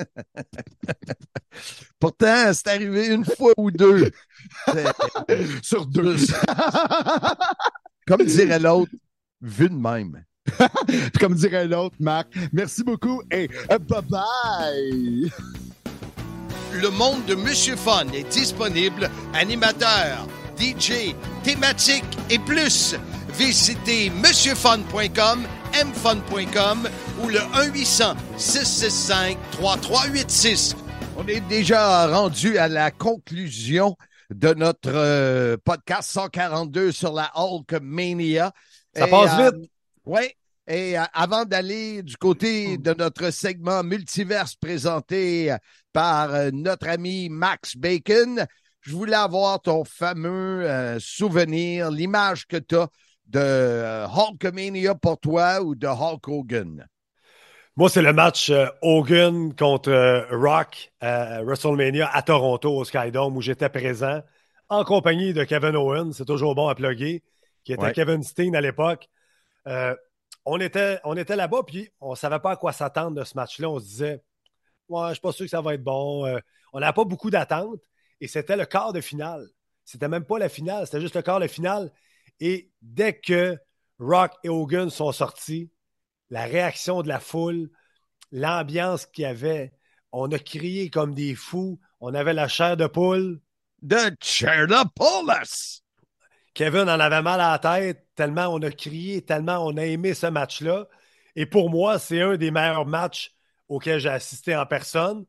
Pourtant, c'est arrivé une fois ou deux. sur deux. Comme dirait l'autre, vu de même. Comme dirait l'autre, Marc. Merci beaucoup et bye-bye! Le monde de Monsieur Fun est disponible. Animateur, D J, thématique et plus. Visitez monsieur fun point com, m fun point com ou le un huit cents, six six cinq, trois trois huit six. On est déjà rendu à la conclusion de notre euh, podcast cent quarante-deux sur la Hulkmania. Ça et, passe euh, vite. Oui. Et euh, avant d'aller du côté de notre segment multiverse présenté par euh, notre ami Max Bacon, je voulais avoir ton fameux euh, souvenir, l'image que tu as de euh, Hulkmania pour toi ou de Hulk Hogan? Moi, c'est le match euh, Hogan contre euh, Rock à WrestleMania à Toronto, au Skydome, où j'étais présent en compagnie de Kevin Owens. C'est toujours bon à plugger, qui était ouais. Kevin Steen à l'époque. Euh, on était, on était là-bas, puis on ne savait pas à quoi s'attendre de ce match-là. On se disait, ouais, je ne suis pas sûr que ça va être bon. Euh, on n'avait pas beaucoup d'attentes, et c'était le quart de finale. C'était même pas la finale, c'était juste le quart de finale. Et dès que Rock et Hogan sont sortis, la réaction de la foule, l'ambiance qu'il y avait, on a crié comme des fous, on avait la chair de poule. The chair de poule! Kevin en avait mal à la tête, tellement on a crié, tellement on a aimé ce match-là. Et pour moi, c'est un des meilleurs matchs auxquels j'ai assisté en personne.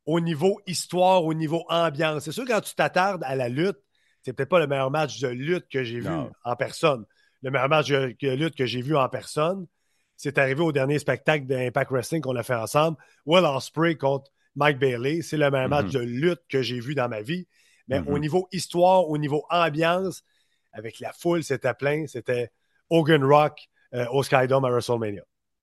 au niveau histoire, au niveau ambiance. C'est sûr, quand tu t'attardes à la lutte, c'est peut-être pas le meilleur match de lutte que j'ai vu Non. en personne. Le meilleur match de, de lutte que j'ai vu en personne, c'est arrivé au dernier spectacle d'Impact Wrestling qu'on a fait ensemble. Will Ospreay contre Mike Bailey. C'est le meilleur Mm-hmm. match de lutte que j'ai vu dans ma vie. Mais Mm-hmm. au niveau histoire, au niveau ambiance, avec la foule, c'était plein. C'était Hogan Rock euh, au Skydome à WrestleMania.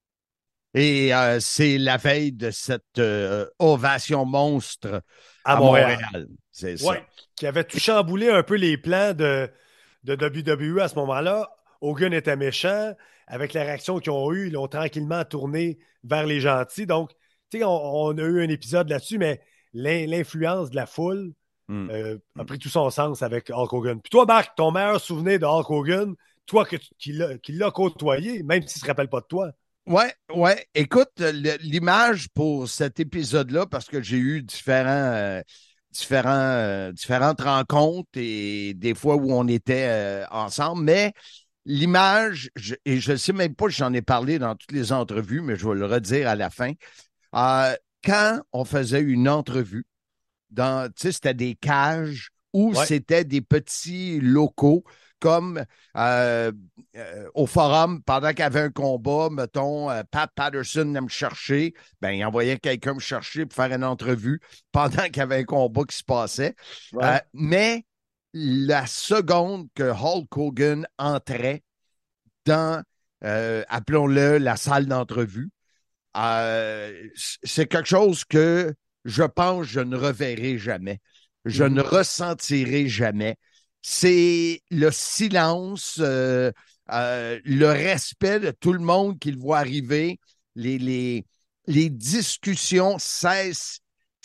Et euh, c'est la veille de cette euh, ovation monstre À à, Montréal. Montréal. C'est Ouais, ça. qui avait tout chamboulé un peu les plans de, de W W E à ce moment-là. Hogan était méchant. Avec la réaction qu'ils ont eue, ils l'ont tranquillement tourné vers les gentils. Donc, tu sais, on, on a eu un épisode là-dessus, mais l'in- l'influence de la foule Mm. euh, a pris tout son sens avec Hulk Hogan. Puis toi, Marc, ton meilleur souvenir de Hulk Hogan, toi que tu- qui l'a qui l'a côtoyé, même s'il ne se rappelle pas de toi. Ouais, ouais. Écoute, le- l'image pour cet épisode-là, parce que j'ai eu différents, euh, différents, euh, différentes rencontres et des fois où on était euh, ensemble, mais l'image, je- et je ne sais même pas si j'en ai parlé dans toutes les entrevues, mais je vais le redire à la fin. Euh, quand on faisait une entrevue, dans, tu sais, c'était des cages ou Ouais. c'était des petits locaux comme euh, euh, au forum, pendant qu'il y avait un combat, mettons, euh, Pat Patterson allait me chercher, ben, il envoyait quelqu'un me chercher pour faire une entrevue pendant qu'il y avait un combat qui se passait. Ouais. Euh, mais la seconde que Hulk Hogan entrait dans, euh, appelons-le, la salle d'entrevue, euh, c'est quelque chose que je pense que je ne reverrai jamais. Je Mhm. ne ressentirai jamais. C'est le silence, euh, euh, le respect de tout le monde qui le voit arriver. Les, les, les discussions cessent,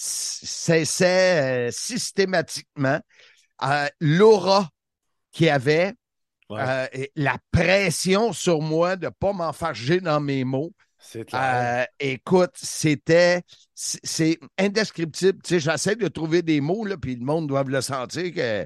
cessaient euh, systématiquement. Euh, l'aura qu'il y avait, Ouais. euh, et la pression sur moi de ne pas m'enfarger dans mes mots. C'est clair. Euh, écoute, c'était, c'est c'est indescriptible. Tu sais, j'essaie de trouver des mots, là, puis le monde doit le sentir que, tu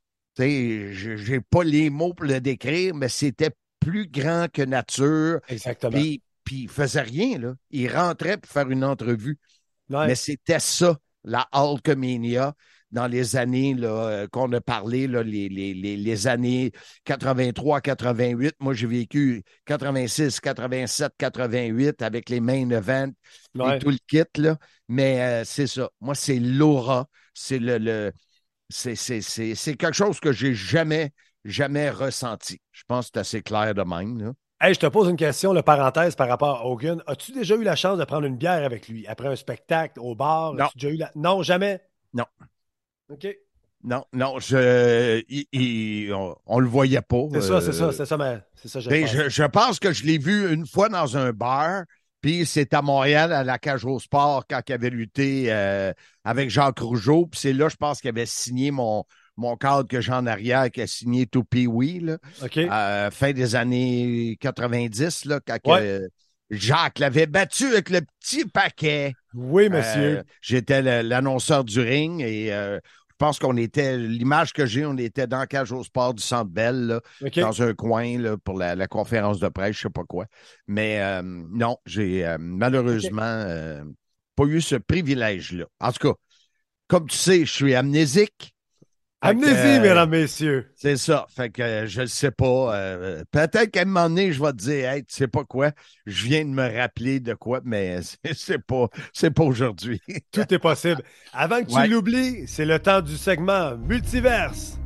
sais, je- j'ai pas les mots pour le décrire, mais c'était plus grand que nature. Exactement. Puis, puis il faisait rien, là. Il rentrait pour faire une entrevue. Ouais. Mais c'était ça, la Hulkamania, dans les années là, euh, qu'on a parlé, là, les, les, les, les années quatre-vingt-trois quatre-vingt-huit. Moi, j'ai vécu quatre-vingt-six, quatre-vingt-sept, quatre-vingt-huit avec les main events Ouais. et tout le kit. Là. Mais euh, c'est ça. Moi, c'est l'aura. C'est le, le c'est, c'est, c'est, c'est quelque chose que j'ai jamais, jamais ressenti. Je pense que c'est assez clair de même. Là. Hey, je te pose une question, le parenthèse par rapport à Hogan. As-tu déjà eu la chance de prendre une bière avec lui après un spectacle au bar? Non. As-tu déjà eu la... Non, jamais? Non. OK. Non, non, je, il- il- on, on le voyait pas. C'est ça, c'est ça, euh, c'est ça, mais c'est ça, je Ben, pense. je, je pense que je l'ai vu une fois dans un bar, puis c'est à Montréal, à la Cage au Sport, quand il avait lutté euh, avec Jacques Rougeau. Puis c'est là, je pense qu'il avait signé mon, mon cadre que j'ai en arrière, qui a signé To Pee-Wee, là, OK. euh, fin des années quatre-vingt-dix, là, quand Ouais. que Jacques l'avait battu avec le petit paquet. Oui, monsieur. Euh, J'étais le- l'annonceur du ring et euh, je pense qu'on était, l'image que j'ai, on était dans la Cage au Sport du Centre Bell, là, OK. dans un coin là, pour la, la conférence de presse, je sais pas quoi. Mais euh, non, j'ai euh, malheureusement euh, pas eu ce privilège-là. En tout cas, comme tu sais, je suis amnésique. Fait que, Amnésie, euh, mesdames, messieurs. C'est ça. Fait que euh, je ne sais pas. euh, peut-être qu'à un moment donné, je vais te dire, hey, tu sais pas quoi, je viens de me rappeler de quoi, mais c'est c'est pas, c'est pas aujourd'hui. Tout est possible. Avant que tu Ouais. l'oublies, c'est le temps du segment Multiverse.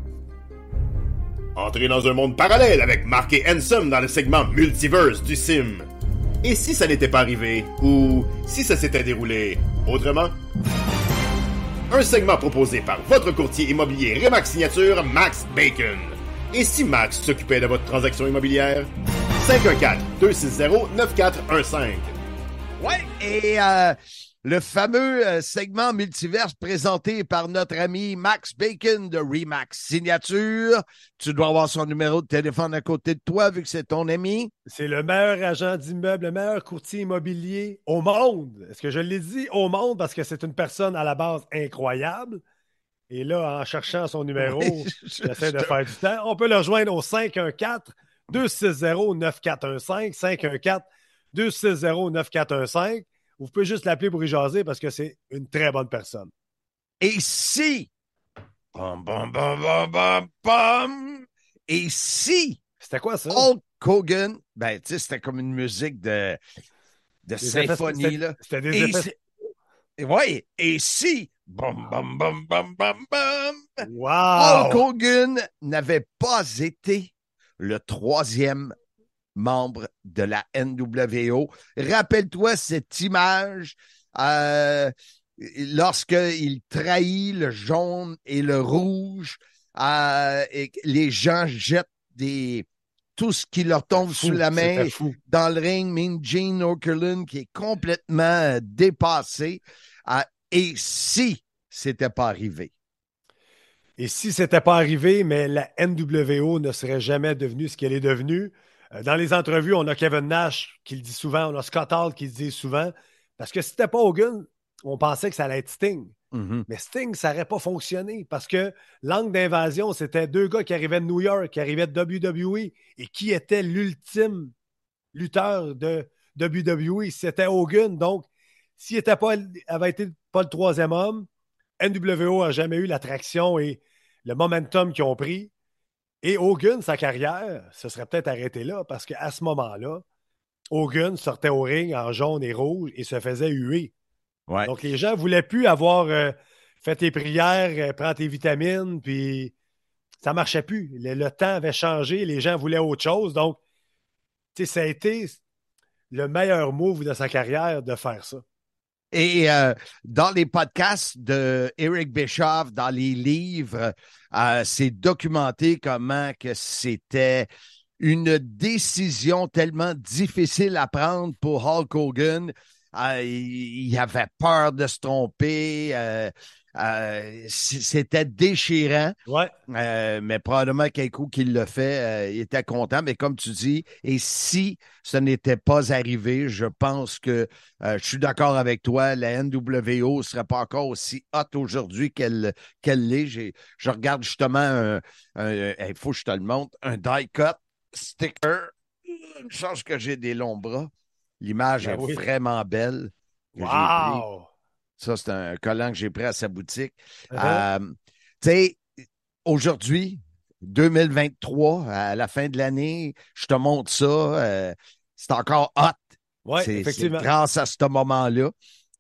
Entrez dans un monde parallèle avec Mark et Handsome dans le segment Multiverse du Sim. Et si ça n'était pas arrivé? Ou si ça s'était déroulé autrement? Un segment proposé par votre courtier immobilier Remax Signature, Max Bacon. Et si Max s'occupait de votre transaction immobilière? cinq un quatre, deux six zéro, neuf quatre un cinq. Ouais, et euh, le fameux euh, segment multiverse présenté par notre ami Max Bacon de Remax Signature. Tu dois avoir son numéro de téléphone à côté de toi vu que c'est ton ami. C'est le meilleur agent d'immeuble, le meilleur courtier immobilier au monde. Est-ce que je l'ai dit au monde parce que c'est une personne à la base incroyable? Et là, en cherchant son numéro, Oui, je- j'essaie de je- faire du temps. On peut le rejoindre au cinq un quatre, deux six zéro, neuf quatre un cinq, cinq un quatre, deux six zéro, neuf quatre un cinq, vous pouvez juste l'appeler pour y jaser parce que c'est une très bonne personne. Et si, bam, bam, bam, bam, bam, bam, et si, c'était quoi ça? Hulk Hogan, ben, tu sais, c'était comme une musique de, de symphonie, effets, là. C'était des et effets. Oui, et si, bam, bam, bam, bam, bam, bam, wow. Hulk Hogan n'avait pas été le troisième membre de la N W O. Rappelle-toi cette image euh, lorsqu'il trahit le jaune et le rouge, euh, et les gens jettent des tout ce qui leur tombe fou, sous la main dans le ring. Mean Gene Okerlund qui est complètement euh, dépassé. Euh, et si c'était pas arrivé? Et si c'était pas arrivé, mais la N W O ne serait jamais devenue ce qu'elle est devenue. Dans les entrevues, on a Kevin Nash qui le dit souvent, on a Scott Hall qui le dit souvent, parce que si c'était pas Hogan, on pensait que ça allait être Sting. Mm-hmm. Mais Sting, ça n'aurait pas fonctionné parce que l'angle d'invasion, c'était deux gars qui arrivaient de New York, qui arrivaient de W W E et qui était l'ultime lutteur de W W E. C'était Hogan. Donc, s'il n'était pas, avait été pas le troisième homme, N W O n'a jamais eu l'attraction et le momentum qu'ils ont pris. Et Hogan, sa carrière, se serait peut-être arrêté là parce qu'à ce moment-là, Hogan sortait au ring en jaune et rouge et se faisait huer. Ouais. Donc, les gens ne voulaient plus avoir euh, fait tes prières, euh, prends tes vitamines, puis ça ne marchait plus. Le, le temps avait changé, les gens voulaient autre chose. Donc, tu sais, ça a été le meilleur move de sa carrière de faire ça. Et euh, dans les podcasts de Eric Bischoff, dans les livres, euh, c'est documenté comment que c'était une décision tellement difficile à prendre pour Hulk Hogan. Euh, il, il avait peur de se tromper. Euh, euh, c'était déchirant. Ouais. Euh, mais probablement qu'un coup qu'il l'a fait, euh, il était content. Mais comme tu dis, et si ce n'était pas arrivé, je pense que euh, je suis d'accord avec toi, la N W O ne serait pas encore aussi hot aujourd'hui qu'elle qu'elle l'est. J'ai, je regarde justement un, il faut que je te le montre, un die cut sticker. Une chance que j'ai des longs bras. L'image ben est oui. vraiment belle. Wow! Ça, c'est un collant que j'ai pris à sa boutique. Uh-huh. Euh, tu sais, aujourd'hui, deux mille vingt-trois, à la fin de l'année, je te montre ça. Euh, c'est encore hot. Oui, c'est, effectivement. c'est grâce à ce moment-là.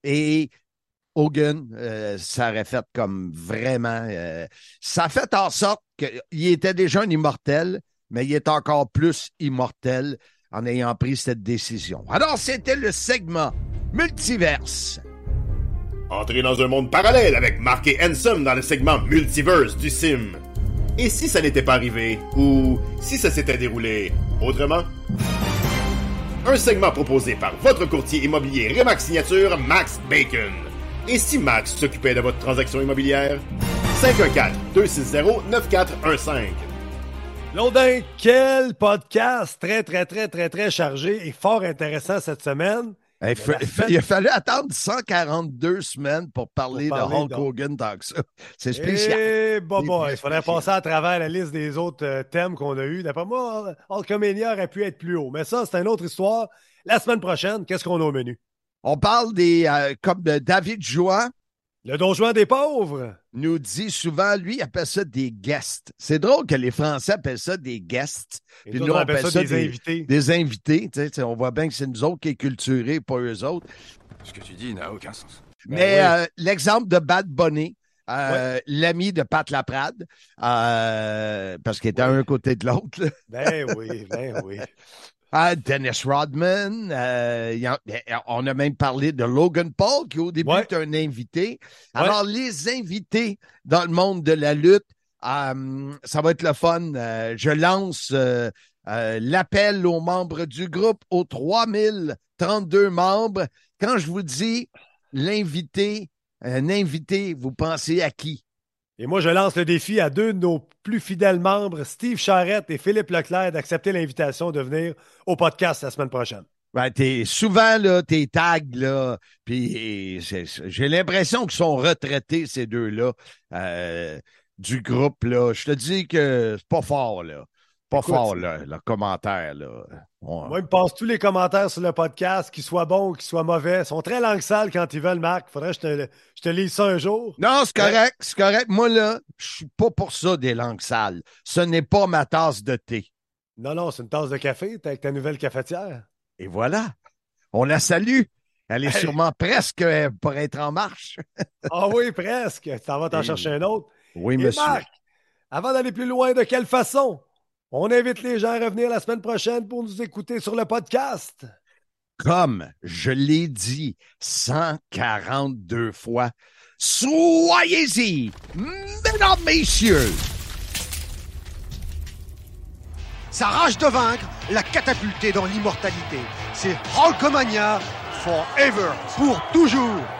Et Hogan, euh, ça aurait fait comme vraiment... Euh, ça a fait en sorte qu'il était déjà un immortel, mais il est encore plus immortel en ayant pris cette décision. Alors, c'était le segment Multiverse. Entrez dans un monde parallèle avec Mark et Handsome dans le segment Multiverse du Sim. Et si ça n'était pas arrivé, ou si ça s'était déroulé autrement? Un segment proposé par votre courtier immobilier Remax Signature, Max Bacon. Et si Max s'occupait de votre transaction immobilière? cinq un quatre, deux six zéro, neuf quatre un cinq. Londin, quel podcast très, très, très, très, très chargé et fort intéressant cette semaine. Il, fa- semaine... il a fallu attendre cent quarante-deux semaines pour parler, pour parler de Hulk Hogan tant que ça. C'est spécial. Et bon, bon, il faudrait passer à travers la liste des autres euh, thèmes qu'on a eus. D'après moi, Hulkamania aurait pu être plus haut. Mais ça, c'est une autre histoire. La semaine prochaine, qu'est-ce qu'on a au menu? On parle des euh, comme de David Joie. Le Don Juan des pauvres. Nous dit souvent, lui, il appelle ça des guests. C'est drôle que les Français appellent ça des guests. Et puis nous, nous, on appelle ça, ça des, des invités. Des invités. Tu sais, on voit bien que c'est nous autres qui est culturés, pas eux autres. Ce que tu dis n'a aucun sens. Mais ben oui. euh, l'exemple de Bad Bunny, euh, ouais. l'ami de Pat Laprade, euh, parce qu'il était ouais. à un côté de l'autre. Là. Ben oui, ben oui. Ah, Dennis Rodman, euh, y a, on a même parlé de Logan Paul, qui au début ouais. était un invité. Alors, ouais. les invités dans le monde de la lutte, euh, ça va être le fun. Euh, je lance euh, euh, l'appel aux membres du groupe, aux trois mille trente-deux membres. Quand je vous dis l'invité, un invité, vous pensez à qui? Et moi, je lance le défi à deux de nos plus fidèles membres, Steve Charrette et Philippe Leclerc, d'accepter l'invitation de venir au podcast la semaine prochaine. Ben, t'es souvent, là, tes tags, là, puis j'ai l'impression qu'ils sont retraités, ces deux-là, euh, du groupe, là. Je te dis que c'est pas fort, là. Pas Écoute, fort, là, le commentaire, là. On... Moi, ils me passent tous les commentaires sur le podcast, qu'ils soient bons ou qu'ils soient mauvais. Ils sont très langue sale quand ils veulent, Marc. Faudrait que je te, je te lise ça un jour. Non, c'est correct, c'est correct. Moi, là, je suis pas pour ça des langues sales. Ce n'est pas ma tasse de thé. Non, non, c'est une tasse de café. T'es avec ta nouvelle cafetière. Et voilà. On la salue. Elle est Hey. sûrement presque pour être en marche. Ah oui, presque. Tu t'en vas t'en Et- chercher un autre. Oui, Et monsieur. Marc, avant d'aller plus loin, de quelle façon? On invite les gens à revenir la semaine prochaine pour nous écouter sur le podcast. Comme je l'ai dit cent quarante-deux fois, soyez-y, mesdames, messieurs. Sa rage de vaincre l'a catapulté dans l'immortalité. C'est Hulkamania forever, pour toujours.